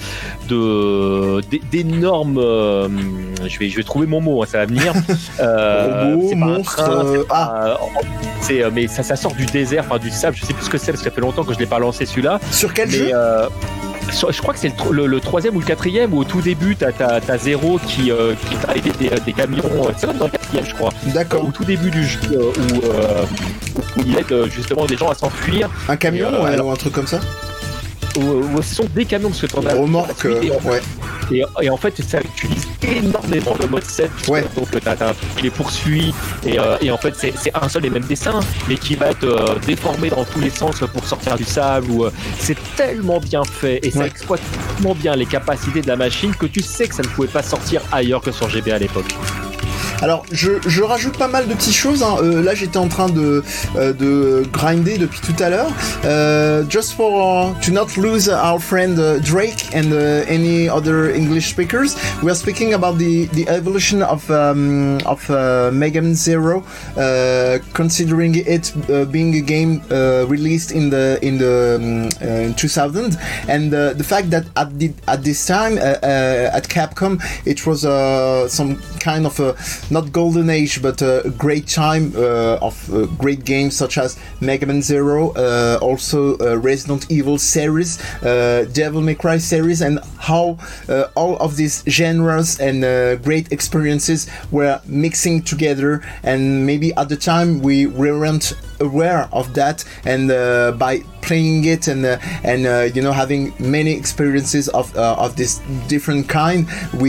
de d'énormes euh, je vais je vais trouver mon mot hein, ça va venir euh, robot, c'est pas monstre, un train, c'est, ah. pas, c'est mais ça ça sort du désert, enfin du sable, je sais plus ce que c'est parce que ça fait longtemps que je l'ai pas lancé celui-là. Sur quel mais, jeu euh, je crois que c'est le, le, le troisième ou le quatrième, où au tout début t'as, t'as, t'as Zéro qui, euh, qui t'a aidé des, des camions, c'est dans le quatrième je crois. D'accord. Au tout début du jeu euh, où, euh, où il aide justement des gens à s'enfuir. Un camion euh, ouais, alors, ou un truc comme ça. Où, où ce sont des camions parce que t'en as remorque, euh, et, ouais. Et, et en fait ça utilise énormément le mode sept, ouais. Donc t'as, t'as un truc qui les poursuit et, euh, et en fait c'est, c'est un seul et même dessin mais qui va être euh, déformé dans tous les sens pour sortir du sable ou, euh, c'est tellement bien fait et ça ouais. exploite tellement bien les capacités de la machine que tu sais que ça ne pouvait pas sortir ailleurs que sur G B A à l'époque. Alors, je, je rajoute pas mal de petites choses. Hein. Euh, là, j'étais en train de, euh, de grinder depuis tout à l'heure. Uh, just for uh, to not lose our friend uh, Drake and uh, any other English speakers, we are speaking about the, the evolution of um, of uh, Mega Man Zero, uh, considering it uh, being a game uh, released in the in the um, uh, in two thousand, and uh, the fact that at the at this time uh, uh, at Capcom it was uh, some kind of a not golden age, but a great time uh, of uh, great games such as Mega Man Zero, uh, also uh, Resident Evil series, uh, Devil May Cry series, and how uh, all of these genres and uh, great experiences were mixing together. And maybe at the time we weren't aware of that, and uh, by playing it and uh, and uh, you know having many experiences of uh, of this different kind,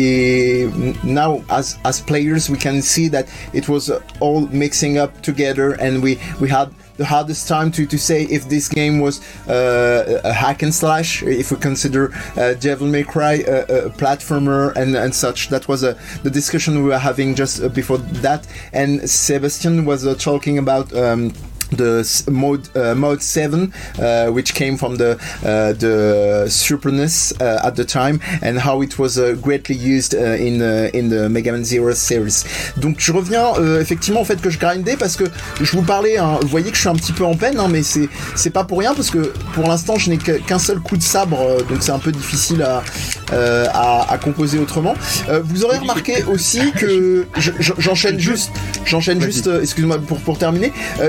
we now as as players we can see that it was uh, all mixing up together, and we we had the hardest time to, to say if this game was uh, a hack and slash, if we consider uh, Devil May Cry a, a platformer and, and such. That was uh, the discussion we were having just before that, and Sebastian was uh, talking about um, the mode uh, mode seven, uh, which came from the uh, the Super N E S uh, at the time, and how it was uh, greatly used uh, in uh, in the Mega Man Zero series. Donc je reviens euh, effectivement au fait que je grindais parce que je vous parlais, hein, vous voyez que je suis un petit peu en peine, hein, mais c'est c'est pas pour rien parce que pour l'instant je n'ai qu'un seul coup de sabre, euh, donc c'est un peu difficile à euh, à, à composer autrement. Euh, vous aurez remarqué aussi que je, je, j'enchaîne juste, j'enchaîne juste, euh, excuse-moi pour pour terminer, euh, les zones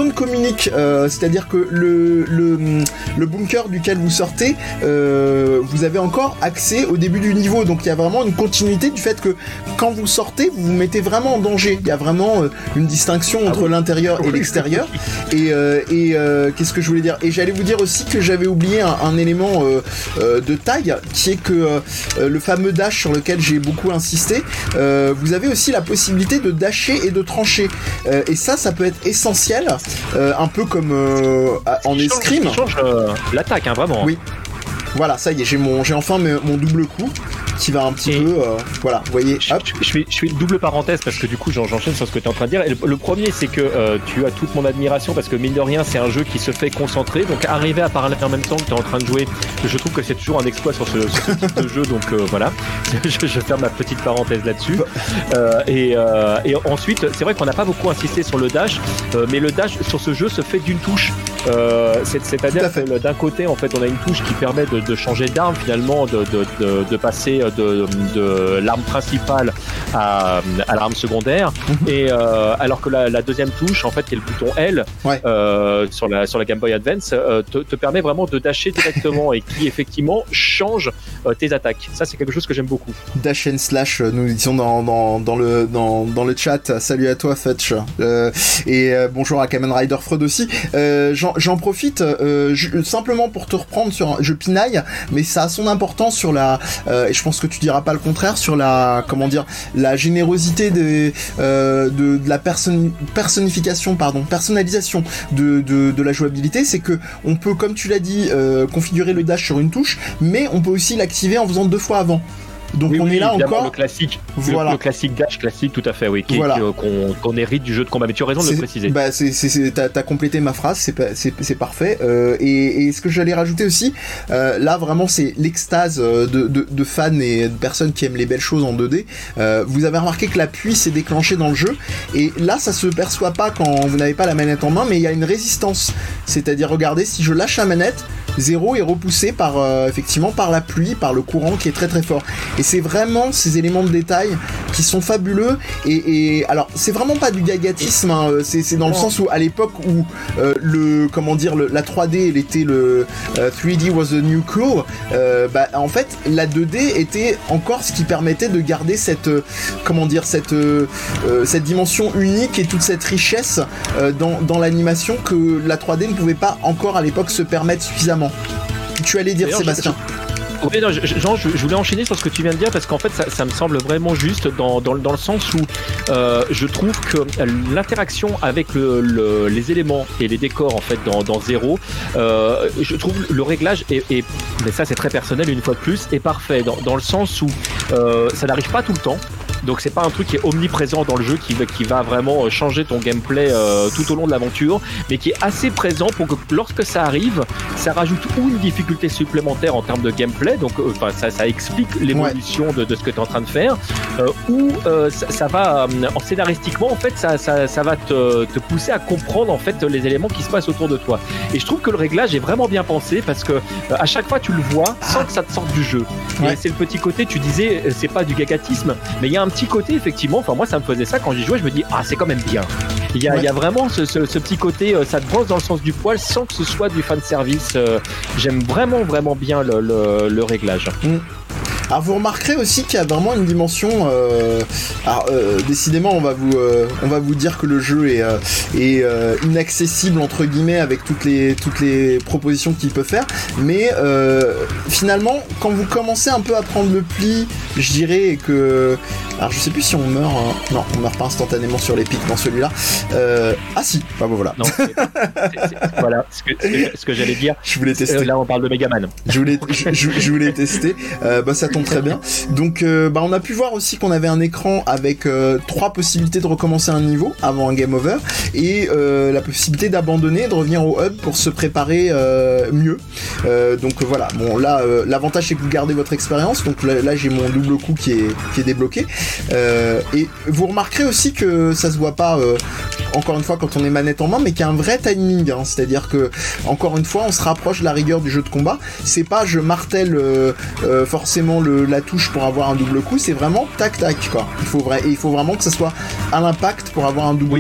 monde communique, euh, c'est-à-dire que le, le, le bunker duquel vous sortez, euh, vous avez encore accès au début du niveau, donc il y a vraiment une continuité du fait que quand vous sortez, vous vous mettez vraiment en danger. Il y a vraiment euh, une distinction entre ah oui. l'intérieur et l'extérieur. Et, euh, et euh, qu'est-ce que je voulais dire ? Et j'allais vous dire aussi que j'avais oublié un, un élément euh, euh, de taille, qui est que euh, le fameux dash sur lequel j'ai beaucoup insisté, euh, vous avez aussi la possibilité de dasher et de trancher. Euh, et ça, ça peut être essentiel, euh, un peu comme euh, en il escrime. Ça change euh, l'attaque, hein, vraiment. Oui. Voilà, ça y est, j'ai mon, j'ai enfin mon, mon double coup qui va un petit et peu, euh, voilà, vous voyez, je, hop. Je, je, fais, je fais une double parenthèse parce que du coup j'enchaîne sur ce que tu es en train de dire. Et le, le premier, c'est que euh, tu as toute mon admiration parce que mine de rien, c'est un jeu qui se fait concentrer. Donc arriver à parler en même temps que tu es en train de jouer, je trouve que c'est toujours un exploit sur ce, sur ce type de jeu. Donc euh, voilà, je, je ferme ma petite parenthèse là-dessus. Euh, et, euh, et ensuite, c'est vrai qu'on n'a pas beaucoup insisté sur le dash, euh, mais le dash sur ce jeu se fait d'une touche. Euh, c'est, c'est-à-dire que d'un côté, en fait, on a une touche qui permet de, de changer d'arme finalement, de, de, de, de passer de, de l'arme principale à, à l'arme secondaire. Mm-hmm. Et euh, alors que la, la deuxième touche, en fait, qui est le bouton L ouais. euh, sur la sur la Game Boy Advance, euh, te, te permet vraiment de dasher directement et qui effectivement change euh, tes attaques. Ça, c'est quelque chose que j'aime beaucoup. Dash and slash, nous disons dans dans dans le dans dans le chat. Salut à toi, Fetch. Euh, et euh, bonjour à Kamen Rider Freud aussi. Euh, j'en, j'en profite euh, je, simplement pour te reprendre sur. Je pinaille, mais ça a son importance sur la. Euh, et je pense que tu diras pas le contraire sur la. Comment dire, la générosité de euh, de, de la personne personnification, pardon, personnalisation de de de la jouabilité. C'est que on peut, comme tu l'as dit, euh, configurer le dash sur une touche, mais on peut aussi l'activer en faisant deux fois avant. Donc oui, on oui, est là encore. Le classique, voilà. le, le classique dash classique, tout à fait, oui, qui, voilà. qui, euh, qu'on, qu'on hérite du jeu de combat. Mais tu as raison c'est, de le préciser. Bah, c'est, c'est, c'est, t'as, t'as complété ma phrase, c'est, c'est, c'est parfait. Euh, et, et ce que j'allais rajouter aussi, euh, là vraiment, c'est l'extase de, de, de fans et de personnes qui aiment les belles choses en deux D. Euh, vous avez remarqué que l'appui s'est déclenché dans le jeu, et là, ça se perçoit pas quand vous n'avez pas la manette en main, mais il y a une résistance. C'est-à-dire, regardez, si je lâche la manette, Zero est repoussé par euh, effectivement par la pluie, par le courant qui est très très fort. Et c'est vraiment ces éléments de détail qui sont fabuleux. Et, et alors c'est vraiment pas du gagatisme, hein, c'est, c'est dans le sens où à l'époque où euh, le comment dire le, la trois D elle était le euh, three D was the new cool. Euh, bah en fait la deux D était encore ce qui permettait de garder cette euh, comment dire cette euh, cette dimension unique et toute cette richesse euh, dans dans l'animation que la trois D ne pouvait pas encore à l'époque se permettre suffisamment. Tu allais dire, d'ailleurs, Sébastien. Je, je, oui, non, je, Jean, je, je voulais enchaîner sur ce que tu viens de dire parce qu'en fait, ça, ça me semble vraiment juste dans, dans, dans le sens où euh, je trouve que l'interaction avec le, le, les éléments et les décors en fait dans, dans Zero, euh, je trouve le réglage est, est, mais ça c'est très personnel une fois de plus, est parfait dans, dans le sens où euh, ça n'arrive pas tout le temps. Donc c'est pas un truc qui est omniprésent dans le jeu qui, qui va vraiment changer ton gameplay euh, tout au long de l'aventure, mais qui est assez présent pour que lorsque ça arrive, ça rajoute ou une difficulté supplémentaire en termes de gameplay, donc euh, ça, ça explique l'évolution ouais. de, de ce que tu es en train de faire, euh, ou euh, ça, ça va, euh, en scénaristiquement en fait, ça, ça, ça va te, te pousser à comprendre en fait les éléments qui se passent autour de toi. Et je trouve que le réglage est vraiment bien pensé parce que euh, à chaque fois tu le vois sans que ça te sorte du jeu. Ouais. Et c'est le petit côté, tu disais, c'est pas du gagatisme, mais il y a un petit côté effectivement, enfin moi ça me faisait ça quand j'y jouais, je me dis ah c'est quand même bien. Il y a, ouais. il y a vraiment ce, ce, ce petit côté, euh, ça te brosse dans le sens du poil sans que ce soit du fan service. Euh, j'aime vraiment vraiment bien le, le, le réglage. Mm. Alors vous remarquerez aussi qu'il y a vraiment une dimension. Euh, alors euh, décidément, on va vous, euh, on va vous dire que le jeu est, euh, est euh, inaccessible entre guillemets avec toutes les toutes les propositions qu'il peut faire. Mais euh, finalement, quand vous commencez un peu à prendre le pli, je dirais que, alors je sais plus si on meurt. Hein. Non, on meurt pas instantanément sur les pics dans celui-là. Euh, ah si, bah, bah voilà. Non, c'est, c'est, c'est, voilà ce que, ce que, ce que j'allais dire. Je voulais tester. Euh, là, on parle de Megaman. Je voulais, je, je, je voulais tester. Euh, bah ça tombe très bien. Donc euh, bah on a pu voir aussi qu'on avait un écran avec euh, trois possibilités de recommencer un niveau avant un game over et euh, la possibilité d'abandonner et de revenir au hub pour se préparer euh, mieux. Euh, donc voilà, bon là euh, l'avantage c'est que vous gardez votre expérience. Donc là, là j'ai mon double coup qui est qui est débloqué. Euh, et vous remarquerez aussi que ça se voit pas euh, encore une fois quand on est manette en main, mais qu'il y a un vrai timing, hein, c'est-à-dire que encore une fois on se rapproche de la rigueur du jeu de combat. C'est pas je martèle euh, euh, forcément le, la touche pour avoir un double coup, c'est vraiment tac tac quoi. Il faut vrai, et il faut vraiment que ça soit à l'impact pour avoir un double oui. coup.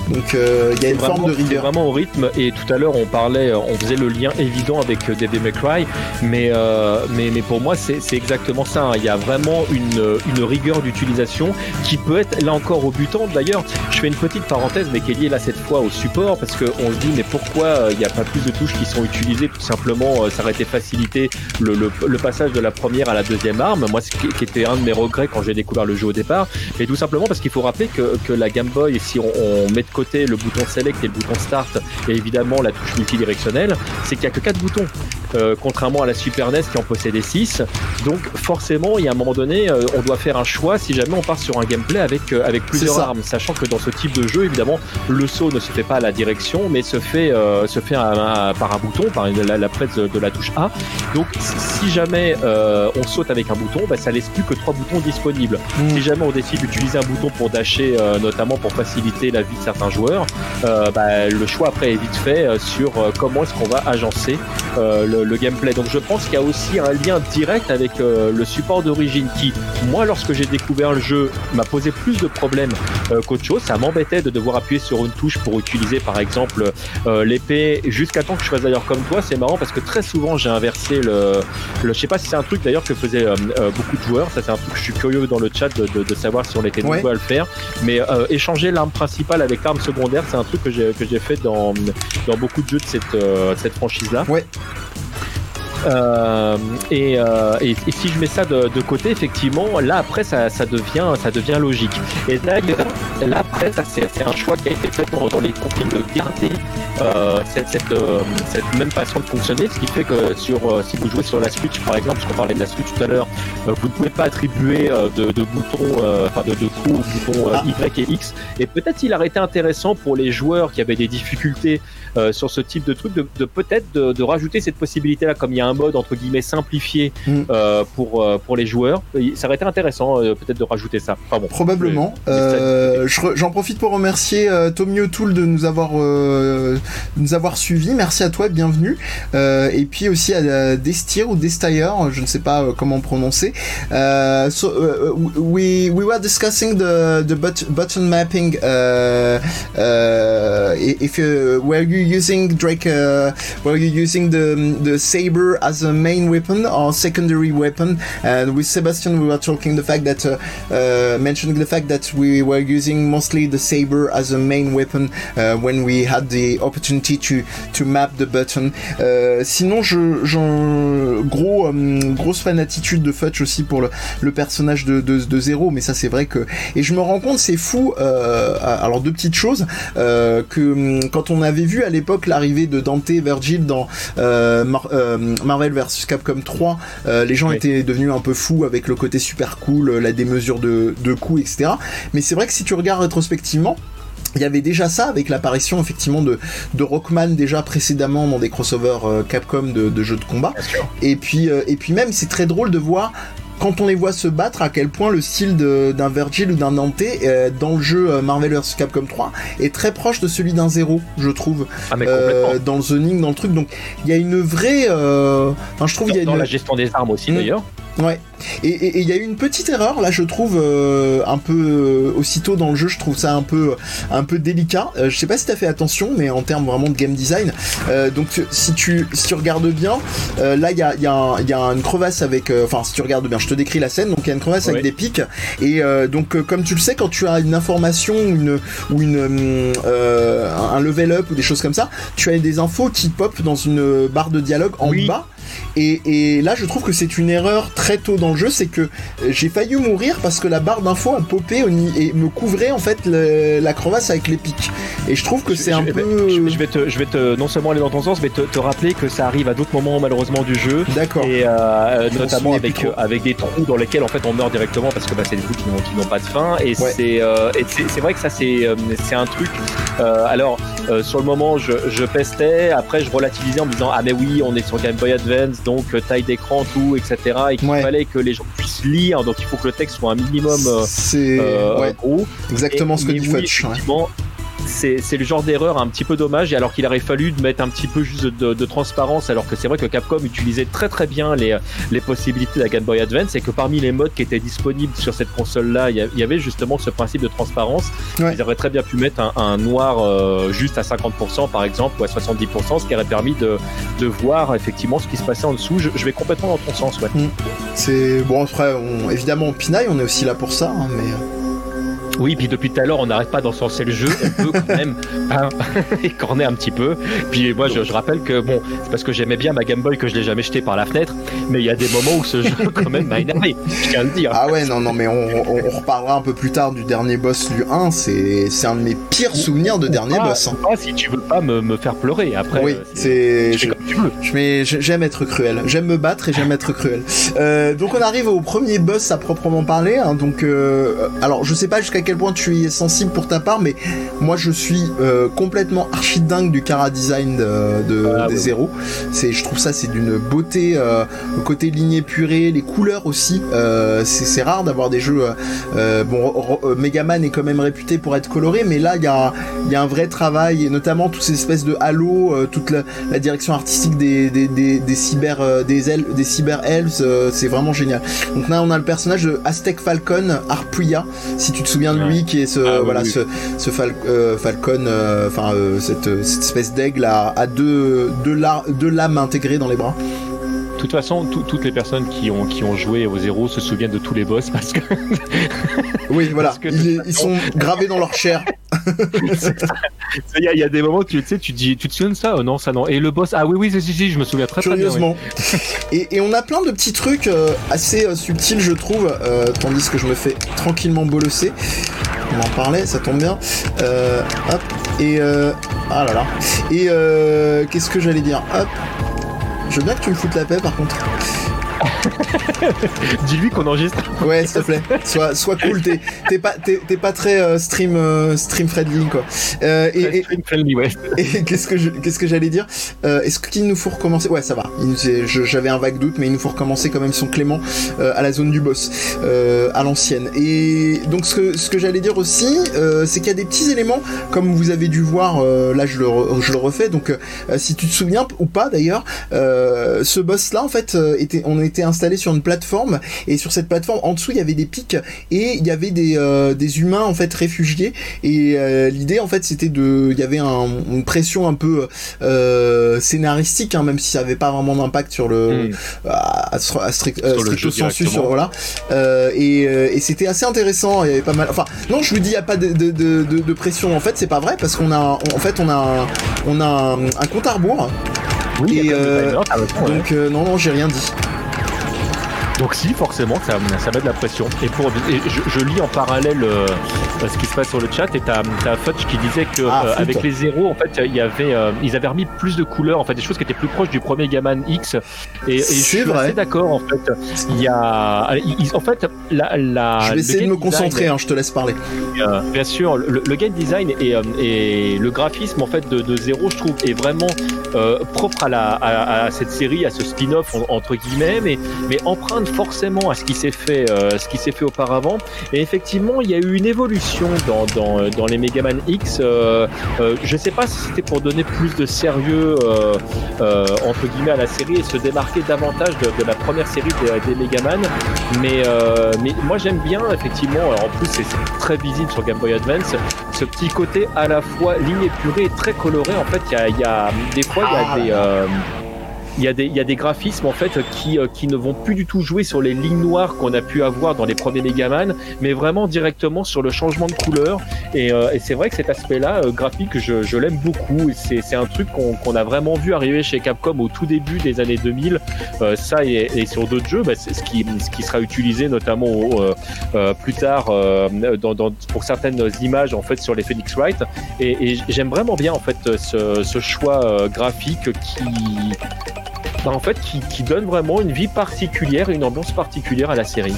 Donc il euh, y a une vraiment, forme de rigueur. C'est vraiment au rythme. Et tout à l'heure, on parlait, on faisait le lien évident avec Devil May Cry, mais euh, mais mais pour moi, c'est c'est exactement ça. Il hein. y a vraiment une une rigueur d'utilisation qui peut être là encore rebutante. D'ailleurs, je fais une petite parenthèse, mais qui est liée là cette fois au support, parce que on se dit mais pourquoi il n'y a pas plus de touches qui sont utilisées? Tout simplement, ça aurait été facilité le, le le passage de la première à la deuxième arme. Moi, ce qui, qui était un de mes regrets quand j'ai découvert le jeu au départ, et tout simplement parce qu'il faut rappeler que que la Game Boy, si on, on met de côté le bouton Select et le bouton Start, et évidemment la touche multidirectionnelle, c'est qu'il y a que quatre boutons. Euh, contrairement à la Super N E S qui en possédait six. Donc forcément, il y a un moment donné, euh, on doit faire un choix si jamais on part sur un gameplay avec, euh, avec plusieurs armes, sachant que dans ce type de jeu, évidemment, le saut ne se fait pas à la direction, mais se fait, euh, se fait à, à, par un bouton, par la, la presse de, de la touche A. Donc si jamais euh, on saute avec un bouton, bah, ça laisse plus que trois boutons disponibles. Mmh. Si jamais on décide d'utiliser un bouton pour dasher, euh, notamment pour faciliter la vie de certains joueurs, euh, bah, le choix après est vite fait euh, sur euh, comment est-ce qu'on va agencer euh, le le gameplay. Donc je pense qu'il y a aussi un lien direct avec euh, le support d'origine qui, moi, lorsque j'ai découvert le jeu, m'a posé plus de problèmes euh, qu'autre chose. Ça m'embêtait de devoir appuyer sur une touche pour utiliser par exemple euh, l'épée, jusqu'à temps que je fasse d'ailleurs comme toi. C'est marrant parce que très souvent j'ai inversé le, le je sais pas si c'est un truc d'ailleurs que faisaient euh, euh, beaucoup de joueurs. Ça c'est un truc que je suis curieux dans le chat de, de, de savoir si on était nombreux ouais. à le faire. Mais euh, échanger l'arme principale avec l'arme secondaire, c'est un truc que j'ai que j'ai fait dans dans beaucoup de jeux de cette euh, cette franchise là. Ouais. Euh, et, euh, et, et si je mets ça de, de côté, effectivement, là après ça, ça devient ça devient logique. Et d'ailleurs, là après ça c'est, c'est un choix qui a été fait dans, dans les conflits de garder euh, cette, cette, euh, cette même façon de fonctionner, ce qui fait que sur euh, si vous jouez sur la Switch par exemple, parce qu'on parlait de la Switch tout à l'heure, euh, vous ne pouvez pas attribuer euh, de, de boutons, enfin euh, de, de coups aux boutons euh, Y et X. Et peut-être il aurait été intéressant pour les joueurs qui avaient des difficultés euh, sur ce type de truc, de, de peut-être de, de rajouter cette possibilité-là, comme il y a un mode entre guillemets simplifié mm. euh, pour euh, pour les joueurs. Ça aurait été intéressant euh, peut-être de rajouter ça. Enfin bon, probablement. Je, euh, je, j'en profite pour remercier euh, Tommy O'Toole de nous avoir euh, de nous avoir suivis. Merci à toi, bienvenue. Euh, et puis aussi à euh, Destir ou Destire, je ne sais pas euh, comment prononcer. Uh, so uh, we we were discussing the the but, button mapping. Uh, uh, if you were you using Drake, uh, were you using the the saber as a main weapon or secondary weapon? And with Sebastian, we were talking the fact that uh, uh, mentioning the fact that we were using mostly the saber as a main weapon uh, when we had the opportunity to to map the button. Uh, sinon, je, je gros um, grosse fanatitude de Futch aussi pour le, le personnage de, de de Zero, mais ça c'est vrai que et je me rends compte c'est fou. Euh, alors deux petites choses euh, que quand on avait vu à l'époque l'arrivée de Dante et Virgil dans euh, Mar- euh, Marvel versus Capcom trois, euh, les gens oui. étaient devenus un peu fous avec le côté super cool, la démesure de, de coups, et cetera. Mais c'est vrai que si tu regardes rétrospectivement, il y avait déjà ça avec l'apparition effectivement de, de Rockman déjà précédemment dans des crossovers euh, Capcom de, de jeux de combat. Et puis, euh, et puis même c'est très drôle de voir quand on les voit se battre, à quel point le style de, d'un Virgil ou d'un Dante euh, dans le jeu euh, Marvel versus Capcom trois est très proche de celui d'un Zero, je trouve. Ah, mais euh, dans le zoning, dans le truc. Donc il y a une vraie. Euh... Enfin, je trouve il y a dans une... la gestion des armes aussi mmh. d'ailleurs. Ouais. Et il y a eu une petite erreur là, je trouve euh, un peu euh, aussitôt dans le jeu, je trouve ça un peu un peu délicat. Euh, je sais pas si t'as fait attention, mais en termes vraiment de game design. Euh, donc si tu si tu regardes bien, euh, là il y a il y a un, il y a une crevasse avec, enfin euh, si tu regardes bien, je te décris la scène. Donc il y a une crevasse ouais. avec des pics. Et euh, donc euh, comme tu le sais, quand tu as une information, une ou une euh, un level up ou des choses comme ça, tu as des infos qui pop dans une barre de dialogue en oui. bas. Et, et là je trouve que c'est une erreur très tôt dans le jeu, c'est que j'ai failli mourir parce que la barre d'infos a popé et me couvrait en fait le, la crevasse avec les pics. Et je trouve que c'est je, un je, peu... Je, je, vais te, je vais te non seulement aller dans ton sens, mais te, te rappeler que ça arrive à d'autres moments malheureusement du jeu. D'accord. Et euh, notamment avec, euh, avec des trous dans lesquels en fait on meurt directement parce que bah, c'est des trous qui n'ont, qui n'ont pas de fin. Et, ouais. c'est, euh, et c'est, c'est vrai que ça c'est, euh, c'est un truc... Euh, alors euh, sur le moment je, je pestais, après je relativisais en me disant ah mais oui on est sur Game Boy Advance donc taille d'écran tout etc et qu'il ouais. fallait que les gens puissent lire, donc il faut que le texte soit un minimum euh, c'est euh, ouais. gros. Exactement et, ce que dit oui, Futch. Effectivement, c'est, c'est le genre d'erreur un petit peu dommage, alors qu'il aurait fallu mettre un petit peu juste de, de transparence, alors que c'est vrai que Capcom utilisait très très bien les, les possibilités de la Game Boy Advance, et que parmi les modes qui étaient disponibles sur cette console-là, il y avait justement ce principe de transparence. Ouais. Ils auraient très bien pu mettre un, un noir euh, juste à cinquante pour cent par exemple, ou à soixante-dix pour cent, ce qui aurait permis de, de voir effectivement ce qui se passait en dessous. Je, je vais complètement dans ton sens, ouais. Mmh. C'est bon, après, on, évidemment, on pinaille, on est aussi là pour ça, hein, mais... Oui, puis depuis tout à l'heure, on n'arrête pas d'encenser le jeu, on peut quand même hein, écorner un petit peu. Puis moi, je, je rappelle que bon, c'est parce que j'aimais bien ma Game Boy que je l'ai jamais jeté par la fenêtre, mais il y a des moments où ce jeu quand même m'a énervé, je tiens à le dire. Ah ouais, non, non, mais on, on, on reparlera un peu plus tard du dernier boss du un, c'est, c'est un de mes pires souvenirs de dernier ah, boss. Hein. Ah, si tu veux pas me, me faire pleurer, après. Oui, c'est... c'est... Je, comme tu veux. Je, mais j'aime être cruel, j'aime me battre et j'aime être cruel. Euh, donc on arrive au premier boss à proprement parler, hein, donc euh, alors je sais pas jusqu'à quel point tu y es sensible pour ta part, mais moi je suis euh, complètement archi dingue du chara design de, de, ah, des oui. Zero. C'est, je trouve ça c'est d'une beauté, euh, le côté ligne épurée, les couleurs aussi. Euh, c'est, c'est rare d'avoir des jeux. Euh, bon, euh, Megaman est quand même réputé pour être coloré, mais là il y a, y a un vrai travail, et notamment toutes ces espèces de halos, euh, toute la, la direction artistique des, des, des, des cyber, euh, des ailes, des cyber elves, euh, c'est vraiment génial. Donc là on a le personnage de Aztec Falcon Harpuya, si tu te souviens de lui, qui est ce ah, voilà oui, oui. ce, ce fal, euh, Falcon, enfin euh, euh, cette, cette espèce d'aigle à, à deux, deux, la, deux lames intégrées dans les bras. De toute façon, tout, toutes les personnes qui ont, qui ont joué au Zero se souviennent de tous les boss parce que. Oui, voilà, parce que ils, ils sont gravés dans leur chair. Il y, y a des moments où tu sais, tu dis, tu te souviens de ça? Oh non, ça non. Et le boss, ah oui, oui, si, si, si, je me souviens très très bien. Curieusement. Oui. et, et on a plein de petits trucs euh, assez euh, subtils, je trouve, euh, tandis que je me fais tranquillement bolosser. On en parlait, ça tombe bien. Euh, hop, et euh, ah là là. Et euh, qu'est-ce que j'allais dire? Hop. Je veux bien que tu me foutes la paix par contre. Dis-lui qu'on enregistre. Ouais, s'il te plaît. Sois, sois cool. T'es, t'es pas, t'es, t'es pas très euh, stream, euh, stream friendly quoi. Euh, et, et, stream friendly, ouais. Et qu'est-ce que je, qu'est-ce que j'allais dire euh, Est-ce qu'il nous faut recommencer? Ouais, ça va. Il, je, j'avais un vague doute, mais il nous faut recommencer quand même. Ils sont cléments euh, à la zone du boss, euh, à l'ancienne. Et donc ce que, ce que j'allais dire aussi, euh, c'est qu'il y a des petits éléments, comme vous avez dû voir. Euh, là, je le, je le refais. Donc, euh, si tu te souviens ou pas d'ailleurs, euh, ce boss-là, en fait, euh, était, on était installé sur une plateforme, et sur cette plateforme en dessous il y avait des pics, et il y avait des, euh, des humains en fait réfugiés, et euh, l'idée en fait c'était de, il y avait un, une pression un peu euh, scénaristique, hein, même si ça avait pas vraiment d'impact sur le, mmh. à, à, à strict, euh, stricto sensu sur voilà, euh, et, et c'était assez intéressant, il y avait pas mal, enfin non je vous dis il y a pas de, de, de, de, de pression en fait, c'est pas vrai parce qu'on a, en fait on a, on a un, un compte à rebours. Oui, et euh, donc euh, non non j'ai rien dit. Donc si, forcément, ça, ça met de la pression. Et, pour, et je, je lis en parallèle euh, ce qui se passe sur le chat, et t'as, t'as Fudge qui disait que ah, euh, avec les zéros, en fait, il y avait, euh, ils avaient remis plus de couleurs, en fait, des choses qui étaient plus proches du premier Megaman X. Et, et je suis vrai. assez d'accord, en fait. Il y a, il, en fait, la, la. Je vais essayer de me concentrer, design, hein, je te laisse parler. Euh, bien sûr, le, le game design et, euh, et le graphisme, en fait, de, de Zero, je trouve, est vraiment euh, propre à, la, à, à cette série, à ce spin-off entre guillemets, mais, mais empreinte forcément à ce qui s'est fait, euh, ce qui s'est fait auparavant. Et effectivement, il y a eu une évolution dans dans, dans les Megaman X. Euh, euh, je sais pas si c'était pour donner plus de sérieux euh, euh, entre guillemets à la série et se démarquer davantage de, de la première série des, des Megaman. Mais euh, mais moi j'aime bien effectivement. Alors, en plus, c'est, c'est très visible sur Game Boy Advance. Ce petit côté à la fois ligne épurée et très coloré. En fait, il y a, il y a des fois il y a des euh, Il y, a des, il y a des graphismes en fait qui, euh, qui ne vont plus du tout jouer sur les lignes noires qu'on a pu avoir dans les premiers Megaman, mais vraiment directement sur le changement de couleur. Et, euh, et c'est vrai que cet aspect-là, euh, graphique, je, je l'aime beaucoup. Et c'est, c'est un truc qu'on, qu'on a vraiment vu arriver chez Capcom au tout début des années deux mille. Euh, ça et, et sur d'autres jeux, bah, c'est ce qui, ce qui sera utilisé notamment euh, euh, plus tard euh, dans, dans, pour certaines images en fait sur les Phoenix Wright. Et, et j'aime vraiment bien en fait ce, ce choix euh, graphique qui Bah en fait, qui, qui donne vraiment une vie particulière, une ambiance particulière à la série.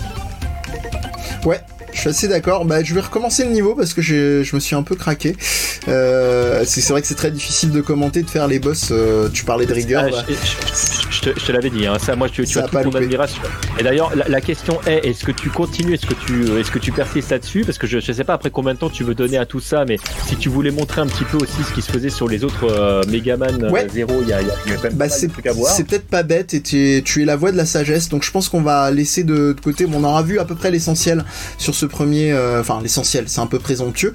Ouais, je suis assez d'accord. Bah, je vais recommencer le niveau parce que je, je me suis un peu craqué. Euh, c'est, c'est vrai que c'est très difficile de commenter, de faire les boss. Euh, tu parlais de rigueur. Ah, bah. je, je, je, je, je te l'avais dit, hein, ça, moi, tu, tu Ça as a toute pas mon loupé. admiration. Et d'ailleurs, la, la question est, est-ce que tu continues, est-ce que tu, est-ce que tu persistes là-dessus? Parce que je, je sais pas après combien de temps tu veux donner à tout ça, mais si tu voulais montrer un petit peu aussi ce qui se faisait sur les autres euh, Megaman euh, Ouais. Zero, il y a, il y a il y a quand même Bah pas mal c'est, de trucs à voir. c'est peut-être pas bête et tu es, tu es la voix de la sagesse, donc je pense qu'on va laisser de, de côté. Bon, on aura vu à peu près l'essentiel sur ce premier, euh, enfin l'essentiel, c'est un peu présomptueux,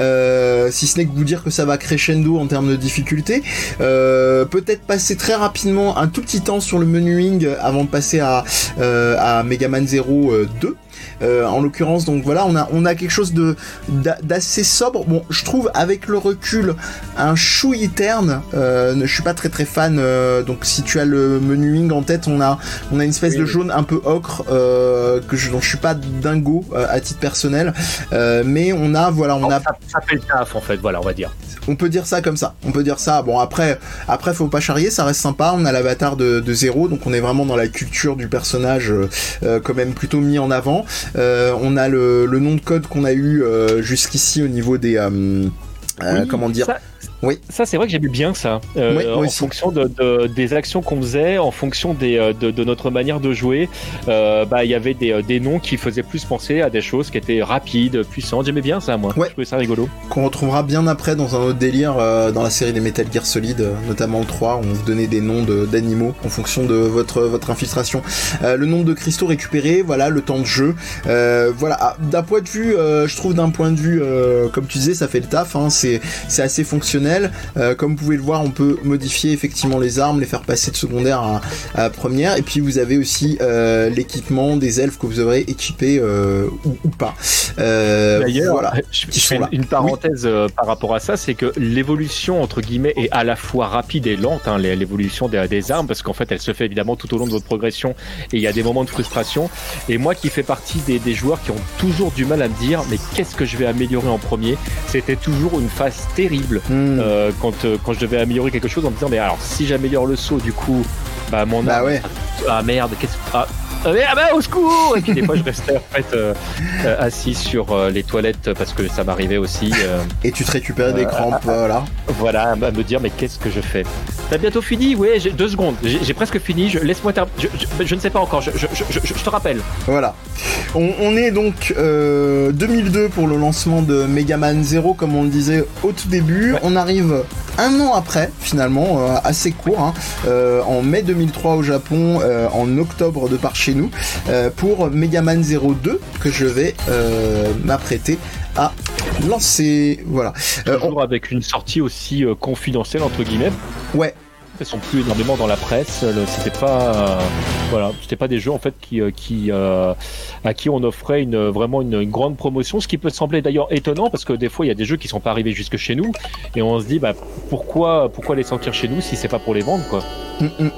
euh, si ce n'est que vous dire que ça va crescendo en termes de difficulté. Euh, peut-être passer très rapidement un tout petit temps sur le menuing avant de passer à, euh, à Megaman Zero euh, deux. Euh, en l'occurrence, donc voilà, on a on a quelque chose de d'a- d'assez sobre. Bon, je trouve avec le recul un chouille terne. Euh, je suis pas très très fan. Euh, donc si tu as le menuing en tête, on a on a une espèce Oui, de oui. jaune un peu ocre euh, que je, dont je suis pas dingo euh, à titre personnel. Euh, mais on a voilà, on Bon, a ça, ça fait le taf en fait, voilà, on va dire. on peut dire ça comme ça. On peut dire ça. Bon après, après faut pas charrier, ça reste sympa. On a l'avatar de, de Zero, donc on est vraiment dans la culture du personnage, euh, euh, quand même plutôt mis en avant. Euh, on a le, le nom de code qu'on a eu euh, jusqu'ici au niveau des euh, euh, Oui, comment dire. ça, Oui. Ça, c'est vrai que j'aimais bien ça. Euh, Oui, moi en aussi. fonction de, de- des actions qu'on faisait, en fonction des, euh, de, de notre manière de jouer, euh, bah il y avait des, euh, des noms qui faisaient plus penser à des choses qui étaient rapides, puissantes. J'aimais bien ça, moi. Ouais. Je trouvais ça rigolo. Qu'on retrouvera bien après dans un autre délire euh, dans la série des Metal Gear Solid, euh, notamment le trois, où on vous donnait des noms de, d'animaux en fonction de votre, votre infiltration. Euh, le nombre de cristaux récupérés, voilà, le temps de jeu. Euh, voilà, ah, d'un point de vue, euh, je trouve d'un point de vue, euh, comme tu disais, ça fait le taf, hein, c'est, c'est assez fonctionnel. Euh, comme vous pouvez le voir, on peut modifier effectivement les armes, les faire passer de secondaire à, à première, et puis vous avez aussi euh, l'équipement des elfes que vous aurez équipés euh, ou, ou pas. Euh, D'ailleurs, voilà. je, Qui je sont fais là. une, une parenthèse euh, par rapport à ça, c'est que l'évolution entre guillemets est à la fois rapide et lente, hein, l'é- l'évolution des, des armes, parce qu'en fait elle se fait évidemment tout au long de votre progression et il y a des moments de frustration. Et moi qui fais partie des, des joueurs qui ont toujours du mal à me dire mais qu'est-ce que je vais améliorer en premier, c'était toujours une phase terrible Hmm. euh, quand, euh, quand je devais améliorer quelque chose en me disant mais alors si j'améliore le saut du coup bah mon Bah arme, ouais. ah merde qu'est-ce que ah, ah mais- ah bah au secours. Et puis des fois je restais en fait euh, euh, assis sur euh, les toilettes parce que ça m'arrivait aussi euh, Et tu te récupères des Euh, crampes, voilà. voilà à me dire mais qu'est-ce que je fais. T'as bientôt fini? Oui, j'ai deux secondes, j'ai j'ai presque fini, je, laisse-moi ter... je, je, je ne sais pas encore, je, je, je, je, je te rappelle. Voilà. On, on est donc euh, deux mille deux pour le lancement de Megaman Zero, comme on le disait au tout début. Ouais. On arrive un an après, finalement, euh, assez court, hein, euh, en mai deux mille trois au Japon, euh, en octobre de par chez nous, euh, pour Megaman Zero deux, que je vais euh, m'apprêter à lancer. Voilà. Euh, on- Toujours avec une sortie aussi euh, confidentielle entre guillemets. ouais. Elles sont plus énormément dans la presse. Le- C'était pas, euh, voilà, c'était pas des jeux en fait qui, euh, qui, euh, à qui on offrait une vraiment une, une grande promotion. Ce qui peut sembler d'ailleurs étonnant parce que des fois il y a des jeux qui sont pas arrivés jusque chez nous et on se dit bah pourquoi, pourquoi les sortir chez nous si c'est pas pour les vendre quoi. Mm, mm.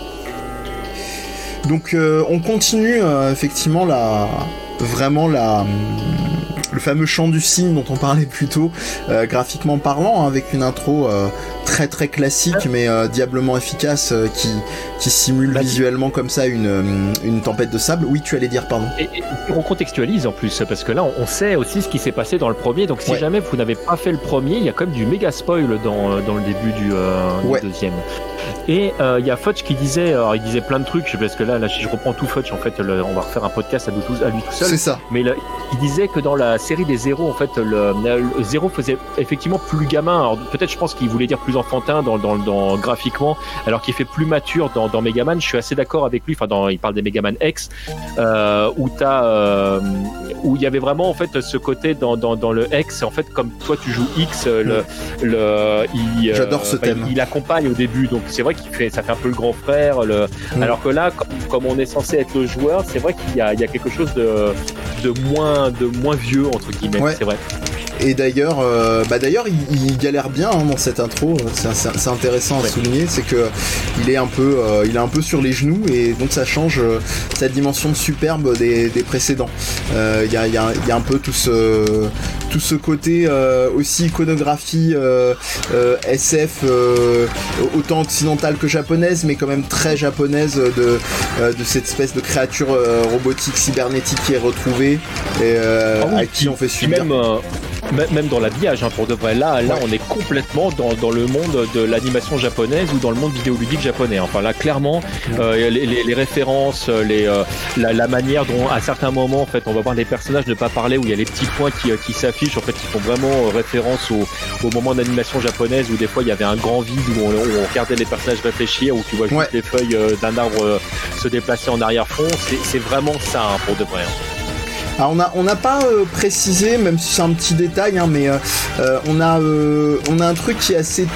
Donc euh, on continue euh, effectivement la vraiment la hum, le fameux chant du cygne dont on parlait plus tôt, euh, graphiquement parlant, hein, avec une intro euh, très très classique mais euh, diablement efficace euh, qui qui simule Bah, visuellement comme ça une hum, une tempête de sable. Oui, tu allais dire pardon. Et, et on contextualise en plus parce que là on, on sait aussi ce qui s'est passé dans le premier. Donc si Ouais. jamais vous n'avez pas fait le premier, il y a quand même du méga spoil dans euh, dans le début du, euh, du Ouais. deuxième. Et euh, il y a Fudge qui disait, alors il disait plein de trucs parce que là, là si je reprends tout Fudge en fait, le- on va refaire un podcast à lui tout, à lui tout seul. C'est ça. Mais là, il disait que dans la série des Zéro, en fait, le, le Zéro faisait effectivement plus gamin. Alors peut-être, je pense qu'il voulait dire plus enfantin dans, dans, dans graphiquement, alors qu'il fait plus mature dans, dans Megaman. Je suis assez d'accord avec lui. Enfin, dans, il parle des Megaman X, euh, où t'as, euh, où il y avait vraiment en fait ce côté dans, dans, dans le X. En fait, comme toi tu joues X, le, le, il, J'adore ce enfin, thème. Il, il accompagne au début, donc c'est vrai qu'il fait, ça fait un peu le grand frère. Le, Mm. Alors que là, comme, comme on est censé être le joueur, c'est vrai qu'il y a, il y a quelque chose de, de moins, de moins vieux entre guillemets. Ouais. C'est vrai. Et d'ailleurs, euh, bah d'ailleurs, il, il galère bien hein, dans cette intro. C'est, c'est- c'est intéressant à Ouais. souligner, c'est que il est un peu, euh, il est un peu sur les genoux et donc ça change euh, sa dimension superbe des, des précédents. Euh, Il y, a, il y, a, il y a un peu tout ce, tout ce côté euh, aussi iconographie euh, euh, S F, euh, autant occidentale que japonaise, mais quand même très japonaise de, euh, de cette espèce de créature euh, robotique cybernétique qui est retrouvée et euh, Ah oui, à qui on fait Puis subir. même, euh, même dans l'habillage, hein, pour de vrai. Là, là, ouais. on est complètement dans, dans le monde de l'animation japonaise ou dans le monde vidéoludique japonais. Enfin là, clairement, euh, les, les, les références, les, euh, la, la manière dont, à certains moments, en fait, on va voir les personnages ne pas parler, où il y a les petits points qui, qui s'affichent, en fait, qui font vraiment référence au, au moment d'animation japonaise où des fois il y avait un grand vide où on, où on regardait les personnages réfléchir, où tu vois juste ouais. les feuilles euh, d'un arbre euh, se déplacer en arrière-fond. C'est, c'est vraiment ça, hein, pour de vrai. Alors on a on n'a pas euh, précisé, même si c'est un petit détail, hein, mais euh, euh, on a euh, on a un truc qui est assez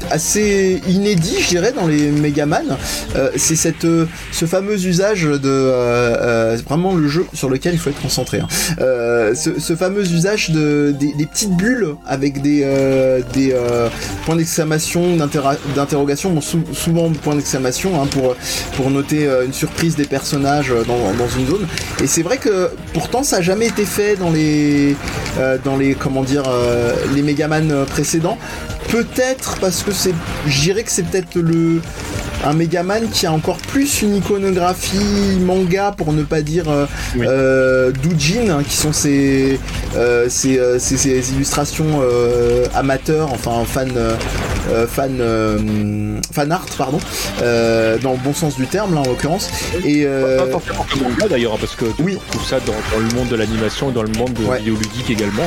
assez inédit, je dirais, dans les Megaman. Euh, c'est cette euh, ce fameux usage de euh, euh, vraiment le jeu sur lequel il faut être concentré. Hein. Euh, ce, ce fameux usage de des, des petites bulles avec des euh, des euh, points d'exclamation, d'interro- d'interrogation, bon, sou- souvent points d'exclamation, hein, pour pour noter euh, une surprise des personnages dans dans une zone. Et c'est vrai que pourtant ça a jamais été fait dans les euh, dans les comment dire euh, les Megaman précédents. Peut-être parce que c'est, je dirais que c'est peut-être le un Megaman qui a encore plus une iconographie manga, pour ne pas dire euh, oui. euh, doujin, hein, qui sont ces euh, ces, euh, ces, ces illustrations euh, amateurs, enfin fan euh, fan euh, fan art pardon, euh, dans le bon sens du terme là en l'occurrence. Et euh, pas forcément que manga d'ailleurs, parce que tu oui. trouves ça dans, dans le monde de l'animation et dans le monde de ouais. vidéoludique également.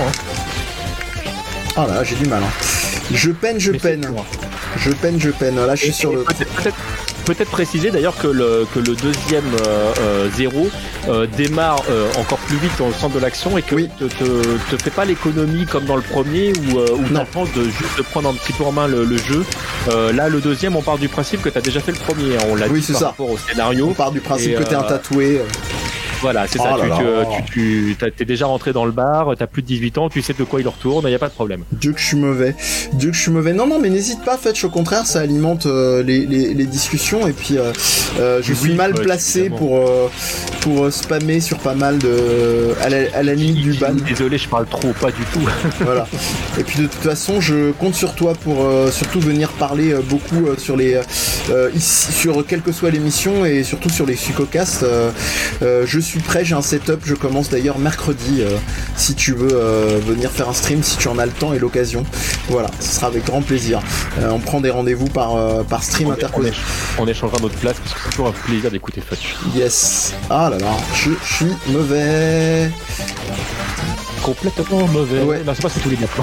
Hein. Ah là, j'ai du mal. Hein. Je peine, je Mais peine. Je peine, je peine. Là, je suis et sur le. Peut-être, peut-être, peut-être préciser d'ailleurs que le, que le deuxième euh, euh, zéro euh, démarre euh, encore plus vite dans le centre de l'action et que oui. te, te, te fait pas l'économie comme dans le premier où, euh, où t'as chance de juste de prendre un petit peu en main le, le jeu. Euh, là, le deuxième, on part du principe que t'as déjà fait le premier. Hein, on l'a oui, dit c'est par ça. rapport au scénario. On part du principe et, que t'es euh, un tatoué. Voilà, c'est oh ça. Tu, tu, tu, t'es déjà rentré dans le bar, t'as plus de dix-huit ans, tu sais de quoi il retourne, il n'y a pas de problème. Dieu que je suis mauvais. Dieu que je suis mauvais. Non, non, mais n'hésite pas, Fetch, au contraire, ça alimente euh, les, les, les discussions. Et puis, euh, euh, je oui, suis mal ouais, placé pour, euh, pour spammer sur pas mal de. à la, à la limite du ban. Désolé, je parle trop, pas du tout. Voilà. Et puis, de toute façon, je compte sur toi pour euh, surtout venir parler euh, beaucoup euh, sur les. Euh, ici, sur quelle que soit l'émission et surtout sur les Suikocasts. Euh, euh, je suis prêt, j'ai un setup, je commence d'ailleurs mercredi euh, si tu veux euh, venir faire un stream, si tu en as le temps et l'occasion. Voilà, ce sera avec grand plaisir. Euh, on prend des rendez-vous par, euh, par stream interposé. On, on échangera notre place parce que c'est toujours un plaisir d'écouter Fetch. Yes. Ah là là, je suis mauvais. Complètement mauvais. Ouais. Non, c'est pas ce que tous les gars.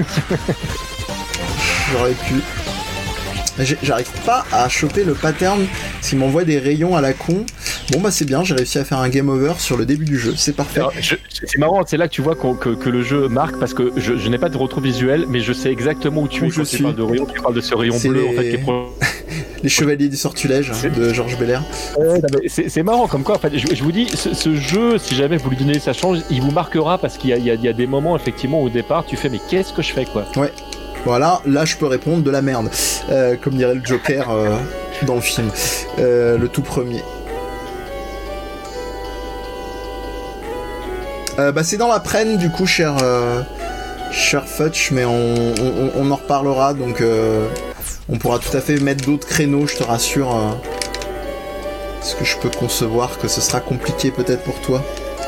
J'aurais pu. J'arrive pas à choper le pattern s'il m'envoie des rayons à la con. Bon bah c'est bien, j'ai réussi à faire un game over sur le début du jeu, c'est parfait. Alors, je, c'est marrant, c'est là que tu vois que, que le jeu marque parce que je, je n'ai pas de retour visuel, mais je sais exactement où tu où es quand tu parles de rayon, tu parles de ce rayon c'est bleu les... en fait qui est pro... les Chevaliers du Sortilège hein, de Georges Belair. Ouais, c'est, c'est marrant comme quoi, en fait, je, je vous dis, ce, ce jeu, si jamais vous lui donnez sa chance, il vous marquera parce qu'il y a, il y a, il y a des moments effectivement au départ, tu fais mais qu'est-ce que je fais quoi. Ouais. Voilà, là je peux répondre de la merde, euh, comme dirait le Joker euh, dans le film, euh, le tout premier. Euh, bah c'est dans l'après-midi du coup, cher, euh, cher Futch, mais on, on, on en reparlera, donc euh, on pourra tout à fait mettre d'autres créneaux, je te rassure. Euh, parce que je peux concevoir que ce sera compliqué peut-être pour toi.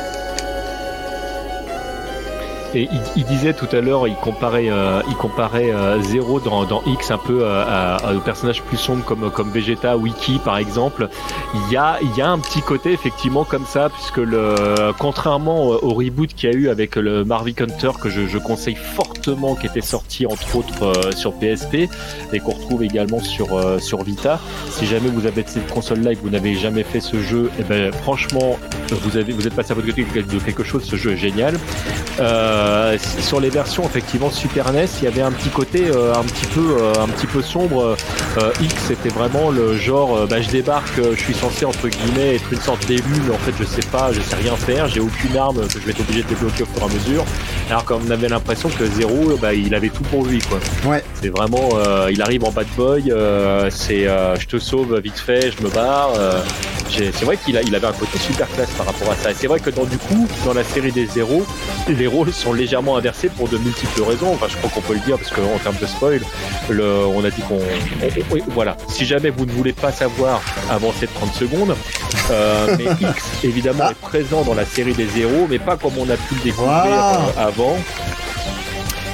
Et il, il disait tout à l'heure, il comparait, euh, il comparait euh, Zero dans, dans X un peu euh, à, à, aux personnages plus sombres comme, comme Vegeta ou Iki par exemple. Il y a, il y a un petit côté effectivement comme ça, puisque le, contrairement au, au reboot qu'il y a eu avec le Marvin Hunter que je, je conseille fortement, qui était sorti entre autres euh, sur P S P et qu'on retrouve également sur euh, sur Vita. Si jamais vous avez cette console-là et que vous n'avez jamais fait ce jeu, et ben franchement, vous avez, vous êtes passé à votre côté de quelque chose. Ce jeu est génial. Euh, Euh, sur les versions effectivement Super N E S, il y avait un petit côté euh, un petit peu euh, un petit peu sombre. Euh, X c'était vraiment le genre euh, bah, je débarque, euh, je suis censé entre guillemets être une sorte d'élu, mais en fait je sais pas, je sais rien faire, j'ai aucune arme que je vais être obligé de débloquer au fur et à mesure. Alors qu'on avait l'impression que Zero, bah, il avait tout pour lui quoi. Ouais. C'est vraiment euh, il arrive en bad boy, euh, c'est euh, je te sauve vite fait, je me barre. Euh, j'ai, c'est vrai qu'il a, il avait un côté super classe par rapport à ça. Et c'est vrai que dans du coup dans la série des Zero, les rôles sont légèrement inversés pour de multiples raisons. Enfin, je crois qu'on peut le dire parce qu'en termes de spoil, le, on a dit qu'on, on, on, voilà. Si jamais vous ne voulez pas savoir, avancez de trente secondes. Euh, mais X évidemment ah. est présent dans la série des Zéros, mais pas comme on a pu le découvrir voilà. euh, avant.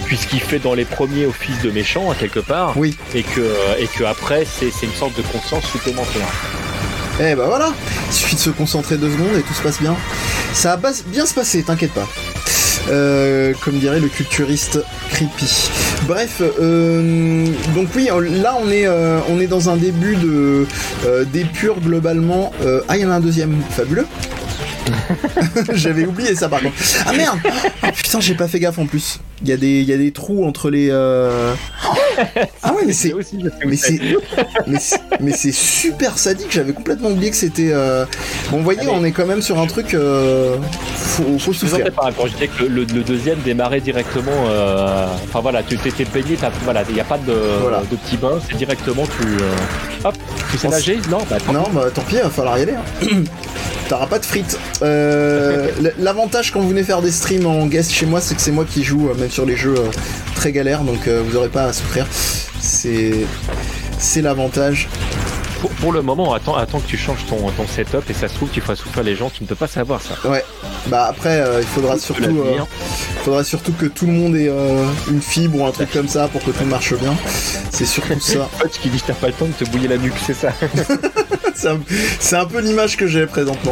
puisqu'il fait dans les premiers office de méchant, à quelque part. Oui. Et que, et que après, c'est, c'est une sorte de conscience supplémentaire. Eh bah voilà, il suffit de se concentrer deux secondes et tout se passe bien. Ça va bien se passer, t'inquiète pas. Euh, comme dirait le culturiste creepy. Bref, euh, donc oui, là on est, euh, on est dans un début de euh, d'épure globalement. Euh, ah, il y en a un deuxième, fabuleux. J'avais oublié ça par contre. Ah merde. Ah putain, j'ai pas fait gaffe en plus. Il y a des, il y a des trous entre les. Euh... Ah ouais, mais c'est, mais c'est, mais c'est, mais c'est super sadique. J'avais complètement oublié que c'était. Euh... Bon, vous voyez, ah, on est quand même sur un truc. Euh... Faut, faut souffrir. Quand je disais que le, le deuxième démarrait directement. Euh... Enfin voilà, tu t'es baigné, voilà, il n'y a pas de, voilà. de petit bain, c'est directement tu. Euh... Hop, tu sais nager ? Non, bah tant non, pis. bah tant pis, il va falloir y aller. Hein. T'auras pas de frites. Euh, l'avantage quand vous venez faire des streams en guest chez moi, c'est que c'est moi qui joue, même sur les jeux euh, très galères, donc euh, vous aurez pas à souffrir. C'est, c'est l'avantage. Pour, pour le moment, attends, attends que tu changes ton, ton setup et ça se trouve tu feras souffrir les gens qui ne peuvent pas savoir ça. Ouais. Bah après, euh, il faudra surtout, euh, faudra surtout que tout le monde ait euh, une fibre ou un truc comme ça pour que tout marche bien. C'est surtout ça. Coach qui dit que t'as pas le temps de te bouiller la nuque, c'est ça. c'est, un, c'est un peu l'image que j'ai présentement.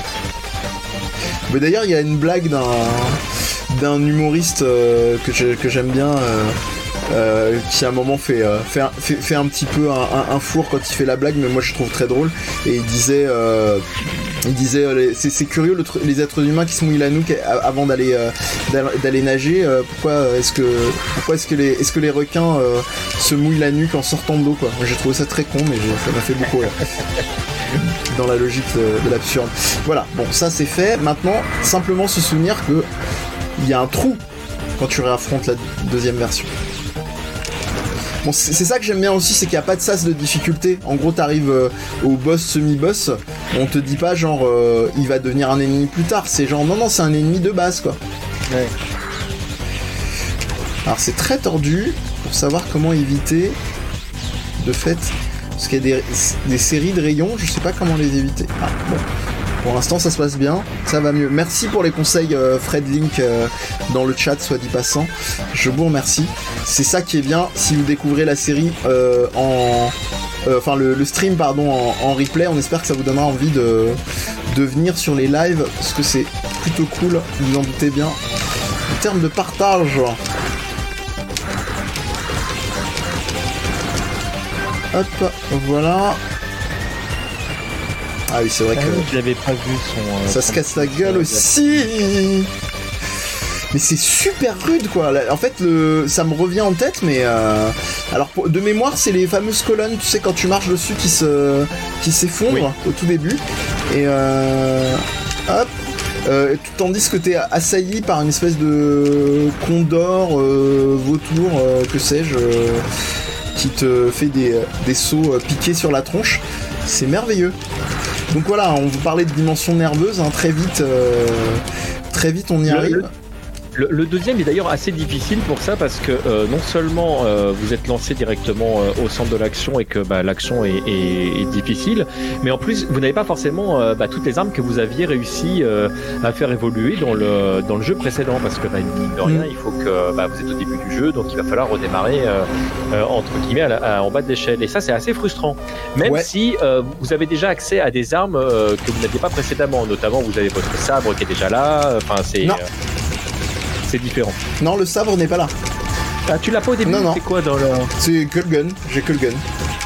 Mais d'ailleurs, il y a une blague d'un d'un humoriste euh, que, je, que j'aime bien. Euh, Euh, qui à un moment fait, euh, fait, un, fait, fait un petit peu un, un, un four quand il fait la blague, mais moi je trouve très drôle. Et il disait, euh, il disait euh, les, c'est, c'est curieux le, les êtres humains qui se mouillent la nuque avant d'aller, euh, d'aller nager. Euh, pourquoi est-ce que, pourquoi est-ce que les, est-ce que les requins euh, se mouillent la nuque en sortant de l'eau quoi. Moi, j'ai trouvé ça très con, mais j'ai, ça m'a fait beaucoup rire. Dans la logique de, de l'absurde. Voilà, bon ça c'est fait. Maintenant, simplement se souvenir que il y a un trou quand tu réaffrontes la deuxième version. Bon, c'est, c'est ça que j'aime bien aussi, c'est qu'il n'y a pas de sas de difficulté. En gros, t'arrives euh, au boss, semi-boss, on te dit pas genre euh, il va devenir un ennemi plus tard. C'est genre non, non, c'est un ennemi de base quoi. Ouais. Alors c'est très tordu pour savoir comment éviter de fait. Parce qu'il y a des, des séries de rayons, je sais pas comment les éviter. Ah bon. Pour l'instant, ça se passe bien, ça va mieux. Merci pour les conseils, euh, Fred Link, euh, dans le chat, soit dit passant. Je vous remercie. C'est ça qui est bien si vous découvrez la série euh, en... Enfin, euh, le, le stream, pardon, en, en replay. On espère que ça vous donnera envie de, de venir sur les lives, parce que c'est plutôt cool, vous en doutez bien. En termes de partage... Hop, voilà... Ah oui, c'est vrai que... Je l'avais pas vu son... Euh, ça son se casse la gueule euh, aussi. Mais c'est super rude, quoi. En fait, le... ça me revient en tête, mais... Euh... Alors, de mémoire, c'est les fameuses colonnes, tu sais, quand tu marches dessus, qui se... qui s'effondrent oui. au tout début. Et euh... Hop. Euh, tandis que t'es assailli par une espèce de condor, euh, vautour, euh, que sais-je, euh, qui te fait des, des sauts euh, piqués sur la tronche. C'est merveilleux. Donc voilà, on vous parlait de dimension nerveuse, hein, très vite, euh, très vite on y le, arrive. Le, le deuxième est d'ailleurs assez difficile pour ça parce que euh, non seulement euh, vous êtes lancé directement euh, au centre de l'action et que bah, l'action est, est, est difficile, mais en plus vous n'avez pas forcément euh, bah, toutes les armes que vous aviez réussi euh, à faire évoluer dans le dans le jeu précédent parce que bah, mine de rien, il faut que bah, vous êtes au début du jeu, donc il va falloir redémarrer euh, euh, entre guillemets à la, à, en bas de l'échelle et ça c'est assez frustrant. Même ouais. si euh, vous avez déjà accès à des armes euh, que vous n'aviez pas précédemment, notamment vous avez votre sabre qui est déjà là. Enfin c'est non. Euh, c'est différent. Non, le sabre n'est pas là. Ah, tu l'as pas au début? Non, non. C'est quoi dans le... C'est que le gun. J'ai que le gun.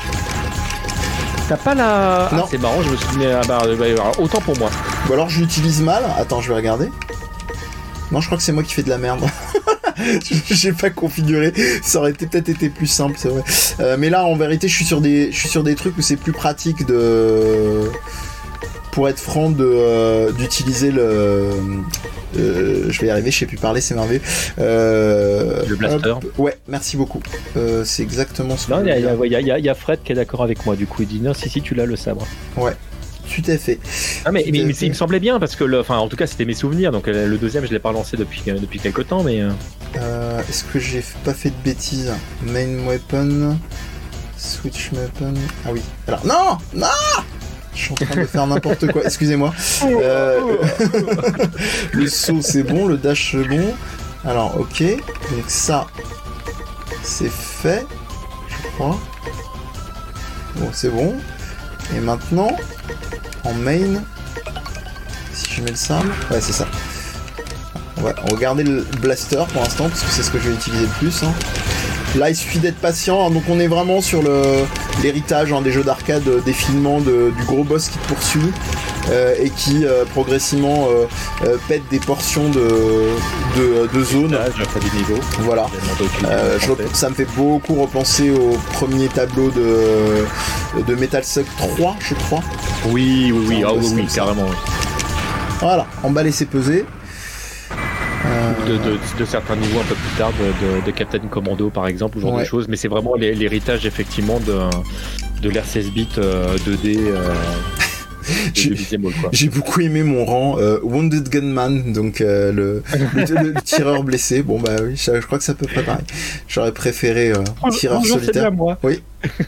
T'as pas la... Non. Ah, c'est marrant, je me souviens... Ah, bah, autant pour moi. Ou alors je l'utilise mal. Attends, je vais regarder. Non, je crois que c'est moi qui fais de la merde. J'ai pas configuré. Ça aurait été, peut-être été plus simple, c'est vrai. Euh, mais là, en vérité, je suis sur des, je suis sur des trucs où c'est plus pratique de... Pour être franc, de euh, d'utiliser le... Euh, je vais y arriver, je sais plus parler, c'est merveilleux. Euh, le blaster. Hop, ouais, merci beaucoup. Euh, c'est exactement ce que non, il y, y, y, y a Fred qui est d'accord avec moi, du coup, il dit non, si, si, tu l'as le sabre. Ouais. Tout à fait. Ah mais, mais, mais il me semblait bien parce que, le, enfin, en tout cas, c'était mes souvenirs. Donc le deuxième, je l'ai pas lancé depuis depuis quelques temps, mais. Euh, est-ce que j'ai pas fait de bêtises? Main weapon, switch weapon. Ah oui. Alors non, non. Je suis en train de faire n'importe quoi. Excusez-moi. Euh... le saut c'est bon, le dash c'est bon. Alors, ok. Donc ça, c'est fait, je crois. Bon, c'est bon. Et maintenant, en main, si je mets le simple, ouais, c'est ça. On va, on va garder le blaster pour l'instant, parce que c'est ce que je vais utiliser le plus. Hein. Là, il suffit d'être patient. Donc, on est vraiment sur le, l'héritage hein, des jeux d'arcade, euh, des filements de, du gros boss qui te poursuit euh, et qui euh, progressivement euh, euh, pète des portions de, de, de zones. Des niveaux. Voilà. Euh, je, ça me fait beaucoup repenser au premier tableau de, de Metal Slug trois, je crois. Oui, oui, oui, ah, oui, oui carrément. Oui. Voilà, emballer c'est peser. De, de, de certains niveaux un peu plus tard de, de, de Captain Commando par exemple, ce genre ouais. de choses, mais c'est vraiment l'héritage effectivement de, de l'R seize bits euh, deux D euh, j'ai, j'ai beaucoup aimé mon rang euh, Wounded Gunman, donc euh, le, le, le tireur blessé. Bon bah oui, je, je crois que c'est à peu près pareil. J'aurais préféré euh, tireur Bonjour, solitaire. C'est bien moi. Oui.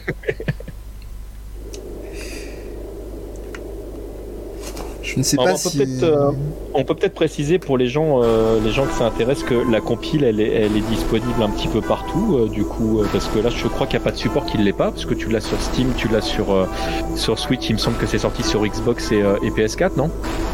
Je ne sais Alors, pas on si... Peut euh, on peut peut-être préciser pour les gens, euh, les gens que ça intéresse que la compile, elle est, elle est disponible un petit peu partout, euh, du coup, euh, parce que là, je crois qu'il n'y a pas de support qui ne l'est pas, parce que tu l'as sur Steam, tu l'as sur, euh, sur Switch, il me semble que c'est sorti sur Xbox et, euh, et P S quatre, non ?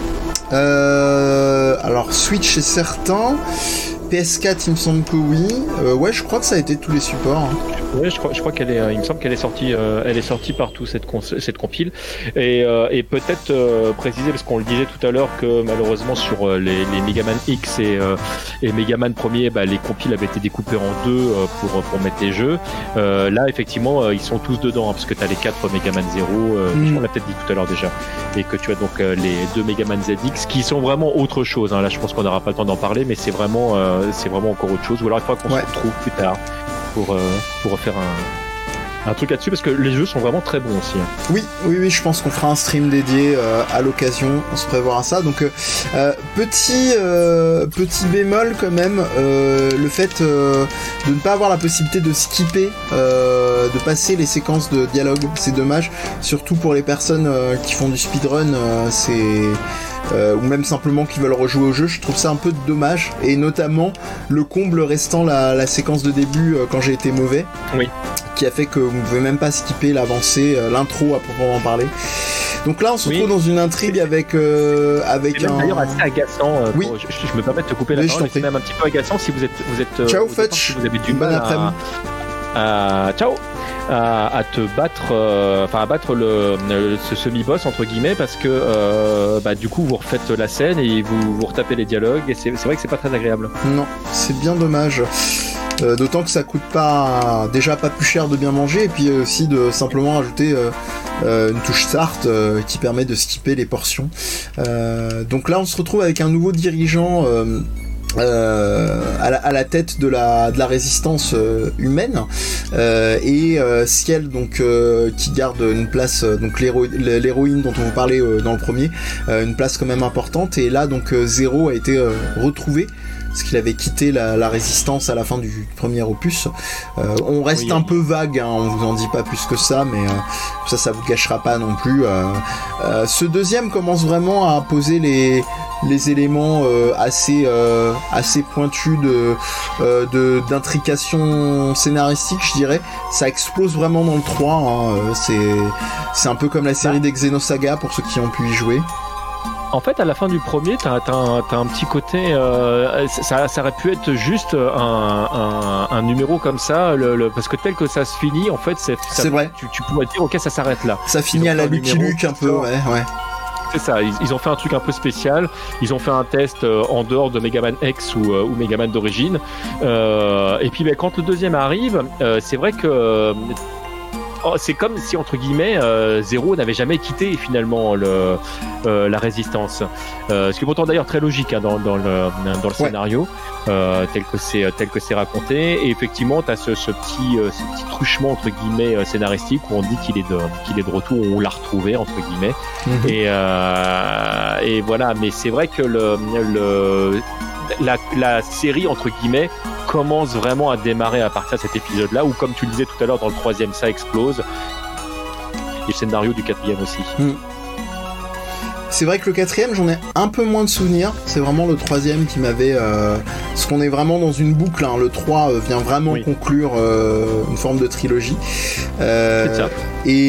euh, Alors, Switch, c'est certain. P S quatre, il me semble que oui. Euh, ouais, je crois que ça a été tous les supports. Hein. Ouais, je crois, je crois qu'elle est, il me semble qu'elle est sortie, euh, elle est sortie partout cette cons- cette compile. Et, euh, et peut-être euh, préciser parce qu'on le disait tout à l'heure que malheureusement sur euh, les, les Megaman X et euh, et Megaman premier, bah, les compiles avaient été découpées en deux euh, pour pour mettre les jeux. Euh, là, effectivement, euh, ils sont tous dedans hein, parce que t'as les quatre Megaman zéro. Euh, mm. On l'a peut-être dit tout à l'heure déjà. Et que tu as donc euh, les deux Megaman Z X qui sont vraiment autre chose. Hein. Là, je pense qu'on n'aura pas le temps d'en parler, mais c'est vraiment euh, c'est vraiment encore autre chose. Ou alors il faudra qu'on ouais. se retrouve plus tard pour, euh, pour refaire un, un truc là-dessus parce que les jeux sont vraiment très bons aussi. Hein. Oui, oui, oui, je pense qu'on fera un stream dédié euh, à l'occasion. On se prévoira ça. Donc euh, petit euh, petit bémol quand même, euh, le fait euh, de ne pas avoir la possibilité de skipper, euh, de passer les séquences de dialogue, c'est dommage. Surtout pour les personnes euh, qui font du speedrun, euh, c'est Euh, ou même simplement qui veulent rejouer au jeu, je trouve ça un peu dommage, et notamment le comble restant la, la séquence de début euh, quand j'ai été mauvais, oui. qui a fait que vous ne pouvez même pas skipper l'avancée, euh, l'intro à proprement parler. Donc là on se oui. retrouve dans une intrigue avec euh, avec c'est un... d'ailleurs assez agaçant, euh, oui. pour, je, je me permets de te couper la oui, parole, c'est même un petit peu agaçant si vous êtes vous êtes ciao vous, Fetch, si vous avez du bon mal à, à ciao À, à te battre, euh, enfin à battre le, le ce semi-boss entre guillemets parce que euh, bah du coup vous refaites la scène et vous vous retapez les dialogues et c'est, c'est vrai que c'est pas très agréable. Non, c'est bien dommage. Euh, d'autant que ça coûte pas déjà pas plus cher de bien manger et puis aussi de simplement rajouter euh, euh, une touche start euh, qui permet de skipper les portions. Euh, donc là on se retrouve avec un nouveau dirigeant. Euh, Euh, à, la, à la tête de la, de la résistance euh, humaine euh, et euh, Ciel donc euh, qui garde une place euh, donc l'héro, l'héroïne dont on vous parlait euh, dans le premier euh, une place quand même importante et là donc euh, Zero a été euh, retrouvé parce qu'il avait quitté la, la résistance à la fin du premier opus. Euh, on reste oui, un oui. peu vague, hein, on vous en dit pas plus que ça, mais euh, ça, ça vous gâchera pas non plus. Euh, euh, ce deuxième commence vraiment à poser les les éléments euh, assez euh, assez pointus de, euh, de d'intrication scénaristique, je dirais. Ça explose vraiment dans le trois. Hein, c'est c'est un peu comme la série des Xenosaga pour ceux qui ont pu y jouer. En fait, à la fin du premier, t'as, t'as, un, t'as un petit côté. Euh, ça, ça aurait pu être juste un, un, un numéro comme ça, le, le, parce que tel que ça se finit, en fait, c'est, ça, c'est vrai. Tu, tu pourrais dire, ok, ça s'arrête là. Ça finit à la Lucky Luke un peu, ouais, ouais. C'est ça, ils, ils ont fait un truc un peu spécial. Ils ont fait un test euh, en dehors de Megaman X ou, euh, ou Megaman d'origine. Euh, et puis, ben, quand le deuxième arrive, euh, c'est vrai que. Euh, Oh, c'est comme si entre guillemets euh, Zero n'avait jamais quitté finalement le, euh, la résistance. Euh, ce qui est pourtant d'ailleurs très logique hein, dans, dans le, dans le ouais. scénario euh, tel que c'est tel que c'est raconté. Et effectivement, t'as ce, ce petit euh, ce petit truchement entre guillemets euh, scénaristique où on dit qu'il est de qu'il est de retour, où on l'a retrouvé entre guillemets. Mm-hmm. Et euh, et voilà. Mais c'est vrai que le le La, la série entre guillemets commence vraiment à démarrer à partir de cet épisode là où comme tu le disais tout à l'heure dans le troisième ça explose et le scénario du quatrième aussi. Mmh. C'est vrai que le quatrième j'en ai un peu moins de souvenirs, c'est vraiment le troisième qui m'avait euh, parce qu'on est vraiment dans une boucle, hein. Le trois euh, vient vraiment oui. conclure euh, une forme de trilogie. Euh, C'est ça.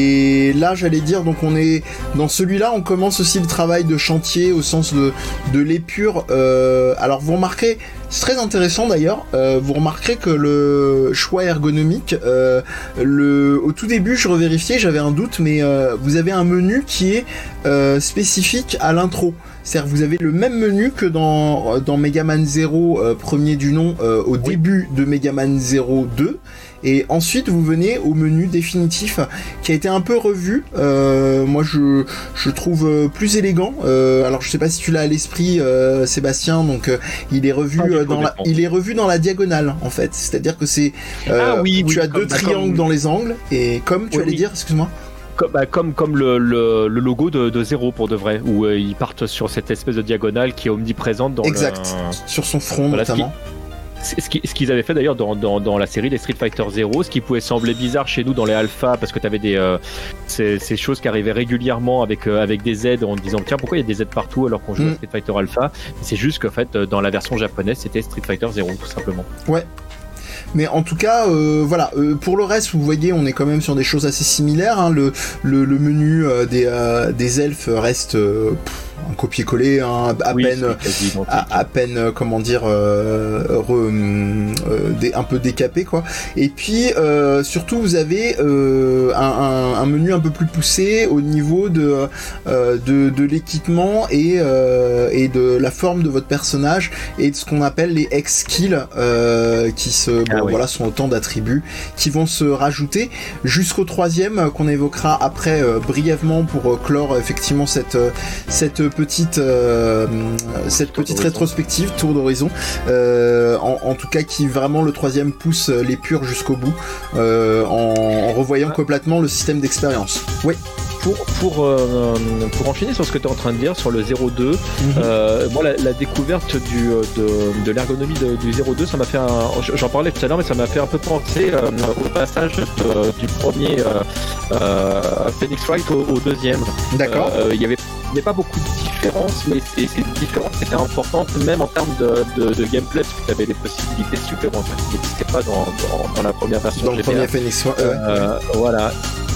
Et là, j'allais dire, donc on est dans celui-là, on commence aussi le travail de chantier au sens de, de l'épure. Euh, alors vous remarquerez, c'est très intéressant d'ailleurs, euh, vous remarquerez que le choix ergonomique, euh, le, au tout début je revérifiais, j'avais un doute, mais euh, vous avez un menu qui est euh, spécifique à l'intro. C'est-à-dire que vous avez le même menu que dans, dans Megaman Zero, euh, premier du nom, euh, au oui. début de Megaman Zero deux. Et ensuite, vous venez au menu définitif qui a été un peu revu. Euh, moi, je, je trouve plus élégant. Euh, alors, je sais pas si tu l'as à l'esprit, euh, Sébastien. Donc, euh, il est revu ah, dans la, il est revu dans la diagonale, en fait. C'est-à-dire que c'est, euh, ah, oui, tu oui, as deux triangles comme... dans les angles. Et comme tu oui, allais oui. dire, excuse-moi. Comme, bah, comme, comme le, le, le logo de, de Zero pour de vrai, où euh, ils partent sur cette espèce de diagonale qui est omniprésente dans exact. le... Sur son front, voilà, notamment. Ce qu'ils ce qu'ils avaient fait d'ailleurs dans, dans, dans la série des Street Fighter Zero, ce qui pouvait sembler bizarre chez nous dans les alphas, parce que tu avais des, euh, ces, ces choses qui arrivaient régulièrement avec, euh, avec des Z en disant tiens, pourquoi il y a des Z partout alors qu'on joue mm. à Street Fighter Alpha. C'est juste qu'en fait, dans la version japonaise, c'était Street Fighter Zero, tout simplement. Ouais. Mais en tout cas, euh, voilà. Euh, pour le reste, vous voyez, on est quand même sur des choses assez similaires. Hein. Le, le, le menu euh, des, euh, des elfes reste euh, pff, un copier-coller, hein, à oui, peine, à, à peine, euh, comment dire, euh, re, euh, des, un peu décapé, quoi. Et puis, euh, surtout, vous avez euh, un, un, un menu un peu plus poussé au niveau de, euh, de, de l'équipement et, euh, et de la forme de votre personnage et de ce qu'on appelle les X-skills, euh, qui se, bon, ah oui. voilà, sont autant d'attributs qui vont se rajouter jusqu'au troisième euh, qu'on évoquera après euh, brièvement pour euh, clore effectivement cette, euh, cette petite euh, cette petite rétrospective tour d'horizon euh, en, en tout cas qui vraiment le troisième pousse les purs jusqu'au bout euh, en, en revoyant complètement le système d'expérience. Oui. Pour, pour, euh, pour enchaîner sur ce que tu es en train de dire sur le zéro deux, mm-hmm. euh, moi la, la découverte du, de, de l'ergonomie de, du zéro deux, ça m'a fait un, j'en parlais tout à l'heure, mais ça m'a fait un peu penser euh, au passage de, du premier euh, euh, Phoenix Wright au, au deuxième. D'accord. Il euh, y avait il n'y a pas beaucoup de différences, mais ces, ces différences étaient importantes, même en termes de, de, de gameplay, parce que tu avais des possibilités supplémentaires qui n'existaient pas dans, dans, dans la première version. Dans le premier Phoenix Wright. Euh, voilà.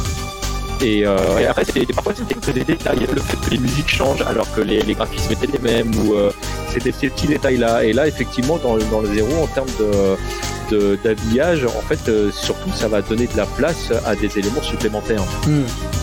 Et, euh, et après, c'était, parfois, c'était que des détails. Le fait que les musiques changent alors que les, les graphismes étaient les mêmes, ou euh, c'était ces petits détails-là. Et là, effectivement, dans, dans le zéro, en termes de, de, d'habillage, en fait, euh, surtout, ça va donner de la place à des éléments supplémentaires. Mm.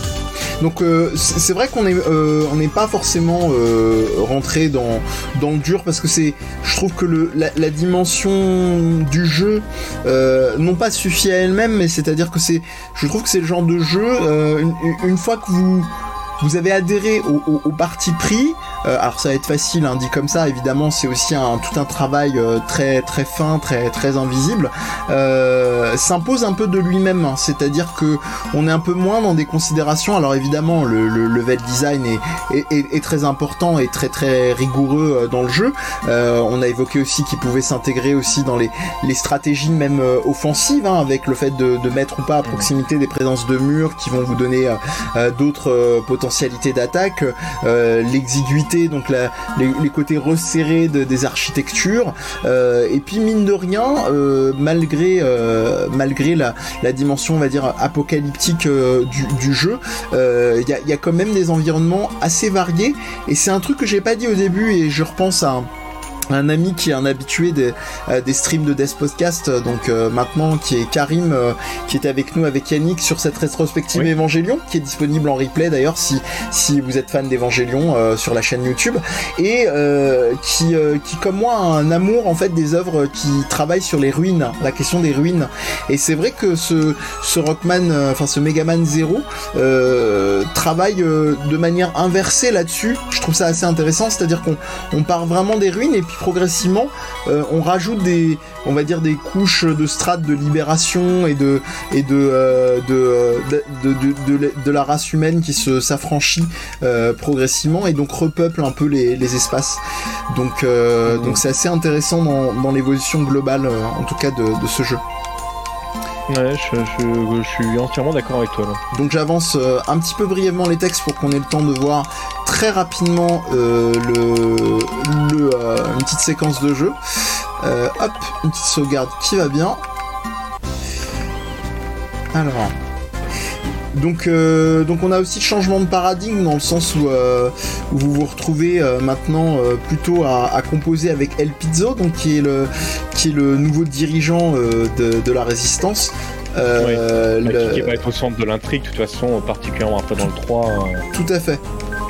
Donc euh, c'est vrai qu'on est euh, on n'est pas forcément euh, rentré dans dans le dur parce que c'est je trouve que le la, la dimension du jeu euh, non pas suffit à elle-même, mais c'est-à-dire que c'est je trouve que c'est le genre de jeu euh, une, une fois que vous vous avez adhéré au, au, au parti pris, euh, alors ça va être facile, hein, dit comme ça, évidemment c'est aussi un, tout un travail euh, très très fin, très très invisible, euh, s'impose un peu de lui-même, hein, c'est-à-dire que on est un peu moins dans des considérations, alors évidemment le, le level design est, est, est, est très important et très très rigoureux euh, dans le jeu, euh, on a évoqué aussi qu'il pouvait s'intégrer aussi dans les, les stratégies même euh, offensives, hein, avec le fait de, de mettre ou pas à proximité des présences de murs qui vont vous donner euh, euh, d'autres euh, potentialités d'attaque, euh, l'exiguïté, donc la, les, les côtés resserrés de, des architectures, euh, et puis mine de rien, euh, malgré euh, malgré la, la dimension, on va dire apocalyptique euh, du, du jeu, il euh, y, a, y a quand même des environnements assez variés, et c'est un truc que j'ai pas dit au début, et je repense à un un ami qui est un habitué des, euh, des streams de Death Podcast, donc euh, maintenant qui est Karim, euh, qui était avec nous avec Yannick sur cette rétrospective oui. Évangélion, qui est disponible en replay d'ailleurs si si vous êtes fan d'Évangélion euh, sur la chaîne YouTube, et euh, qui euh, qui comme moi a un amour en fait des œuvres qui travaillent sur les ruines, la question des ruines, et c'est vrai que ce ce Rockman, euh, enfin ce Megaman Zero euh, travaille euh, de manière inversée là-dessus. Je trouve ça assez intéressant, c'est-à-dire qu'on on part vraiment des ruines et puis progressivement euh, on rajoute des on va dire des couches de strates de libération et de et de euh, de, de, de, de, de, de la race humaine qui se s'affranchit euh, progressivement et donc repeuple un peu les, les espaces, donc euh, mmh. donc c'est assez intéressant dans, dans l'évolution globale euh, en tout cas de, de ce jeu. Ouais, je, je, je suis entièrement d'accord avec toi là. Donc j'avance euh, un petit peu brièvement les textes pour qu'on ait le temps de voir très rapidement euh, le, le, euh, une petite séquence de jeu. Euh, hop, une petite sauvegarde qui va bien. Alors... Donc, euh, donc on a aussi le changement de paradigme dans le sens où, euh, où vous vous retrouvez euh, maintenant euh, plutôt à, à composer avec El Pizzo, donc qui est le, qui est le nouveau dirigeant euh, de, de la résistance. Euh, oui, le... qui, qui va être au centre de l'intrigue, de toute façon, particulièrement après dans le trois. Euh... Tout à fait.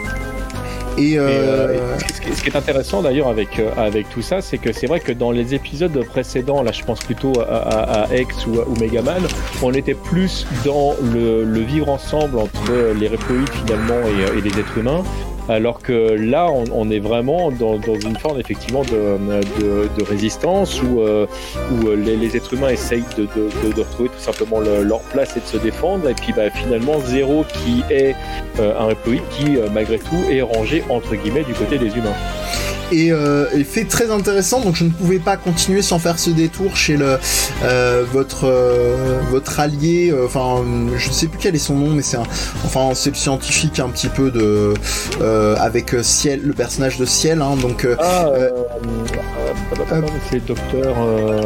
Et, euh... Et euh, ce qui est intéressant d'ailleurs avec, euh, avec tout ça, c'est que c'est vrai que dans les épisodes précédents, là je pense plutôt à, à, à X ou, ou Megaman, on était plus dans le, le vivre ensemble entre les Reploïdes finalement et, et les êtres humains. Alors que là, on, on est vraiment dans, dans une forme effectivement de, de, de résistance où, euh, où les, les êtres humains essayent de, de, de, de retrouver tout simplement le, leur place et de se défendre. Et puis bah, finalement, Zero qui est euh, un Reploïde qui, euh, malgré tout, est rangé entre guillemets du côté des humains. Et, euh, et fait très intéressant, donc je ne pouvais pas continuer sans faire ce détour chez le euh, votre euh, votre allié, euh, enfin je ne sais plus quel est son nom, mais c'est un, enfin c'est le scientifique un petit peu de euh, avec Ciel, le personnage de Ciel, hein, donc euh, ah, euh, euh, euh, c'est le docteur. Euh...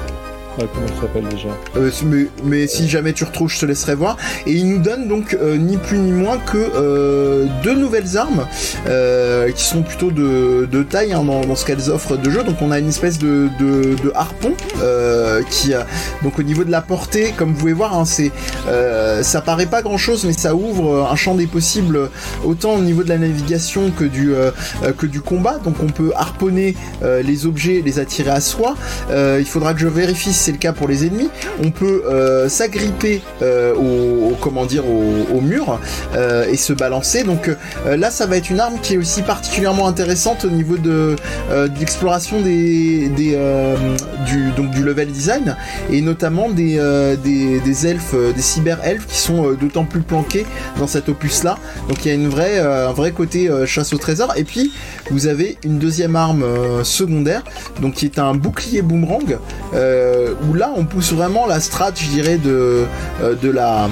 Ah, comment il s'appelle déjà euh, mais, mais si jamais tu retrouves, je te laisserai voir. Et il nous donne donc euh, ni plus ni moins que euh, deux nouvelles armes euh, qui sont plutôt de, de taille hein, dans, dans ce qu'elles offrent de jeu. Donc on a une espèce de, de, de harpon euh, qui a donc au niveau de la portée, comme vous pouvez voir, hein, c'est euh, ça paraît pas grand chose, mais ça ouvre un champ des possibles autant au niveau de la navigation que du euh, que du combat. Donc on peut harponner euh, les objets, les attirer à soi. Euh, il faudra que je vérifie c'est le cas pour les ennemis. On peut euh, s'agripper euh, au, au comment dire au, au mur euh, et se balancer. Donc euh, là, ça va être une arme qui est aussi particulièrement intéressante au niveau de euh, d'exploration des, des euh, du donc du level design et notamment des euh, des, des elfes, euh, des cyber-elfes qui sont euh, d'autant plus planqués dans cet opus-là. Donc il y a une vraie euh, un vrai côté euh, chasse au trésor. Et puis vous avez une deuxième arme euh, secondaire, donc qui est un bouclier boomerang. Euh, où là on pousse vraiment la strat, je dirais, de, euh, de la,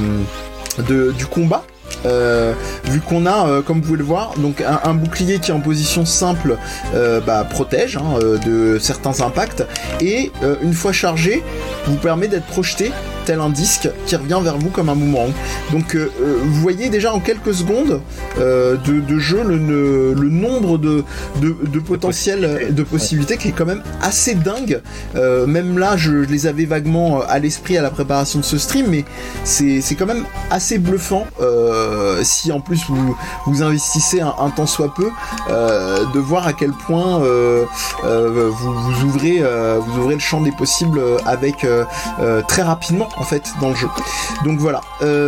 de, du combat. Euh, vu qu'on a, euh, comme vous pouvez le voir, donc un, un bouclier qui est en position simple euh, bah, protège hein, euh, de certains impacts et euh, une fois chargé vous permet d'être projeté tel un disque qui revient vers vous comme un boomerang. Donc euh, vous voyez déjà en quelques secondes euh, de, de jeu le, le, le nombre de, de, de potentiels, possibilités. de possibilités qui est quand même assez dingue. Euh, même là je, je les avais vaguement à l'esprit à la préparation de ce stream, mais c'est, c'est quand même assez bluffant euh, si en plus vous, vous investissez un, un temps soit peu euh, de voir à quel point euh, euh, vous, vous, ouvrez, euh, vous ouvrez le champ des possibles avec euh, euh, très rapidement en fait dans le jeu. Donc voilà.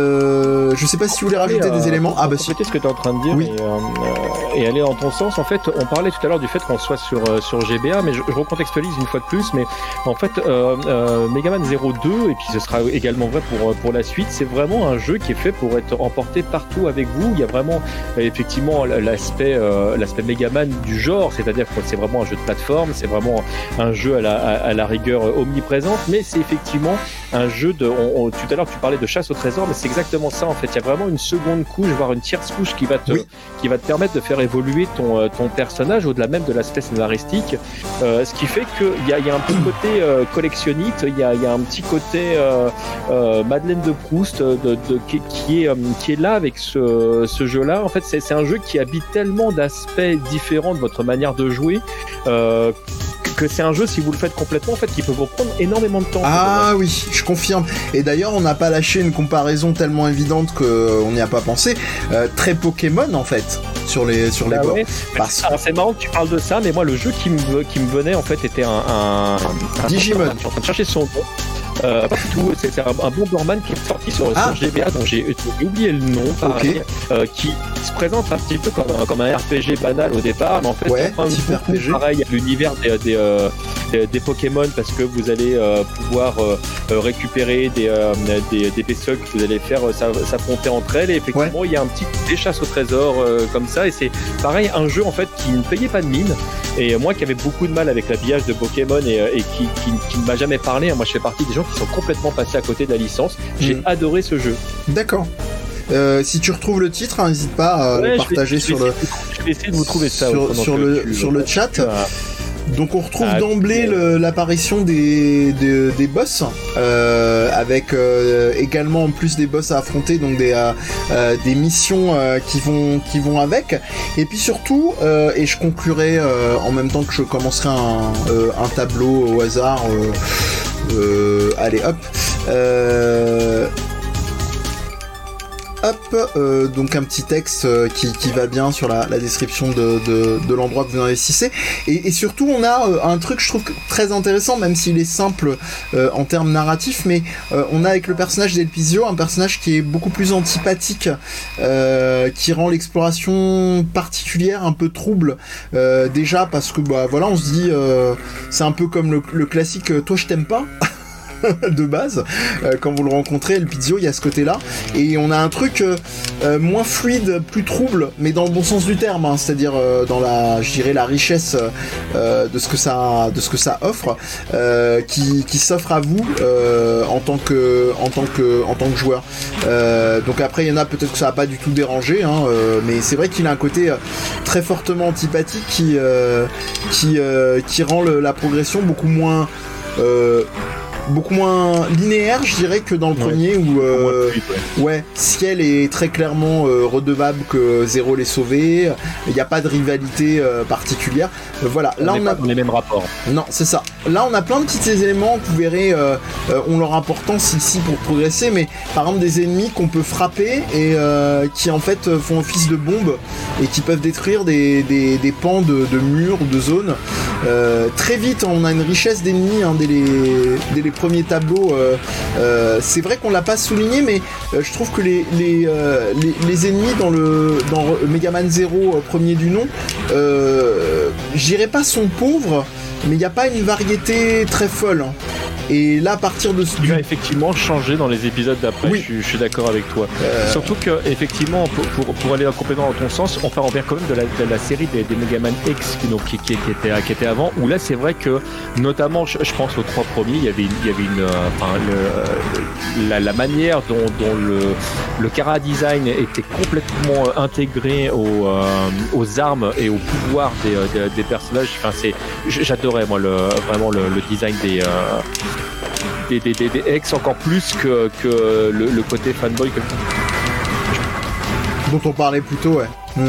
Euh, je sais pas si tu voulais rajouter euh, des éléments. Ah bah si. Ce que tu es en train de dire oui. et, euh, et aller dans ton sens. En fait, on parlait tout à l'heure du fait qu'on soit sur euh, sur G B A, mais je, je recontextualise une fois de plus. Mais en fait, euh, euh, Megaman zéro deux et puis ce sera également vrai pour pour la suite. C'est vraiment un jeu qui est fait pour être emporté partout avec vous. Il y a vraiment euh, effectivement l'aspect euh, l'aspect Megaman du genre, c'est-à-dire que c'est vraiment un jeu de plateforme. C'est vraiment un jeu à la à, à la rigueur omniprésente, mais c'est effectivement un jeu de. On, on, tout à l'heure, tu parlais de chasse au trésor, mais c'est exactement ça en fait. Il y a vraiment une seconde couche, voire une tierce couche qui va te, oui. qui va te permettre de faire évoluer ton, ton personnage au-delà même de l'aspect scénaristique. Euh, ce qui fait qu'il y a, y a un petit côté euh, collectionnite, il y a, y a un petit côté euh, euh, Madeleine de Proust de, de, qui, qui, est, euh, qui est là avec ce, ce jeu-là. En fait, c'est, c'est un jeu qui habite tellement d'aspects différents de votre manière de jouer. Euh, que c'est un jeu, si vous le faites complètement, en fait, qui peut vous prendre énormément de temps. Ah oui, je confirme. Et d'ailleurs, on n'a pas lâché une comparaison tellement évidente qu'on n'y a pas pensé. Euh, très Pokémon, en fait, sur les sur les ah bords. Ouais. Parce... Alors, c'est marrant que tu parles de ça, mais moi, le jeu qui me qui me venait, en fait, était un, un, un Digimon. Je suis en train de chercher son nom. Euh, pas du tout, c'est un, un Bomberman qui est sorti sur, ah. sur G B A, dont j'ai, j'ai oublié le nom, pareil, okay. euh, qui se présente un petit peu comme un, comme un R P G banal au départ, mais en fait, ouais, c'est un peu pareil à l'univers des, des, euh, des, des Pokémon, parce que vous allez euh, pouvoir euh, récupérer des, euh, des, des P S O que vous allez faire euh, s'affronter entre elles, et effectivement, ouais. il y a un petit des chasses au trésor euh, comme ça, et c'est pareil, un jeu en fait qui ne payait pas de mine, et moi qui avais beaucoup de mal avec l'habillage de Pokémon et, et qui, qui, qui ne m'a jamais parlé, moi je fais partie des gens qui sont complètement passés à côté de la licence. J'ai mmh. adoré ce jeu. D'accord. Euh, si tu retrouves le titre, n'hésite pas à ouais, le partager vais, sur le. Je vais essayer de vous trouver ça sur, sur le tu, sur le chat. Tu, euh... Donc on retrouve ah, d'emblée le, l'apparition des, des, des boss, euh, avec euh, également en plus des boss à affronter, donc des, euh, euh, des missions euh, qui, vont, qui vont avec. Et puis surtout, euh, et je conclurai euh, en même temps que je commencerai un, euh, un tableau au hasard, euh, euh, allez hop, euh, Hop, euh, donc un petit texte euh, qui, qui va bien sur la, la description de, de, de l'endroit que vous investissez. Et, et surtout, on a euh, un truc, je trouve, très intéressant, même s'il est simple euh, en termes narratifs, mais euh, on a avec le personnage d'Elpizio un personnage qui est beaucoup plus antipathique, euh, qui rend l'exploration particulière, un peu trouble. Euh, déjà, parce que, bah voilà, on se dit, euh, c'est un peu comme le, le classique « Toi, je t'aime pas ». De base, euh, quand vous le rencontrez, Elpizio, il y a ce côté-là, et on a un truc euh, euh, moins fluide, plus trouble, mais dans le bon sens du terme, hein, c'est-à-dire euh, dans la, je dirais, la richesse euh, de ce que ça, de ce que ça offre, euh, qui, qui s'offre à vous euh, en tant que, en tant que, en tant que joueur. Euh, donc après, il y en a peut-être que ça va pas du tout dérangé, hein, euh, mais c'est vrai qu'il a un côté euh, très fortement antipathique qui, euh, qui, euh, qui rend le, la progression beaucoup moins euh, beaucoup moins linéaire, je dirais, que dans le ouais. premier où euh, suite, ouais. ouais, Ciel est très clairement euh, redevable que Zéro l'ait sauvé. Il n'y a pas de rivalité euh, particulière. Euh, voilà, on là on pas a dans les mêmes rapports. Non, c'est ça. Là, on a plein de petits éléments que vous verrez euh, euh, ont leur importance ici pour progresser, mais par exemple des ennemis qu'on peut frapper et euh, qui en fait font office de bombes et qui peuvent détruire des, des, des pans de, de murs ou de zones. Euh, très vite, on a une richesse d'ennemis hein, dès, les, dès les premiers tableaux. Euh, euh, c'est vrai qu'on l'a pas souligné, mais euh, je trouve que les, les, euh, les, les ennemis dans le dans Megaman Zero euh, premier du nom, euh, je dirais pas sont pauvres, mais il n'y a pas une variété très folle. Hein. Et là, à partir de ce... Il va effectivement changer dans les épisodes d'après, oui. je, je suis d'accord avec toi. Euh... Surtout que, effectivement, pour, pour, pour aller complètement dans ton sens, on parle bien quand même de la, de la série des, des Megaman X donc, qui, qui, qui, était, qui était avant, où là, c'est vrai que, notamment, je, je pense aux trois premiers, il y avait une... Il y avait une euh, enfin, le, la, la manière dont, dont le, le Chara design était complètement intégré aux, euh, aux armes et au pouvoir des, des, des personnages. Enfin, c'est, j'adorais, moi, le, vraiment le, le design des... Euh, Des, des, des, des ex encore plus que, que le, le côté fanboy que... dont on parlait plus tôt, ouais. Mmh.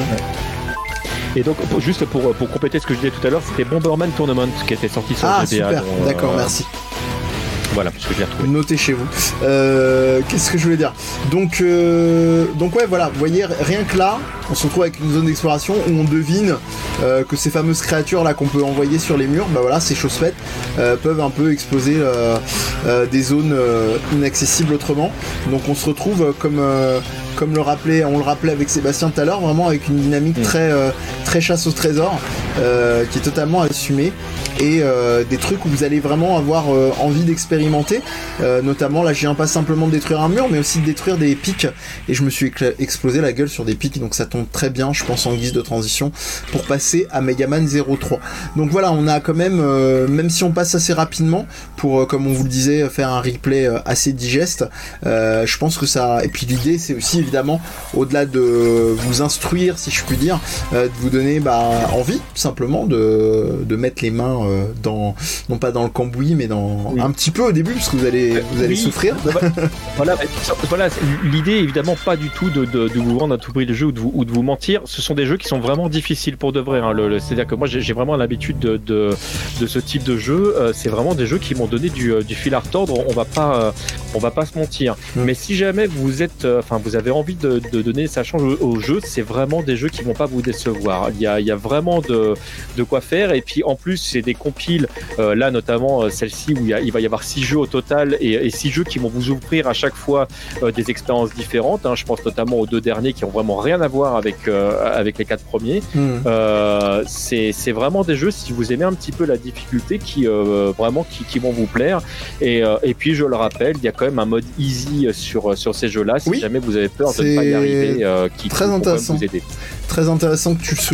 Et donc, pour, juste pour, pour compléter ce que je disais tout à l'heure, c'était Bomberman Tournament qui était sorti sur ah, G B A. Ah, super, dont, d'accord, euh, merci. Voilà, puisque je l'ai retrouvé. Notez chez vous. Euh, qu'est-ce que je voulais dire ? Donc, euh, donc ouais, voilà, vous voyez, rien que là, on se retrouve avec une zone d'exploration où on devine euh, que ces fameuses créatures là qu'on peut envoyer sur les murs, bah voilà, ces choses faites, euh, peuvent un peu exploser euh, euh, des zones euh, inaccessibles autrement. Donc on se retrouve euh, comme euh, comme le rappelait, on le rappelait avec Sébastien tout à l'heure, vraiment avec une dynamique mmh. très euh, très chasse au trésor, euh, qui est totalement assumée. Et euh, des trucs où vous allez vraiment avoir euh, envie d'expérimenter, euh, notamment là je viens pas simplement de détruire un mur mais aussi de détruire des pics, et je me suis écl- explosé la gueule sur des pics, donc ça tombe très bien, je pense, en guise de transition pour passer à Megaman Zero trois. Donc voilà, on a quand même, euh, même si on passe assez rapidement pour, euh, comme on vous le disait, faire un replay euh, assez digeste, euh, je pense que ça, et puis l'idée c'est aussi évidemment, au-delà de vous instruire si je puis dire, euh, de vous donner bah, envie simplement de, de mettre les mains dans, non pas dans le cambouis, mais dans oui. un petit peu au début, parce que vous allez, vous allez oui. souffrir. Voilà, voilà, l'idée évidemment pas du tout de, de, de vous vendre à tout prix le jeu ou de, vous, ou de vous mentir. Ce sont des jeux qui sont vraiment difficiles pour de vrai. Hein. Le, le, c'est-à-dire que moi j'ai, j'ai vraiment l'habitude de, de, de ce type de jeu. Euh, c'est vraiment des jeux qui m'ont donné du, du fil à retordre. On va pas, euh, on va pas se mentir. Mm. Mais si jamais vous êtes, enfin euh, vous avez envie de, de donner sa chance au, au jeu, c'est vraiment des jeux qui vont pas vous décevoir. Il y a, il y a vraiment de, de quoi faire. Et puis en plus c'est des compiles, euh, là notamment euh, celle-ci où il, y a, il va y avoir six jeux au total et, et six jeux qui vont vous offrir à chaque fois euh, des expériences différentes. Hein. Je pense notamment aux deux derniers qui ont vraiment rien à voir avec euh, avec les quatre premiers. Mmh. Euh, c'est c'est vraiment des jeux, si vous aimez un petit peu la difficulté, qui euh, vraiment qui, qui vont vous plaire. Et euh, et puis je le rappelle, il y a quand même un mode easy sur sur ces jeux-là. Si oui, jamais vous avez peur de ne pas y arriver, euh, qui très intéressant. Vous aider. Très intéressant que tu le soulignes.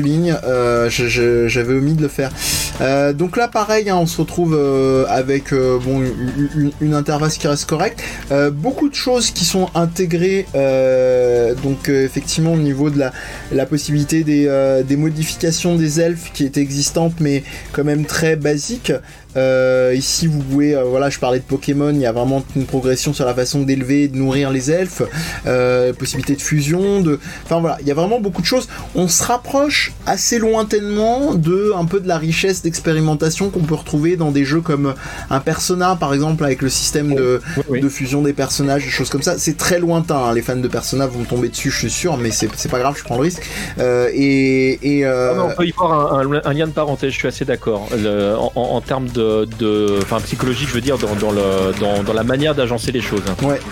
ligne. Euh, je, je, j'avais omis de le faire. Euh, donc là, pareil, hein, on se retrouve euh, avec euh, bon une, une, une interface qui reste correcte. Euh, beaucoup de choses qui sont intégrées. Euh, donc euh, effectivement, au niveau de la, la possibilité des, euh, des modifications des elfes qui étaient existantes, mais quand même très basiques. Euh, ici vous pouvez, euh, voilà, je parlais de Pokémon, il y a vraiment une progression sur la façon d'élever et de nourrir les elfes, euh, possibilité de fusion, de, enfin voilà, il y a vraiment beaucoup de choses. On se rapproche assez lointainement de un peu de la richesse d'expérimentation qu'on peut retrouver dans des jeux comme un Persona par exemple, avec le système de, oui, oui. de fusion des personnages, des choses comme ça. C'est très lointain, hein. Les fans de Persona vont me tomber dessus, je suis sûr, mais c'est, c'est pas grave, je prends le risque. Euh, et, et euh... ah non, on peut y voir un, un, un lien de parenté, je suis assez d'accord. Le, en, en, en termes de de, enfin psychologique, je veux dire, dans, dans, le, dans, dans la manière d'agencer les choses. Ouais.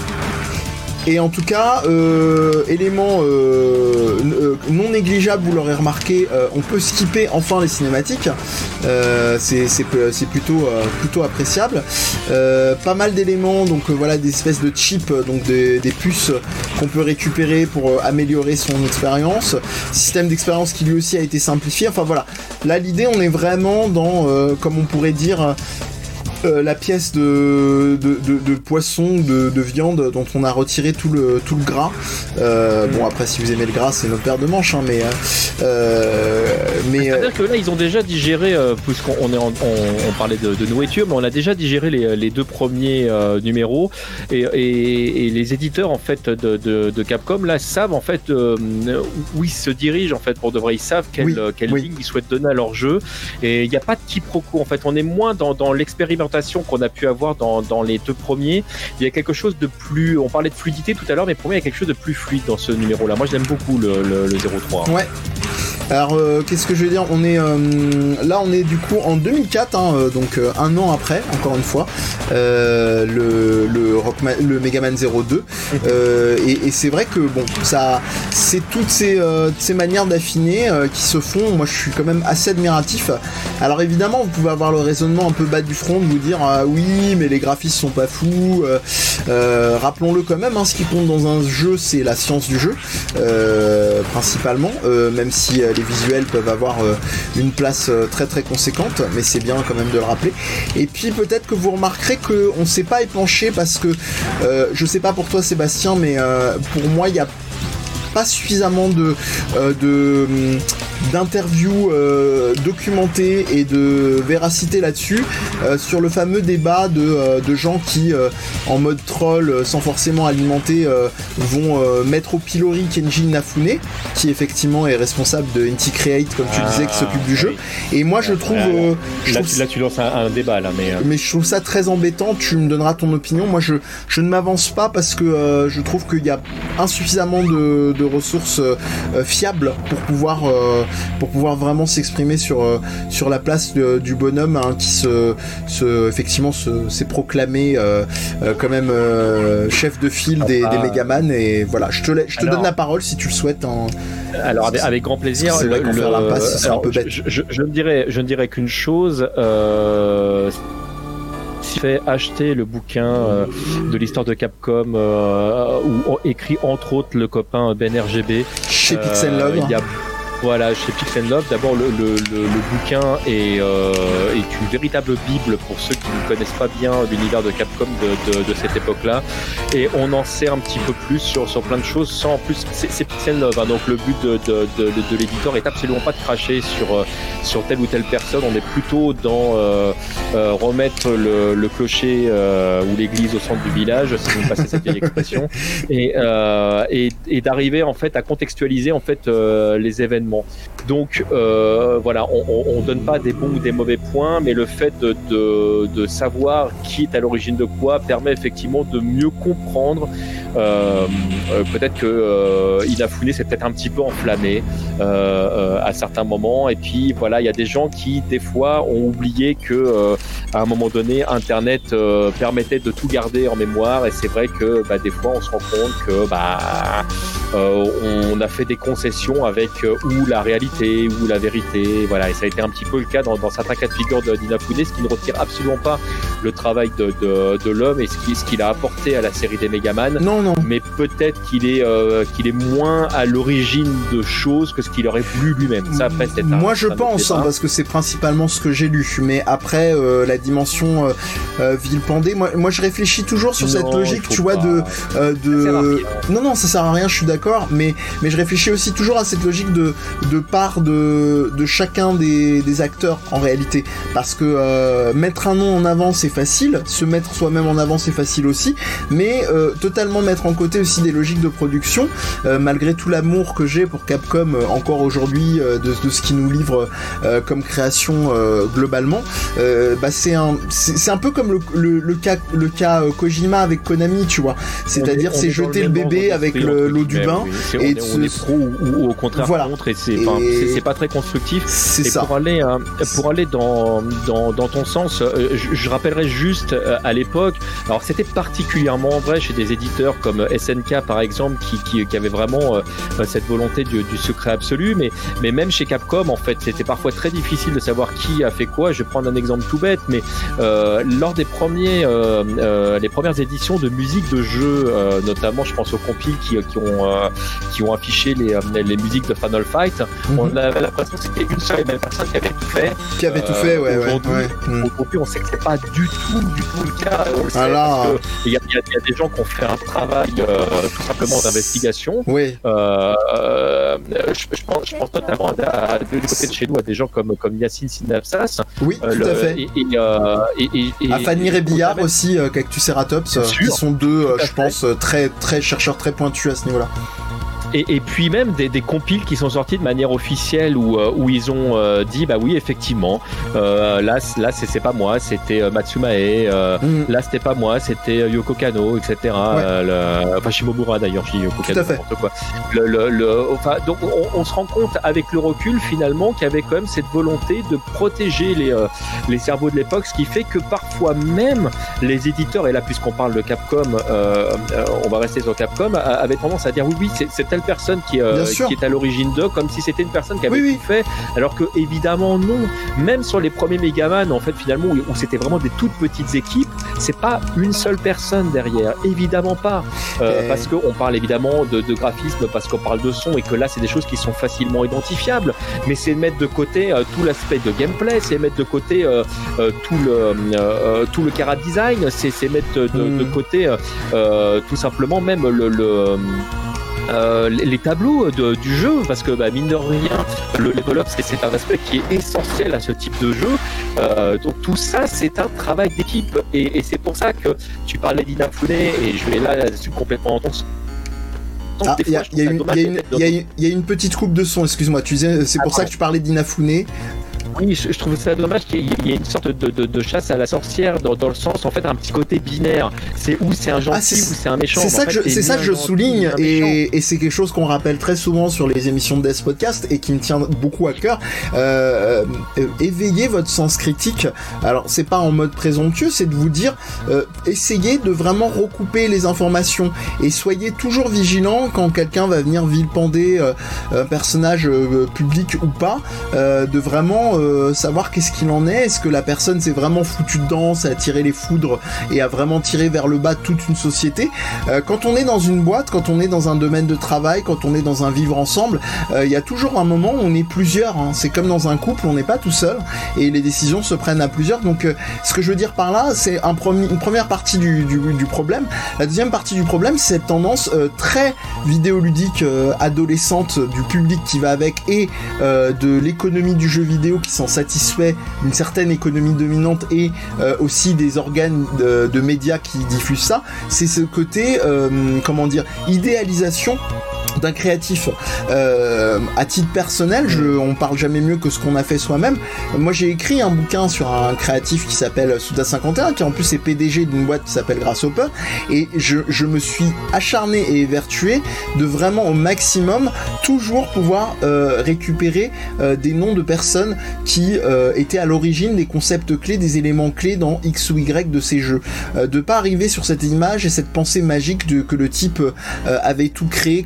Et en tout cas, euh, élément euh, euh, non négligeable, vous l'aurez remarqué, euh, on peut skipper enfin les cinématiques. Euh, c'est, c'est, c'est plutôt, euh, plutôt appréciable. Euh, pas mal d'éléments, donc euh, voilà, des espèces de chips, donc des, des puces qu'on peut récupérer pour euh, améliorer son expérience. Système d'expérience qui lui aussi a été simplifié. Enfin voilà, là l'idée, on est vraiment dans, euh, comme on pourrait dire, Euh, la pièce de, de, de, de poisson, de, de viande dont on a retiré tout le, tout le gras. Euh, bon, après, si vous aimez le gras, c'est notre paire de manches, hein, mais. Euh, mais c'est-à-dire que là, ils ont déjà digéré, euh, puisqu'on on est en, on, on parlait de, de nourriture, mais on a déjà digéré les, les deux premiers euh, numéros. Et, et, et les éditeurs, en fait, de, de, de Capcom, là, savent, en fait, euh, où ils se dirigent, en fait, pour de vrai. Ils savent quelle, oui, quelle oui. ligne ils souhaitent donner à leur jeu. Et il n'y a pas de quiproquo, en fait. On est moins dans, dans l'expérimentation qu'on a pu avoir dans, dans les deux premiers. Il y a quelque chose de plus, on parlait de fluidité tout à l'heure, mais pour moi il y a quelque chose de plus fluide dans ce numéro là. Moi je l'aime beaucoup le, le, le zéro trois. Ouais. Alors euh, qu'est-ce que je vais dire, on est euh, là on est du coup en deux mille quatre, hein, euh, donc euh, un an après, encore une fois, euh, le le, Rockman, le Megaman zéro deux, euh, et, et c'est vrai que bon, ça c'est toutes ces, euh, ces manières d'affiner euh, qui se font. Moi je suis quand même assez admiratif. Alors évidemment vous pouvez avoir le raisonnement un peu bas du front de vous dire ah oui mais les graphismes sont pas fous, euh, euh, rappelons-le quand même, hein, ce qui compte dans un jeu c'est la science du jeu, euh, principalement, euh, même si euh, les visuels peuvent avoir euh, une place euh, très très conséquente, mais c'est bien quand même de le rappeler. Et puis peut-être que vous remarquerez qu'on ne s'est pas épanché parce que euh, je sais pas pour toi Sébastien, mais euh, pour moi il y a pas suffisamment de, euh, de d'interviews euh, documentées et de véracité là-dessus, euh, sur le fameux débat de, euh, de gens qui euh, en mode troll, euh, sans forcément alimenter, euh, vont euh, mettre au pilori Kenji Inafune, qui effectivement est responsable de Inti Create, comme tu ah, disais, qui s'occupe du oui. jeu. Et moi je trouve, euh, je là, trouve là tu lances un, un débat là, mais euh... mais je trouve ça très embêtant. Tu me donneras ton opinion. Moi je je ne m'avance pas parce que euh, je trouve qu'il y a insuffisamment de, de ressources euh, fiables pour pouvoir euh, pour pouvoir vraiment s'exprimer sur euh, sur la place de, du bonhomme, hein, qui se, se effectivement se, s'est proclamé euh, euh, quand même euh, chef de file des, ah, des Megaman. Et voilà, je te je te alors, donne la parole si tu le souhaites. En... Alors avec, avec grand plaisir. C'est vrai qu'en faire l'impasse, c'est un peu bête. Je, je, je ne dirais je ne dirais qu'une chose. Euh... fait acheter le bouquin euh, de l'histoire de Capcom, euh, où écrit entre autres le copain Ben R G B chez euh, Pixel Love. Il y a Voilà, chez Pixel Love, d'abord le, le, le, le bouquin est, euh, est une véritable bible pour ceux qui ne connaissent pas bien l'univers de Capcom de, de, de cette époque-là, et on en sait un petit peu plus sur, sur plein de choses, sans en plus, c'est, c'est Pixel Love, hein, donc le but de, de, de, de, de l'éditeur est absolument pas de cracher sur, sur telle ou telle personne, on est plutôt dans euh, euh, remettre le, le clocher euh, ou l'église au centre du village, si vous me passez cette vieille expression, et, euh, et, et d'arriver en fait à contextualiser en fait euh, les événements. Donc euh, voilà, on, on, on donne pas des bons ou des mauvais points, mais le fait de, de, de savoir qui est à l'origine de quoi permet effectivement de mieux comprendre. Euh, euh, peut-être que euh, Inafune s'est peut-être un petit peu enflammé euh, euh, à certains moments, et puis voilà, il y a des gens qui des fois ont oublié que euh, à un moment donné, Internet euh, permettait de tout garder en mémoire, et c'est vrai que bah, des fois on se rend compte que bah euh, on a fait des concessions avec euh, ou la réalité ou la vérité, voilà, et ça a été un petit peu le cas dans, dans certains cas de figure de d'Inafune, ce qui ne retire absolument pas le travail de, de, de l'homme et ce qu'il ce qu'il a apporté à la série des Megaman. Non, non. Mais peut-être qu'il est euh, qu'il est moins à l'origine de choses que ce qu'il aurait voulu lui-même. Ça, après, c'est un, Moi, je un pense, hein, parce que c'est principalement ce que j'ai lu. Mais après, euh, la dimension euh, euh, Villependé, moi, moi, je réfléchis toujours sur non, cette logique, tu vois, pas. de, euh, de. Ça non, non, ça sert à rien. Je suis d'accord, mais mais je réfléchis aussi toujours à cette logique de de part de de chacun des des acteurs en réalité, parce que euh, mettre un nom en avant c'est facile, se mettre soi-même en avant c'est facile aussi, mais euh, totalement mettre en côté aussi des logiques de production, euh, malgré tout l'amour que j'ai pour Capcom euh, encore aujourd'hui euh, de, de ce qu'ils nous livre euh, comme création euh, globalement, euh, bah c'est un c'est, c'est un peu comme le, le, le cas le cas euh, Kojima avec Konami, tu vois, c'est-à-dire c'est jeter le bébé avec le, l'eau du bain, oui. et on, est, on est pro ou, ou au contraire voilà. contre, et c'est et... c'est, c'est pas très constructif. C'est et ça. pour aller hein, pour aller dans dans dans ton sens, euh, je, je rappellerai juste euh, à l'époque, alors c'était particulièrement vrai chez des éditeurs comme S N K par exemple, qui qui, qui avait vraiment euh, cette volonté du, du secret absolu, mais mais même chez Capcom en fait c'était parfois très difficile de savoir qui a fait quoi. Je vais prendre un exemple tout bête, mais euh, lors des premiers euh, euh, les premières éditions de musique de jeu, euh, notamment je pense aux compiles qui qui ont euh, qui ont affiché les les musiques de Final Fight, mm-hmm. on avait l'impression que c'était une seule et même personne qui avait tout fait. Qui avait euh, tout fait, ouais, aujourd'hui, ouais. ouais. Aujourd'hui, on sait que c'est pas du tout, du tout le cas. On le sait, ah là. parce que il y a, il y a des gens qui ont fait un travail euh, tout simplement d'investigation. Oui. Euh, euh, je, je, pense, je pense notamment à, à, du côté de chez nous à des gens comme comme Yacine Synapsas. Oui, euh, tout le, à fait. Et, et, euh, et, et, et à Fanny Rébillard aussi, euh, Cactuceratops, euh, qui sont deux, euh, je pense, très très chercheurs très pointus à ce niveau-là. Et, et puis même des, des compiles qui sont sortis de manière officielle où, euh, où ils ont euh, dit bah oui effectivement euh, là là c'est, c'est pas moi, c'était euh, Matsumae, euh, mm. là c'était pas moi, c'était Yoko Kanno, etc. Ouais. Euh, le, enfin Shimomura d'ailleurs, je dis Yoko Kanno, n'importe quoi. Le, le, le, enfin donc on, on se rend compte avec le recul finalement qu'il y avait quand même cette volonté de protéger les euh, les cerveaux de l'époque, ce qui fait que parfois même les éditeurs, et là puisqu'on parle de Capcom, euh, euh, on va rester sur Capcom, avaient tendance à dire oui oui c'est, c'est telle personne qui, euh, qui est à l'origine d'eux, comme si c'était une personne qui avait oui, tout oui. fait, alors que évidemment non. Même sur les premiers Megaman, en fait finalement où, où c'était vraiment des toutes petites équipes, c'est pas une seule personne derrière, évidemment pas, euh, et... parce qu'on parle évidemment de, de graphisme, parce qu'on parle de son, et que là c'est des choses qui sont facilement identifiables, mais c'est de mettre de côté euh, tout l'aspect de gameplay, c'est mettre de côté euh, euh, tout le euh, tout le chara design, c'est, c'est mettre de, mm. de côté euh, tout simplement même le, le Euh, les tableaux de, du jeu, parce que bah, mine de rien le level up c'est, c'est un aspect qui est essentiel à ce type de jeu, euh, donc tout ça c'est un travail d'équipe, et, et c'est pour ça que tu parlais d'Inafune, et je vais là, là je suis complètement en ton. Ah, il y, y, y a une petite coupe de son, excuse-moi, tu disais, c'est pour ah, ça que tu parlais d'Inafune. Oui, je, je trouve ça dommage qu'il y ait une sorte de, de, de chasse à la sorcière dans, dans le sens, en fait, un petit côté binaire. C'est où c'est un gentil ah, c'est, ou c'est un méchant. C'est ça que fait, je, c'est ça que je souligne, et, et c'est quelque chose qu'on rappelle très souvent sur les émissions de Death Podcast et qui me tient beaucoup à cœur. Euh, euh, éveillez votre sens critique. Alors, c'est pas en mode présomptueux, c'est de vous dire, euh, essayez de vraiment recouper les informations et soyez toujours vigilants quand quelqu'un va venir vilipender euh, un personnage euh, public ou pas, euh, de vraiment euh, savoir qu'est-ce qu'il en est, est-ce que la personne s'est vraiment foutue dedans, ça a tiré les foudres et a vraiment tiré vers le bas toute une société. Euh, quand on est dans une boîte, quand on est dans un domaine de travail, quand on est dans un vivre ensemble, il euh, y a toujours un moment où on est plusieurs, hein. C'est comme dans un couple, on n'est pas tout seul et les décisions se prennent à plusieurs, donc euh, ce que je veux dire par là, c'est un premier, une première partie du, du, du problème. La deuxième partie du problème, c'est cette tendance euh, très vidéoludique euh, adolescente du public qui va avec, et euh, de l'économie du jeu vidéo qui s'en satisfait, une certaine économie dominante, et euh, aussi des organes de, de médias qui diffusent ça. C'est ce côté, euh, comment dire, idéalisation d'un créatif. Euh, à titre personnel, je, on parle jamais mieux que ce qu'on a fait soi-même. Moi, j'ai écrit un bouquin sur un créatif qui s'appelle Souda cinquante et un, qui en plus est P D G d'une boîte qui s'appelle Grasshopper, et je, je me suis acharné et évertué de vraiment au maximum toujours pouvoir euh, récupérer euh, des noms de personnes qui euh, étaient à l'origine des concepts clés, des éléments clés dans X ou Y de ces jeux. Euh, de pas arriver sur cette image et cette pensée magique de, que le type euh, avait tout créé comme ça,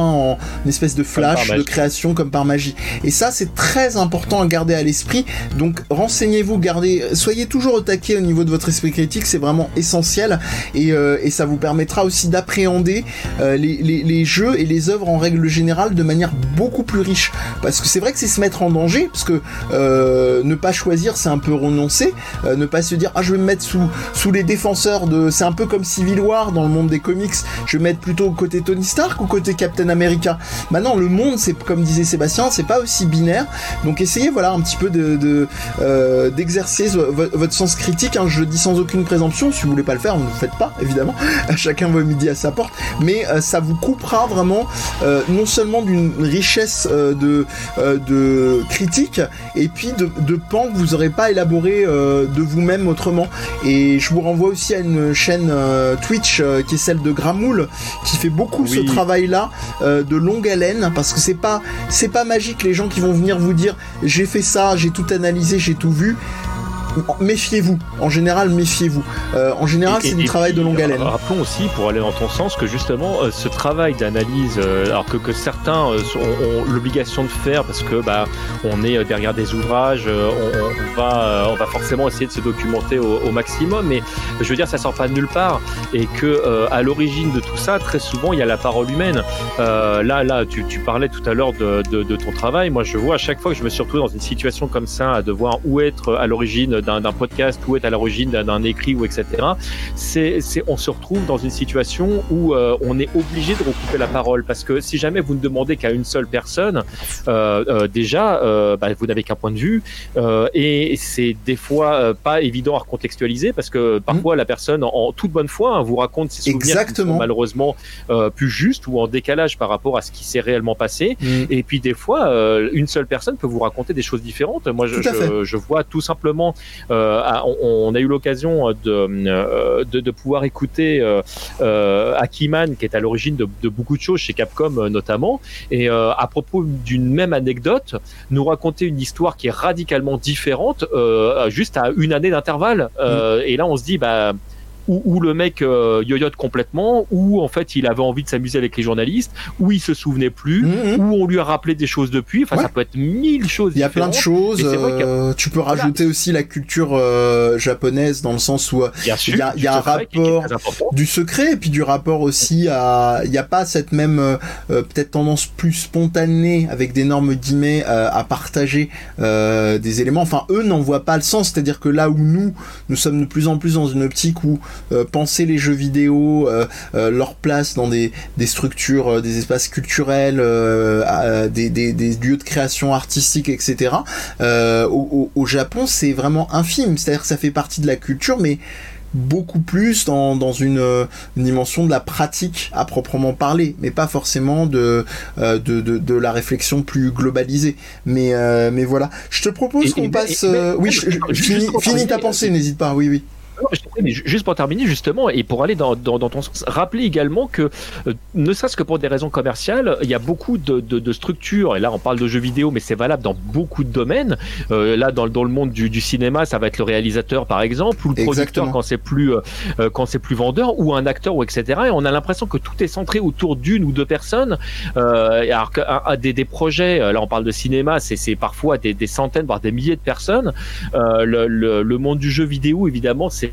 en une espèce de flash de création comme par magie. Et ça, c'est très important à garder à l'esprit. Donc, renseignez-vous, gardez, soyez toujours au taquet au niveau de votre esprit critique, c'est vraiment essentiel. Et, euh, et ça vous permettra aussi d'appréhender euh, les, les, les jeux et les œuvres en règle générale de manière beaucoup plus riche. Parce que c'est vrai que c'est se mettre en danger, parce que euh, ne pas choisir, c'est un peu renoncer. Euh, ne pas se dire, ah, je vais me mettre sous, sous les défenseurs de... C'est un peu comme Civil War dans le monde des comics. Je vais mettre plutôt côté Tony Stark ou côté Captain America. Maintenant, le monde, c'est comme disait Sébastien, c'est pas aussi binaire. Donc essayez, voilà, un petit peu de, de euh, d'exercer v- votre sens critique. Hein. Je le dis sans aucune présomption. Si vous voulez pas le faire, vous ne le faites pas, évidemment. Chacun voit midi à sa porte. Mais euh, ça vous coupera vraiment euh, non seulement d'une richesse euh, de, euh, de critique, et puis de, de pans que vous n'aurez pas élaboré euh, de vous-même autrement. Et je vous renvoie aussi à une chaîne euh, Twitch euh, qui est celle de Gramoul, qui fait beaucoup oui. ce travail-là euh, de longue haleine, parce que c'est pas c'est pas magique les gens qui vont venir vous dire j'ai fait ça, j'ai tout analysé, j'ai tout vu. Méfiez-vous, en général méfiez-vous. Euh, en général et, c'est et, du travail puis, de longue haleine. Rappelons aussi, pour aller dans ton sens, que justement euh, ce travail d'analyse, euh, alors que, que certains euh, ont, ont l'obligation de faire parce que bah on est derrière des ouvrages, euh, on, on va euh, on va forcément essayer de se documenter au, au maximum, mais je veux dire ça sort pas de nulle part et que euh, à l'origine de tout ça, très souvent il y a la parole humaine. Euh, là là tu, tu parlais tout à l'heure de, de, de ton travail. Moi je vois à chaque fois que je me suis retrouvé dans une situation comme ça à devoir ou être à l'origine D'un, d'un podcast ou être à l'origine d'un, d'un écrit ou et cetera. C'est, c'est, on se retrouve dans une situation où euh, on est obligé de recouper la parole parce que si jamais vous ne demandez qu'à une seule personne, euh, euh, déjà euh, bah, vous n'avez qu'un point de vue euh, et c'est des fois euh, pas évident à recontextualiser parce que parfois mmh. la personne en, en toute bonne foi hein, vous raconte ses souvenirs Exactement. qui sont malheureusement euh, plus justes ou en décalage par rapport à ce qui s'est réellement passé mmh. et puis des fois euh, une seule personne peut vous raconter des choses différentes. Moi je, je, je vois tout simplement Euh, on, on a eu l'occasion de, euh, de, de pouvoir écouter euh, euh, Akiman qui est à l'origine de, de beaucoup de choses chez Capcom euh, notamment et euh, à propos d'une même anecdote nous raconter une histoire qui est radicalement différente euh, juste à une année d'intervalle euh, mmh. et là on se dit bah Où, où le mec euh, yoyote complètement, où en fait il avait envie de s'amuser avec les journalistes, où il se souvenait plus, mmh. où on lui a rappelé des choses depuis. Enfin, ouais. ça peut être mille choses. Il y a plein de choses. Euh, tu peux voilà. rajouter aussi la culture euh, japonaise dans le sens où il y a, y a un rapport du secret et puis du rapport aussi à. Il n'y a pas cette même euh, peut-être tendance plus spontanée avec d'énormes guillemets euh, à partager euh, des éléments. Enfin, eux n'en voient pas le sens. C'est-à-dire que là où nous, nous sommes de plus en plus dans une optique où Euh, penser les jeux vidéo, euh, euh, leur place dans des, des structures, euh, des espaces culturels, euh, euh, des, des, des lieux de création artistique, et cetera. Euh, au, au Japon, c'est vraiment infime. C'est-à-dire que ça fait partie de la culture, mais beaucoup plus dans, dans une, une dimension de la pratique à proprement parler, mais pas forcément de, euh, de, de, de la réflexion plus globalisée. Mais, euh, mais voilà. Je te propose et, qu'on et, passe... Et, euh, oui, je, je, je, finis, finis ta pensée, n'hésite pas, oui, oui. Non, mais juste pour terminer justement et pour aller dans, dans, dans ton sens, rappelez également que euh, ne serait-ce que pour des raisons commerciales, il y a beaucoup de, de, de structures et là on parle de jeux vidéo mais c'est valable dans beaucoup de domaines. Euh, là dans, dans le monde du, du cinéma ça va être le réalisateur par exemple ou le Exactement. producteur quand c'est plus euh, quand c'est plus vendeur ou un acteur ou et cetera. Et on a l'impression que tout est centré autour d'une ou deux personnes. Euh, alors que un, un, des, des projets, là on parle de cinéma, c'est, c'est parfois des, des centaines voire des milliers de personnes. Euh, le, le, le monde du jeu vidéo évidemment c'est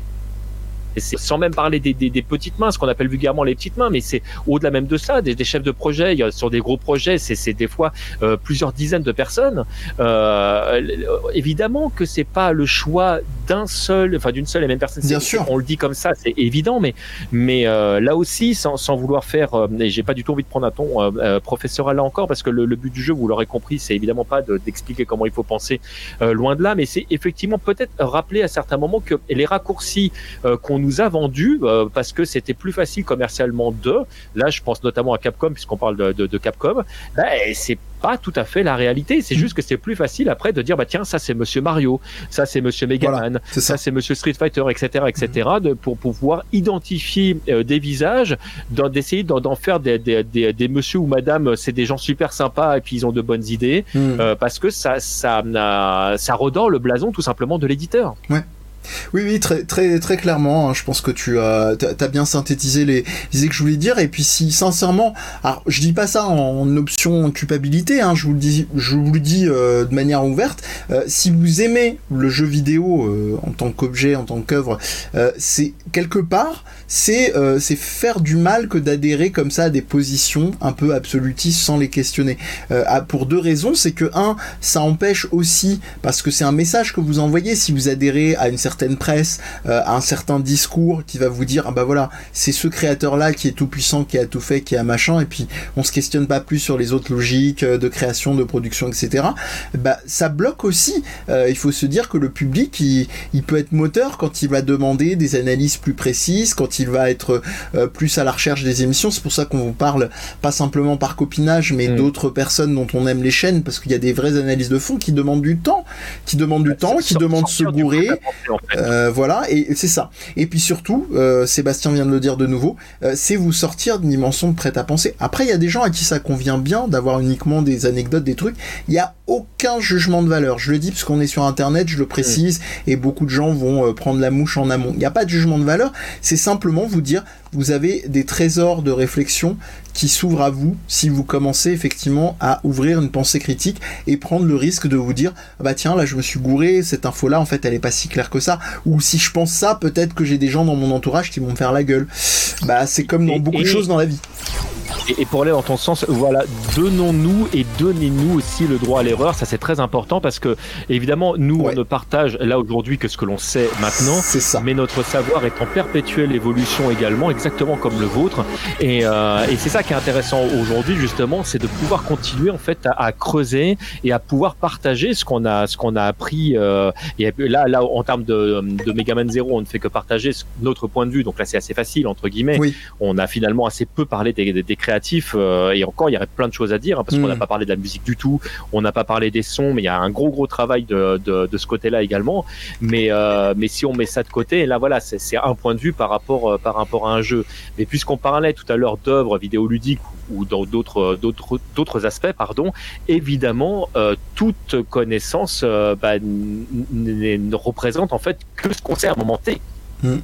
Et c'est, sans même parler des, des, des petites mains, ce qu'on appelle vulgairement les petites mains, mais c'est au-delà même de ça, des, des chefs de projet, il y a, sur des gros projets, c'est, c'est des fois euh, plusieurs dizaines de personnes. Euh, évidemment que c'est pas le choix d'un seul, enfin d'une seule et même personne. Bien c'est, sûr. On le dit comme ça, c'est évident, mais mais euh, là aussi, sans, sans vouloir faire, euh, et j'ai pas du tout envie de prendre un ton euh, euh, professoral là encore, parce que le, le but du jeu, vous l'aurez compris, c'est évidemment pas de, d'expliquer comment il faut penser, euh, loin de là, mais c'est effectivement peut-être rappeler à certains moments que les raccourcis euh, qu'on nous a vendus euh, parce que c'était plus facile commercialement de, là je pense notamment à Capcom puisqu'on parle de, de, de Capcom, bah, c'est pas tout à fait la réalité, c'est juste que c'est plus facile après de dire bah tiens ça c'est Monsieur Mario, ça c'est Monsieur Megaman, voilà, c'est ça. ça c'est Monsieur Street Fighter, et cetera, et cetera, de, pour pouvoir identifier euh, des visages, d'en, d'essayer d'en, d'en faire des, des, des, des Monsieur ou Madame, c'est des gens super sympas et puis ils ont de bonnes idées, mmh. euh, parce que ça ça ça redore le blason tout simplement de l'éditeur. Ouais. Oui, oui, très, très, très clairement. Hein, je pense que tu as, t'as bien synthétisé les idées que je voulais dire. Et puis, si sincèrement, alors je dis pas ça en option culpabilité. Hein, je vous le dis, je vous le dis euh, de manière ouverte. Euh, si vous aimez le jeu vidéo euh, en tant qu'objet, en tant qu'œuvre, euh, c'est quelque part, c'est euh, c'est faire du mal que d'adhérer comme ça à des positions un peu absolutistes sans les questionner. Euh, à, pour deux raisons, c'est que un, ça empêche aussi parce que c'est un message que vous envoyez si vous adhérez à une certaine presse, euh, à un certain discours qui va vous dire ah bah voilà, c'est ce créateur là qui est tout puissant, qui a tout fait, qui a machin, et puis on se questionne pas plus sur les autres logiques de création, de production, et cetera. Bah ça bloque aussi. Euh, il faut se dire que le public il, il peut être moteur quand il va demander des analyses plus précises, quand il va être euh, plus à la recherche des émissions. C'est pour ça qu'on vous parle pas simplement par copinage, mais mmh. d'autres personnes dont on aime les chaînes, parce qu'il y a des vraies analyses de fond qui demandent du temps, qui demandent du temps, qui demandent de se gourer. En fait. euh, voilà, et c'est ça. Et puis surtout, euh, Sébastien vient de le dire de nouveau, euh, c'est vous sortir d'une dimension de prêt-à-penser. Après, il y a des gens à qui ça convient bien d'avoir uniquement des anecdotes, des trucs. Il y a aucun jugement de valeur. Je le dis parce qu'on est sur Internet, je le précise, mmh. et beaucoup de gens vont euh, prendre la mouche en amont. Il n'y a pas de jugement de valeur. C'est simplement vous dire, vous avez des trésors de réflexion qui s'ouvrent à vous si vous commencez effectivement à ouvrir une pensée critique et prendre le risque de vous dire bah tiens là je me suis gouré, cette info là en fait elle est pas si claire que ça, ou si je pense ça peut-être que j'ai des gens dans mon entourage qui vont me faire la gueule. Bah c'est comme dans et, beaucoup et... de choses dans la vie. Et, et pour aller dans ton sens, voilà, donnons-nous et donnez-nous aussi le droit à l'erreur. Ça, c'est très important parce que, évidemment, nous, ouais. on ne partage là aujourd'hui que ce que l'on sait maintenant. C'est ça. Mais notre savoir est en perpétuelle évolution également, exactement comme le vôtre. Et, euh, et c'est ça qui est intéressant aujourd'hui, justement, c'est de pouvoir continuer, en fait, à, à creuser et à pouvoir partager ce qu'on a, ce qu'on a appris. Euh, et là, là, en termes de, de Megaman Zero, on ne fait que partager notre point de vue. Donc là, c'est assez facile, entre guillemets. Oui. On a finalement assez peu parlé des, des, des créatifs, euh, et encore il y aurait plein de choses à dire hein, parce mmh. qu'on n'a pas parlé de la musique du tout, on n'a pas parlé des sons, mais il y a un gros gros travail de, de, de ce côté-là également, mais, euh, mais si on met ça de côté, là voilà, c'est, c'est un point de vue par rapport, euh, par rapport à un jeu. Mais puisqu'on parlait tout à l'heure d'œuvres vidéoludiques ou, ou dans d'autres, d'autres, d'autres aspects, pardon, évidemment euh, toute connaissance euh, bah, n- n- ne représente en fait que ce qu'on sait à un moment T. Mmh.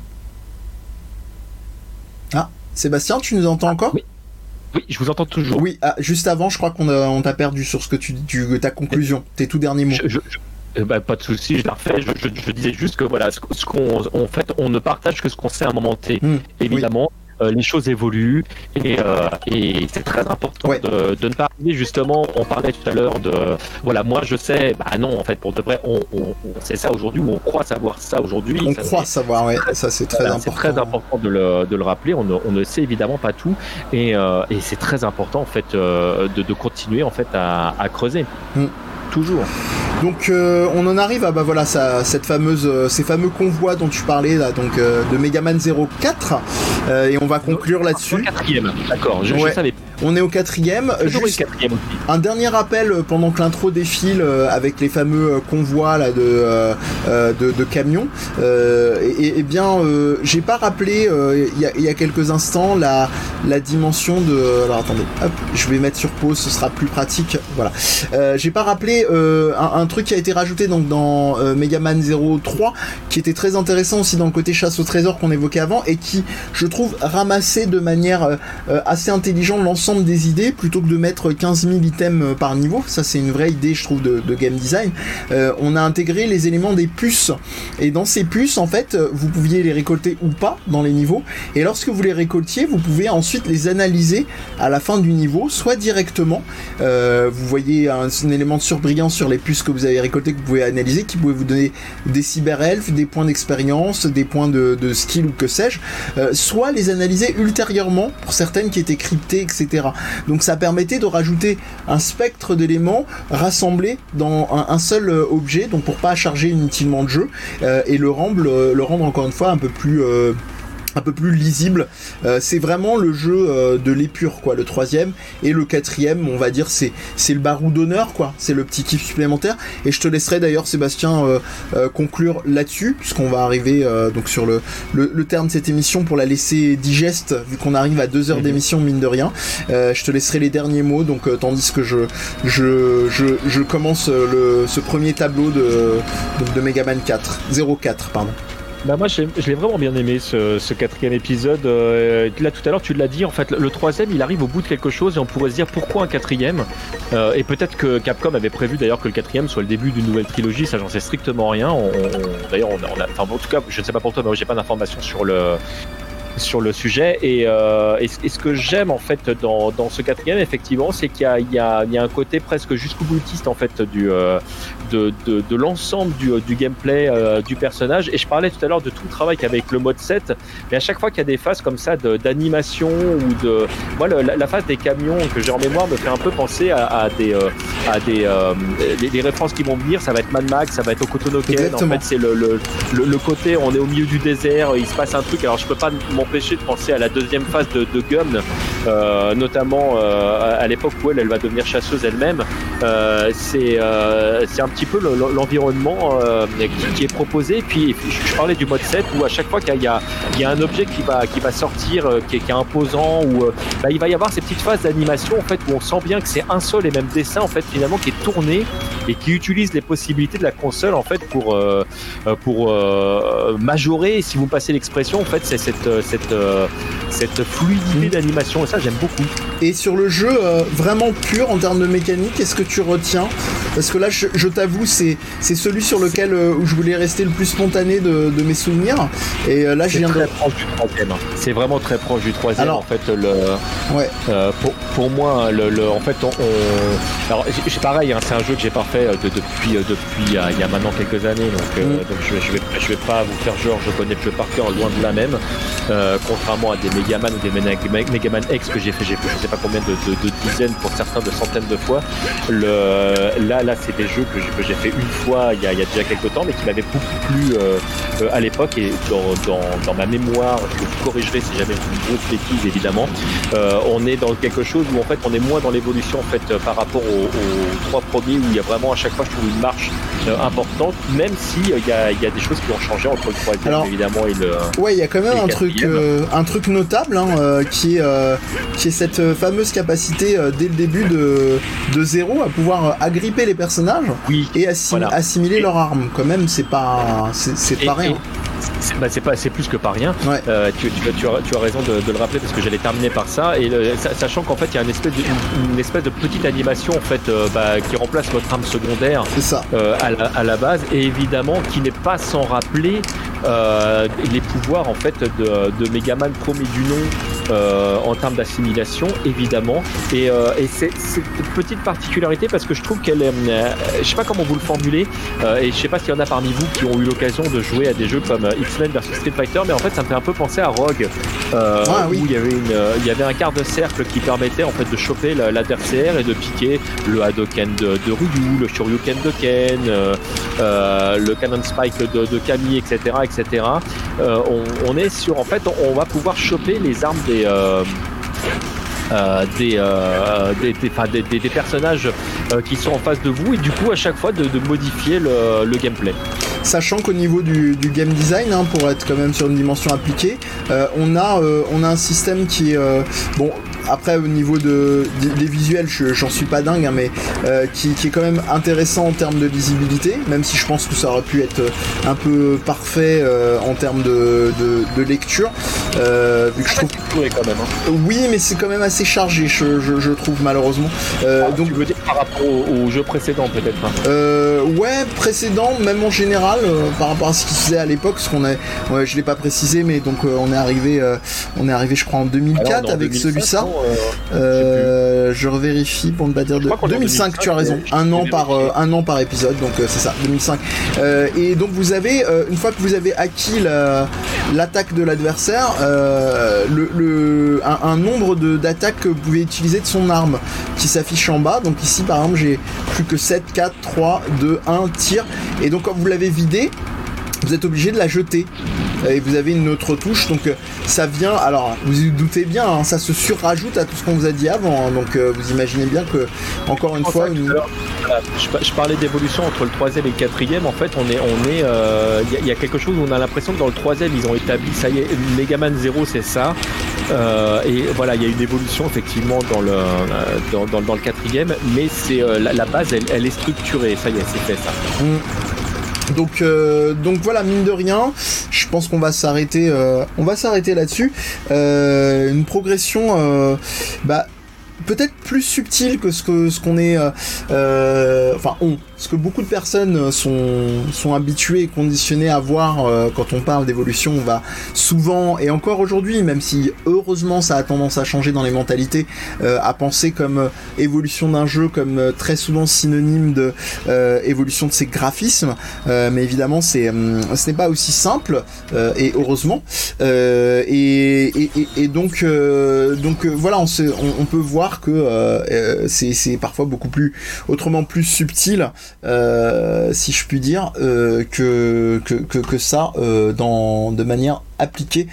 Ah, Sébastien, tu nous entends encore ? Oui. Oui, je vous entends toujours. Oui, ah, juste avant, je crois qu'on a, on t'a perdu sur ce que tu, tu ta conclusion, tes tout derniers mots. Je, je, je, bah, pas de souci, je la refais. Je, je, je disais juste que voilà, ce, ce qu'on, en fait, on ne partage que ce qu'on sait à un moment T. Mmh, évidemment. Oui. Euh, les choses évoluent et, euh, et c'est très important ouais. de, de ne pas arriver justement, on parlait tout à l'heure de voilà, moi je sais, bah non en fait pour de vrai on, on, on sait ça aujourd'hui ou on croit savoir ça aujourd'hui. On ça, croit savoir, ouais, ça c'est très voilà, important. C'est très important de le, de le rappeler, on ne, on ne sait évidemment pas tout et, euh, et c'est très important en fait euh, de, de continuer en fait à, à creuser. Mm. Toujours. Donc euh, on en arrive à bah voilà ça, cette fameuse euh, ces fameux convois dont tu parlais là donc euh, de Megaman Zero quatre euh, et on va conclure là-dessus. Au quatrième, d'accord. Je, ouais. je savais. On est au quatrième. Juste quatrième un dernier rappel pendant que l'intro défile euh, avec les fameux euh, convois là de euh, de, de camions. Euh, et, et bien euh, j'ai pas rappelé il euh, y, y a quelques instants la la dimension de. Alors attendez, hop, je vais mettre sur pause, ce sera plus pratique. Voilà. Euh, j'ai pas rappelé euh, un, un truc qui a été rajouté donc dans euh, Megaman Zero trois qui était très intéressant aussi dans le côté chasse au trésor qu'on évoquait avant et qui je trouve ramassait de manière euh, assez intelligente l'ensemble des idées plutôt que de mettre quinze mille items par niveau. Ça c'est une vraie idée je trouve de, de game design. Euh, on a intégré les éléments des puces et dans ces puces en fait vous pouviez les récolter ou pas dans les niveaux et lorsque vous les récoltiez vous pouvez ensuite les analyser à la fin du niveau soit directement euh, vous voyez un, un élément de surbrillance sur les puces que vous avez récoltées que vous pouvez analyser qui pouvez vous donner des cyber-elfes, des points d'expérience, des points de, de skill ou que sais-je, euh, soit les analyser ultérieurement pour certaines qui étaient cryptées etc. Donc ça permettait de rajouter un spectre d'éléments rassemblés dans un, un seul euh, objet, donc pour pas charger inutilement le jeu euh, et le rendre, le, le rendre encore une fois un peu plus euh, un peu plus lisible. Euh, c'est vraiment le jeu euh, de l'épure, quoi, le troisième. Et le quatrième, on va dire, c'est c'est le barou d'honneur, quoi. C'est le petit kiff supplémentaire. Et je te laisserai d'ailleurs, Sébastien, euh, euh, conclure là-dessus, puisqu'on va arriver euh, donc sur le, le, le terme de cette émission pour la laisser digeste, vu qu'on arrive à deux heures d'émission, mine de rien. Euh, je te laisserai les derniers mots, donc euh, tandis que je, je, je, je commence le, ce premier tableau de, de, de Megaman quatre, zéro quatre, pardon. Bah moi je l'ai vraiment bien aimé ce, ce quatrième épisode. Euh, là tout à l'heure tu l'as dit, en fait le troisième il arrive au bout de quelque chose et on pourrait se dire pourquoi un quatrième, euh, et peut-être que Capcom avait prévu d'ailleurs que le quatrième soit le début d'une nouvelle trilogie, ça j'en sais strictement rien. On, on, d'ailleurs on a, on a, enfin en tout cas je ne sais pas pour toi mais j'ai pas d'informations sur le sur le sujet et, euh, et, et ce que j'aime en fait dans, dans ce quatrième effectivement c'est qu'il y a, il y, a, il y a un côté presque jusqu'au boutiste en fait du, euh, de, de, de l'ensemble du, du gameplay euh, du personnage. Et je parlais tout à l'heure de tout le travail qu'il y avait avec le mode sept, mais à chaque fois qu'il y a des phases comme ça de, d'animation ou de... Moi le, la, la phase des camions que j'ai en mémoire me fait un peu penser à, à des, euh, à des, euh, des, des références qui vont venir, ça va être Mad Max, ça va être Hokuto no Ken, en fait c'est le, le, le, le côté on est au milieu du désert, il se passe un truc, alors je peux pas m'empêcher de penser à la deuxième phase de, de Gum, euh, notamment euh, à l'époque où elle, elle va devenir chasseuse elle-même. Euh, c'est, euh, c'est un petit peu le, l'environnement euh, qui, qui est proposé. Et puis je parlais du mode sept où à chaque fois qu'il y a, il y a un objet qui va, qui va sortir, euh, qui, est, qui est imposant, où euh, bah, il va y avoir ces petites phases d'animation en fait, où on sent bien que c'est un seul et même dessin en fait, finalement, qui est tourné et qui utilise les possibilités de la console en fait, pour, euh, pour euh, majorer, si vous passez l'expression, en fait, c'est cette, cette, cette fluidité d'animation, et ça j'aime beaucoup. Et sur le jeu euh, vraiment pur en termes de mécanique, qu'est-ce que tu retiens? Parce que là je, je t'avoue c'est, c'est celui sur lequel euh, où je voulais rester le plus spontané de, de mes souvenirs, et euh, là c'est je viens très de... proche du troisième. C'est vraiment très proche du troisième. Alors, en fait le ouais. euh, pour, pour moi le, le en fait on, on... alors c'est pareil hein, c'est un jeu que j'ai pas fait de, depuis euh, depuis il y, a, il y a maintenant quelques années, donc, euh, mm. donc je, je vais je vais pas vous faire genre je connais le jeu par cœur, loin de là même, euh, contrairement à des Megaman ou des Megaman X que j'ai fait, j'ai fait je sais pas combien de, de, de dizaines, pour certains de centaines de fois. Le, là, là, c'est des jeux que j'ai, que j'ai fait une fois il y, a, il y a déjà quelques temps, mais qui m'avaient beaucoup plu euh, euh, à l'époque, et dans, dans, dans ma mémoire, je vous corrigerai si jamais une grosse bêtise évidemment, euh, on est dans quelque chose où en fait on est moins dans l'évolution en fait par rapport aux, aux trois premiers, où il y a vraiment à chaque fois je trouve une marche euh, importante, même si il euh, y, a, y a des choses qui ont changé entre le troisième Alors, évidemment et le. Ouais, il y a quand même un truc, euh, un truc notable hein, euh, qui est euh, qui est cette fameuse capacité euh, dès le début de de zéro à pouvoir euh, agripper les personnages oui, et assim- voilà. assimiler et... leurs armes. Quand même, c'est pas c'est, c'est et, pas rien. Et... C'est, bah c'est pas c'est plus que pas rien. Ouais. Euh, tu, tu, tu, as, tu as raison de, de le rappeler, parce que j'allais terminer par ça, et le, sachant qu'en fait il y a une espèce de, une, une espèce de petite animation en fait euh, bah, qui remplace votre arme secondaire euh, à, la, à la base, et évidemment qui n'est pas sans rappeler euh, les pouvoirs en fait de, de Megaman premier du nom euh, en termes d'assimilation évidemment, et, euh, et c'est, c'est une petite particularité parce que je trouve qu'elle est, euh, je sais pas comment vous le formulez, euh, et je sais pas s'il y en a parmi vous qui ont eu l'occasion de jouer à des jeux comme X-Men versus Street Fighter, mais en fait ça me fait un peu penser à Rogue, euh, ah, oui. où il y avait une, euh, il y avait un quart de cercle qui permettait en fait de choper l'adversaire et de piquer le Hadoken de, de Ryu, le Shoryuken de Ken, euh, euh, le Cannon Spike de, de Camille, et cetera, et cetera. Euh, on, on est sur en fait, on, on va pouvoir choper les armes des euh, Euh, des, euh, des, des, des, des, des personnages euh, qui sont en face de vous, et du coup à chaque fois de, de modifier le, le gameplay. Sachant qu'au niveau du, du game design, hein, pour être quand même sur une dimension appliquée, euh, on, a, euh, on a un système qui est... Euh, bon, après au niveau de, de, des visuels, je, j'en suis pas dingue, hein, mais euh, qui, qui est quand même intéressant en termes de lisibilité, même si je pense que ça aurait pu être un peu parfait euh, en termes de, de, de lecture. Euh, vu que je trouve... quand même, hein. Oui, mais c'est quand même assez chargé, je, je, je trouve, malheureusement. Euh, ah, donc... Tu veux dire par rapport au, au jeu précédent, peut-être hein. euh, Ouais, précédent, même en général, euh, par rapport à ce qui se faisait à l'époque, parce qu'on a, ouais, je l'ai pas précisé, mais donc euh, on est arrivé, euh, on est arrivé, je crois, en deux mille quatre Alors, en avec celui-là. Euh, euh, je revérifie pour ne pas dire de deux mille cinq, tu as raison, un an par euh, un an par épisode, donc euh, c'est ça, deux mille cinq. Euh, et donc vous avez, euh, une fois que vous avez acquis la, l'attaque de l'adversaire, euh, le, le un, un nombre de d'attaques que vous pouvez utiliser de son arme qui s'affiche en bas. Donc ici par exemple j'ai plus que sept, quatre, trois, deux, un tir, et donc quand vous l'avez vidé, vous êtes obligé de la jeter. et vous avez une autre touche. Donc euh, ça vient, alors vous vous doutez bien, hein, ça se surrajoute à tout ce qu'on vous a dit avant. Hein, donc euh, vous imaginez bien que, encore une fois, une... Alors, voilà, je, je parlais d'évolution entre le troisième et le quatrième. En fait, on est, on est, il euh, y, y a quelque chose où on a l'impression que dans le troisième, ils ont établi, ça y est, Megaman Zero, c'est ça. Euh, et voilà, il y a une évolution effectivement dans le, dans, dans, dans le quatrième, mais c'est euh, la, la base, elle, elle est structurée. Ça y est, c'est fait ça. Mmh. Donc, euh, donc voilà, mine de rien, je pense qu'on va s'arrêter, euh, on va s'arrêter là-dessus. Euh, une progression, euh, bah, peut-être plus subtile que ce que ce qu'on est, euh, euh, enfin on, ce que beaucoup de personnes sont sont habituées et conditionnées à voir euh, quand on parle d'évolution. On va souvent, et encore aujourd'hui, même si heureusement ça a tendance à changer dans les mentalités, euh, à penser comme euh, évolution d'un jeu comme euh, très souvent synonyme de euh, évolution de ses graphismes, euh, mais évidemment c'est euh, ce n'est pas aussi simple, euh, et heureusement, euh, et, et, et, et donc euh, donc euh, voilà, on, se, on, on peut voir que euh, c'est, c'est parfois beaucoup plus, autrement plus subtil, euh, si je puis dire, euh, que, que, que, que ça, euh, dans, de manière appliquée,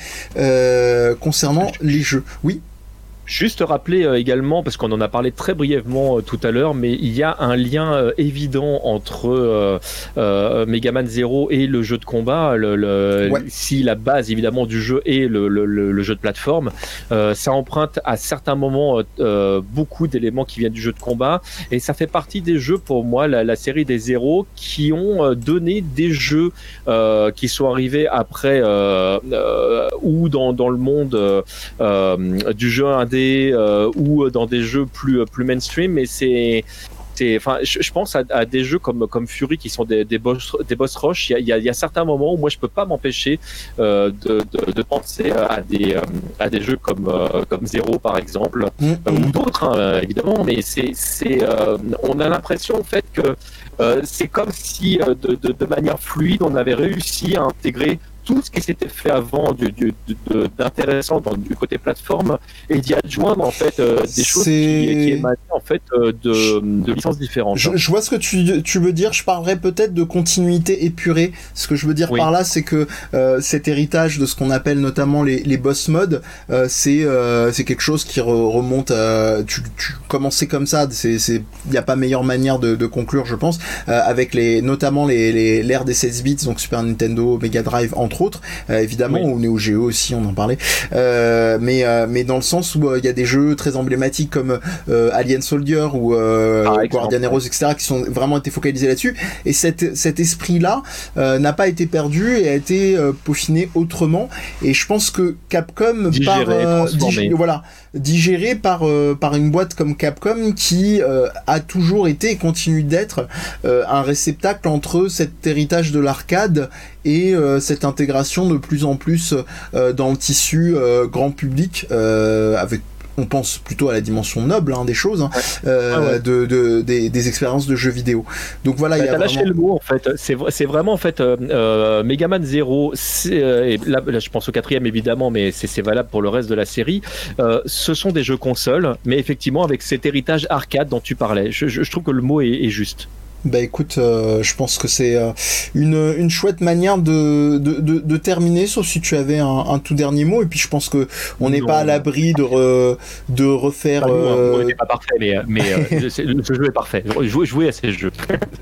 euh, concernant les jeux. Oui. Juste rappeler euh, également, parce qu'on en a parlé très brièvement euh, tout à l'heure, mais il y a un lien euh, évident entre euh, euh, Megaman Zero et le jeu de combat. Le, le, ouais. Si la base évidemment du jeu est le, le, le, le jeu de plateforme, euh, ça emprunte à certains moments euh, beaucoup d'éléments qui viennent du jeu de combat, et ça fait partie des jeux, pour moi, la, la série des Zero, qui ont euh, donné des jeux euh, qui sont arrivés après euh, euh, ou dans, dans le monde euh, euh, du jeu indé, Euh, ou dans des jeux plus plus mainstream, mais c'est c'est enfin je, je pense à, à des jeux comme comme Fury qui sont des des boss des boss rush. Il y a il y a certains moments où moi je peux pas m'empêcher euh, de, de de penser à des euh, à des jeux comme euh, comme Zero par exemple, mmh. euh, ou d'autres hein, évidemment, mais c'est c'est euh, on a l'impression en fait que euh, c'est comme si euh, de, de de manière fluide on avait réussi à intégrer tout ce qui s'était fait avant du, du, de, d'intéressant dans, du côté plateforme, et d'y adjoindre en fait euh, des choses qui, qui émanaient en fait euh, de, de licences différentes. Je, je vois ce que tu, tu veux dire. Je parlerais peut-être de continuité épurée. Ce que je veux dire oui. par là, c'est que euh, cet héritage de ce qu'on appelle notamment les, les boss modes, euh, c'est euh, c'est quelque chose qui re, remonte. À, tu, tu commençais comme ça. C'est c'est il y a pas meilleure manière de, de conclure, je pense, euh, avec les notamment les les l'ère des seize bits, donc Super Nintendo, Mega Drive entre autres, euh, évidemment, oui. ou Neo Geo aussi, on en parlait, euh, mais euh, mais dans le sens où il euh, y a des jeux très emblématiques comme euh, Alien Soldier ou euh, ah, Guardian Heroes, et cetera, qui sont vraiment été focalisés là-dessus, et cet cet esprit-là euh, n'a pas été perdu et a été euh, peaufiné autrement, et je pense que Capcom digéré, par euh, dig- voilà digéré par euh, par une boîte comme Capcom qui euh, a toujours été et continue d'être euh, un réceptacle entre cet héritage de l'arcade et euh, cette intégration de plus en plus euh, dans le tissu euh, grand public, euh, avec on pense plutôt à la dimension noble hein, des choses, hein, euh, ah ouais. de, de, des, des expériences de jeux vidéo. Donc voilà, bah, il y a t'as vraiment... lâché le mot en fait. C'est, c'est vraiment en fait euh, euh, Megaman Zero. C'est, euh, et là, là, je pense au quatrième évidemment, mais c'est, c'est valable pour le reste de la série. Euh, ce sont des jeux consoles, mais effectivement avec cet héritage arcade dont tu parlais. Je, je, je trouve que le mot est, est juste. Bah écoute, euh, je pense que c'est euh, une, une chouette manière de, de, de, de terminer, sauf si tu avais un, un tout dernier mot, et puis je pense que on n'est pas à l'abri de, re, de refaire... Bah, euh... Le mot n'est pas parfait, mais, mais euh, ce jeu est parfait. Jouer, jouer à ces jeux.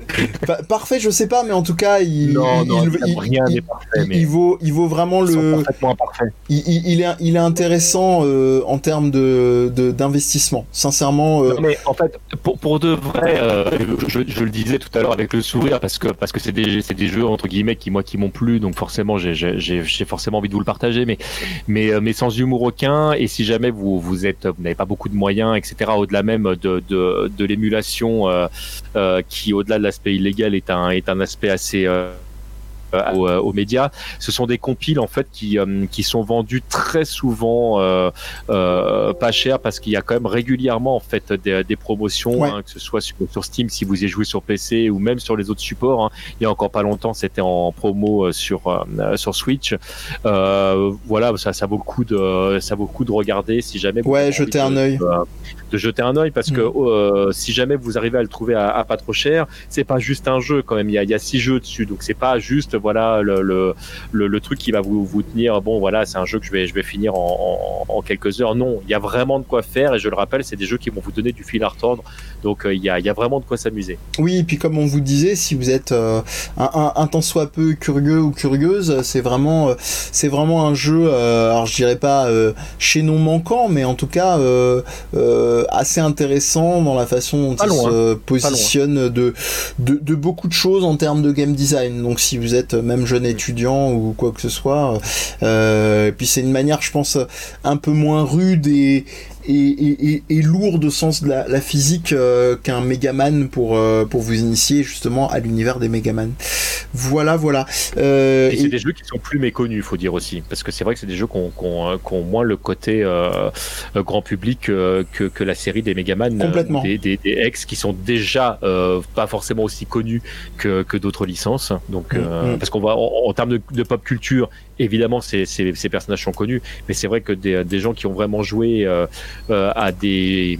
Pa- parfait, je sais pas, mais en tout cas, il, non, il, non, il, il, il, rien il, n'est parfait. Il, mais il, vaut, il vaut vraiment le... Parfaitement imparfait. Il, il, il, est, il est intéressant euh, en termes de, de, d'investissement, sincèrement. Euh... Non, mais en fait, pour, pour de vrai, euh, je, je le disais tout à l'heure avec le sourire, parce que parce que c'est des c'est des jeux entre guillemets qui moi qui m'ont plu, donc forcément j'ai j'ai j'ai forcément envie de vous le partager, mais mais mais sans humour aucun. Et si jamais vous vous êtes vous n'avez pas beaucoup de moyens, et cetera, au-delà même de de de l'émulation, euh, euh, qui au-delà de l'aspect illégal est un est un aspect assez euh, Aux, aux médias, ce sont des compiles en fait qui euh, qui sont vendus très souvent euh, euh, pas cher, parce qu'il y a quand même régulièrement en fait des, des promotions, ouais. hein, que ce soit sur, sur Steam si vous y jouez sur P C, ou même sur les autres supports, hein. Il y a encore pas longtemps c'était en promo sur euh, sur Switch. Euh, voilà, ça ça vaut le coup de ça vaut le coup de regarder si jamais vous ouais jeter un œil. Euh, de jeter un œil parce mmh. que euh, si jamais vous arrivez à le trouver à, à pas trop cher, c'est pas juste un jeu quand même. Il y a, il y a six jeux dessus, donc c'est pas juste voilà le, le, le, le truc qui va vous, vous tenir. Bon voilà, c'est un jeu que je vais, je vais finir en, en, en quelques heures. Non, il y a vraiment de quoi faire et je le rappelle, c'est des jeux qui vont vous donner du fil à retordre. Donc euh, il y a, il y a vraiment de quoi s'amuser. Oui, et puis comme on vous disait, si vous êtes euh, un, un, un tant soit peu curieux ou curieuse, c'est vraiment, euh, c'est vraiment un jeu. Euh, alors je dirais pas euh, chaînon manquant, mais en tout cas euh, euh, assez intéressant dans la façon dont pas il loin, se positionne de, de de beaucoup de choses en termes de game design. Donc si vous êtes même jeune étudiant ou quoi que ce soit, euh, et puis c'est une manière, je pense, un peu moins rude et Et, et, et lourd au sens de la, la physique euh, qu'un Megaman pour, euh, pour vous initier justement à l'univers des Megaman. Voilà, voilà. Euh, et c'est et... des jeux qui sont plus méconnus, il faut dire aussi, parce que c'est vrai que c'est des jeux qui ont, qui ont, qui ont moins le côté euh, grand public euh, que, que la série des Megaman, complètement. Des, des, des X qui sont déjà euh, pas forcément aussi connus que, que d'autres licences. Donc, mmh, euh, mmh. Parce qu'on va en, en termes de, de pop culture, évidemment, ces, ces, ces personnages sont connus, mais c'est vrai que des, des gens qui ont vraiment joué euh, euh, à des,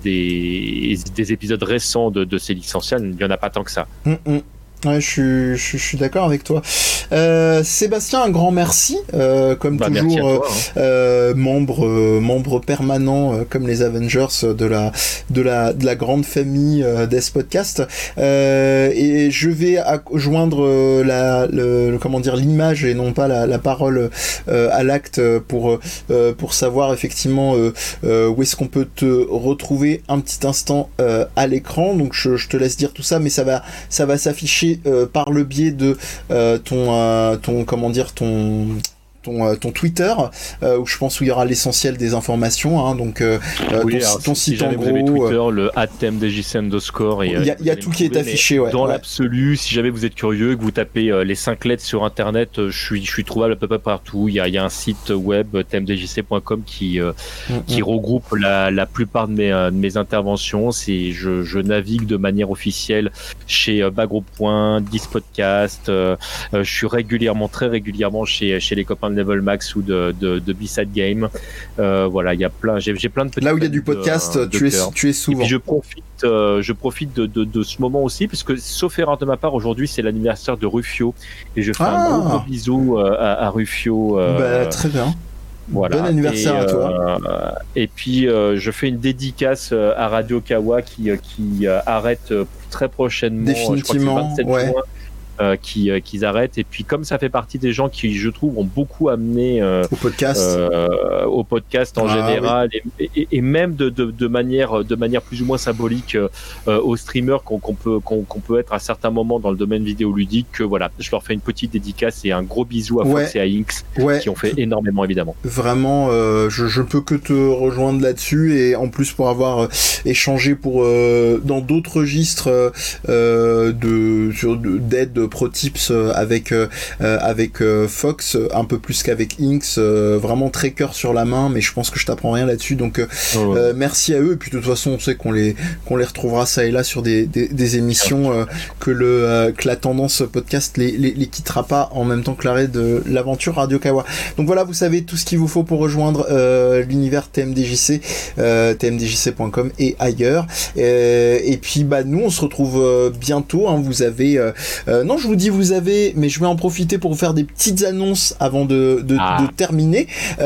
des, des épisodes récents de, de ces licenciales, il n'y en a pas tant que ça. Mmh, mmh. Ouais, je suis, je, je suis d'accord avec toi. Euh, Sébastien, un grand merci, euh, comme bah, toujours, toi, hein. euh, membre, euh, membre permanent, euh, comme les Avengers de la, de la, de la grande famille euh, des podcasts. Euh, et je vais joindre la, le, le, comment dire, l'image et non pas la, la parole euh, à l'acte pour, euh, pour savoir effectivement euh, euh, où est-ce qu'on peut te retrouver un petit instant euh, à l'écran. Donc je, je te laisse dire tout ça, mais ça va, ça va s'afficher Euh, par le biais de euh, ton, euh, ton, comment dire, ton... Ton, euh, ton Twitter euh, où je pense où il y aura l'essentiel des informations hein, donc euh, oui, ton, alors, ton si, site si en gros vous avez Twitter euh, le at t m d j c underscore il y a, y a tout qui est affiché ouais, dans ouais. l'absolu si jamais vous êtes curieux que vous tapez euh, les cinq lettres sur internet euh, je suis je suis trouvable à peu près partout il y a il y a un site web t m d j c point com qui euh, mm-hmm. qui regroupe la la plupart de mes euh, de mes interventions c'est je je navigue de manière officielle chez euh, Bagro Point, dix Podcast euh, euh, je suis régulièrement très régulièrement chez chez les copains de Level Max ou de de, de, de B-Side Game euh, voilà il y a plein j'ai, j'ai plein de petits là où il y a du podcast de, tu, de es, tu es souvent et puis je profite euh, je profite de, de, de ce moment aussi puisque sauf erreur de ma part aujourd'hui c'est l'anniversaire de Rufio et je fais ah. un gros, gros bisou euh, à, à Rufio euh, bah, très bien voilà. Bon anniversaire et, à toi. Euh, et puis euh, je fais une dédicace à Radio Kawa qui, qui euh, arrête très prochainement. Définitivement, je crois que c'est le vingt-sept ouais. juin. Euh, qui euh, qu'ils arrêtent et puis comme ça fait partie des gens qui je trouve ont beaucoup amené euh, au podcast euh, au podcast en ah, général oui. et, et, et même de, de, de manière de manière plus ou moins symbolique euh, aux streamers qu'on, qu'on peut qu'on, qu'on peut être à certains moments dans le domaine vidéoludique que voilà je leur fais une petite dédicace et un gros bisou à ouais. Fox et à Inks ouais. qui ont fait énormément évidemment vraiment euh, je, je peux que te rejoindre là-dessus et en plus pour avoir euh, échangé pour euh, dans d'autres registres euh, de sur de, d'aide pro tips avec euh, avec euh, Fox un peu plus qu'avec Inks euh, vraiment très cœur sur la main mais je pense que je t'apprends rien là-dessus donc euh, oh ouais. euh, merci à eux et puis de toute façon on sait qu'on les qu'on les retrouvera ça et là sur des des, des émissions euh, que le euh, que la tendance podcast les, les les quittera pas en même temps que l'arrêt de l'aventure Radio Kawa donc voilà vous savez tout ce qu'il vous faut pour rejoindre euh, l'univers T M D J C euh, t m d j c point com et ailleurs euh, et puis bah nous on se retrouve euh, bientôt hein, vous avez euh, euh, non je vous dis vous avez, mais je vais en profiter pour vous faire des petites annonces avant de, de, ah. de terminer.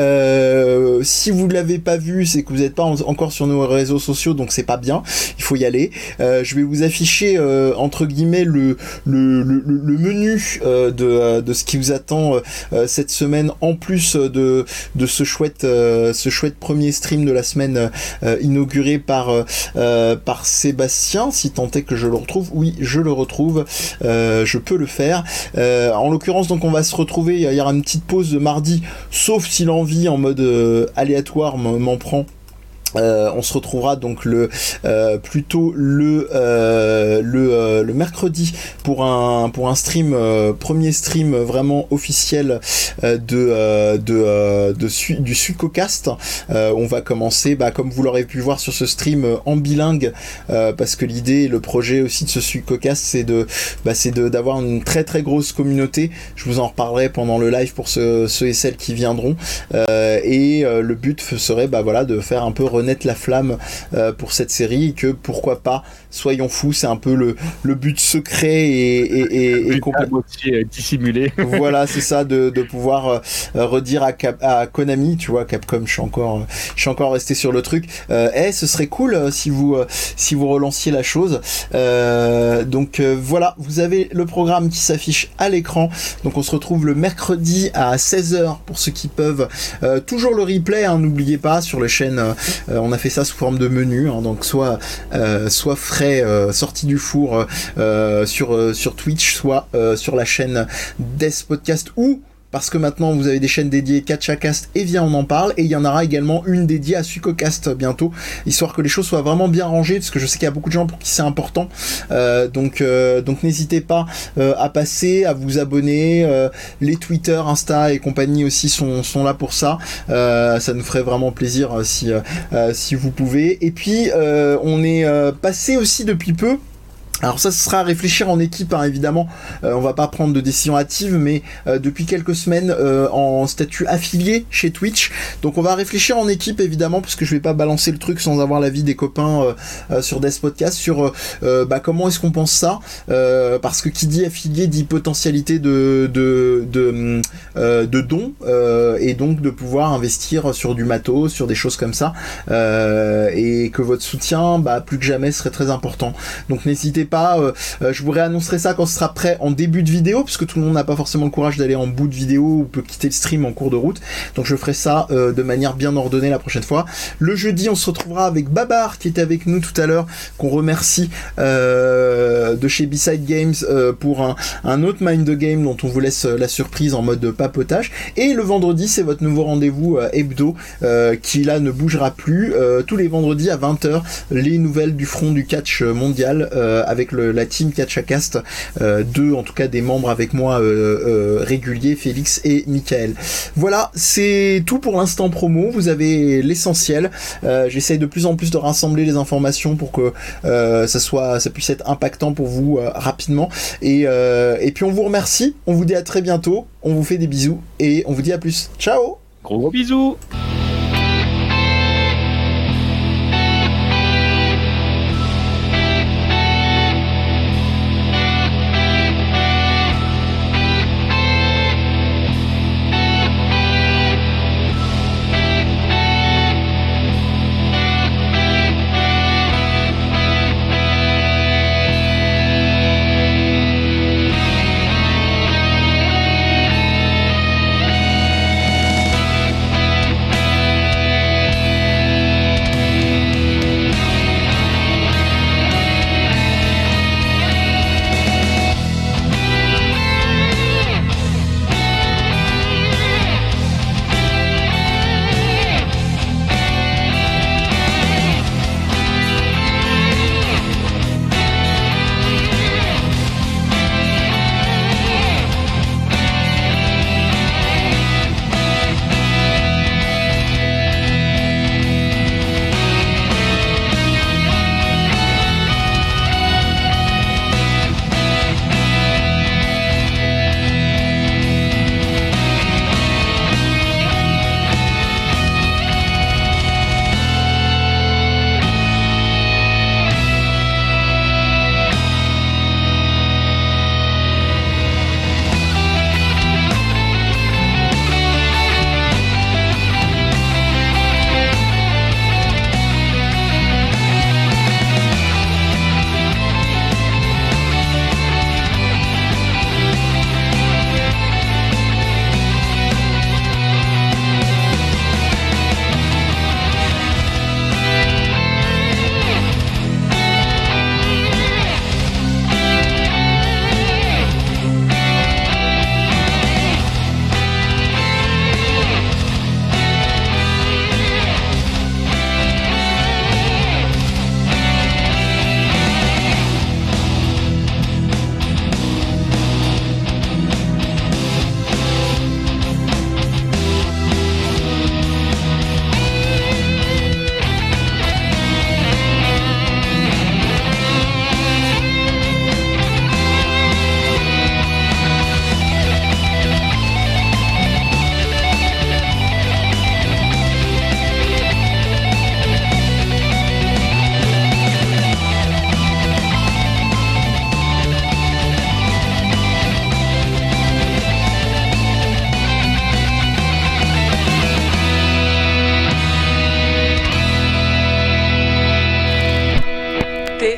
Euh, si vous ne l'avez pas vu, c'est que vous n'êtes pas en, encore sur nos réseaux sociaux, donc c'est pas bien. Il faut y aller. Euh, je vais vous afficher euh, entre guillemets le le, le, le menu euh, de, de ce qui vous attend euh, cette semaine, en plus de de ce chouette euh, ce chouette premier stream de la semaine euh, inauguré par euh, par Sébastien. Si tant est que je le retrouve, oui, je le retrouve. Euh, je peux le faire. Euh, en l'occurrence, donc on va se retrouver, il y aura une petite pause de mardi, sauf si l'envie en mode euh, aléatoire m'en prend. Euh, on se retrouvera donc le euh, plutôt le euh, le euh, le mercredi pour un pour un stream euh, premier stream vraiment officiel euh, de euh, de euh, de su, du Suicocast. Euh, on va commencer bah, comme vous l'aurez pu voir sur ce stream euh, en bilingue euh, parce que l'idée le projet aussi de ce Suicocast c'est de bah, c'est de d'avoir une très très grosse communauté. Je vous en reparlerai pendant le live pour ceux, ceux et celles qui viendront euh, et euh, le but serait bah voilà de faire un peu renaître renaître la flamme euh, pour cette série et que pourquoi pas, soyons fous, c'est un peu le, le but secret et, et, et, et complètement dissimulé. Voilà, c'est ça, de, de pouvoir euh, redire à, Cap, à Konami, tu vois, Capcom, je suis encore, je suis encore resté sur le truc. Euh, hey, ce serait cool euh, si vous, euh, si vous relanciez la chose. Euh, donc euh, voilà, vous avez le programme qui s'affiche à l'écran. Donc on se retrouve le mercredi à seize heures pour ceux qui peuvent. Euh, toujours le replay, hein, n'oubliez pas, sur les chaînes, euh, on a fait ça sous forme de menu, hein, donc soit, euh, soit frais, euh, sorti du four euh, sur, euh, sur Twitch, soit euh, sur la chaîne Death Podcast, ou parce que maintenant vous avez des chaînes dédiées KatchaCast et Viens on en parle, et il y en aura également une dédiée à SuikoCast bientôt, histoire que les choses soient vraiment bien rangées, parce que je sais qu'il y a beaucoup de gens pour qui c'est important, euh, donc, euh, donc n'hésitez pas euh, à passer, à vous abonner, euh, les Twitter, Insta et compagnie aussi sont, sont là pour ça, euh, ça nous ferait vraiment plaisir euh, si, euh, si vous pouvez. Et puis euh, on est euh, passé aussi depuis peu. Alors ça, ce sera à réfléchir en équipe, hein, évidemment. Euh, on va pas prendre de décision hâtive, mais euh, depuis quelques semaines euh, en statut affilié chez Twitch. Donc on va réfléchir en équipe, évidemment, parce que je vais pas balancer le truc sans avoir l'avis des copains euh, euh, sur Death Podcast, sur euh, bah, comment est-ce qu'on pense ça, euh, parce que qui dit affilié dit potentialité de de de, euh, de dons, euh, et donc de pouvoir investir sur du matos, sur des choses comme ça, euh, et que votre soutien, bah, plus que jamais, serait très important. Donc n'hésitez pas, euh, euh, je vous réannoncerai ça quand ce sera prêt en début de vidéo, parce que tout le monde n'a pas forcément le courage d'aller en bout de vidéo ou peut quitter le stream en cours de route, donc je ferai ça euh, de manière bien ordonnée la prochaine fois. Le jeudi, on se retrouvera avec Babar qui était avec nous tout à l'heure, qu'on remercie euh, de chez B-Side Games euh, pour un, un autre Mind the Game dont on vous laisse la surprise en mode papotage. Et le vendredi, c'est votre nouveau rendez-vous euh, hebdo euh, qui là ne bougera plus, euh, tous les vendredis à vingt heures, les nouvelles du front du catch mondial euh, avec le, la team KatchaCast, euh, deux en tout cas des membres avec moi euh, euh, réguliers, Félix et Michael. Voilà, c'est tout pour l'instant promo, vous avez l'essentiel. Euh, j'essaye de plus en plus de rassembler les informations pour que euh, ça soit, ça puisse être impactant pour vous euh, rapidement, et, euh, et puis on vous remercie, on vous dit à très bientôt, on vous fait des bisous et on vous dit à plus. Ciao. Gros gros bisous.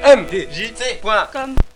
M D J C point com.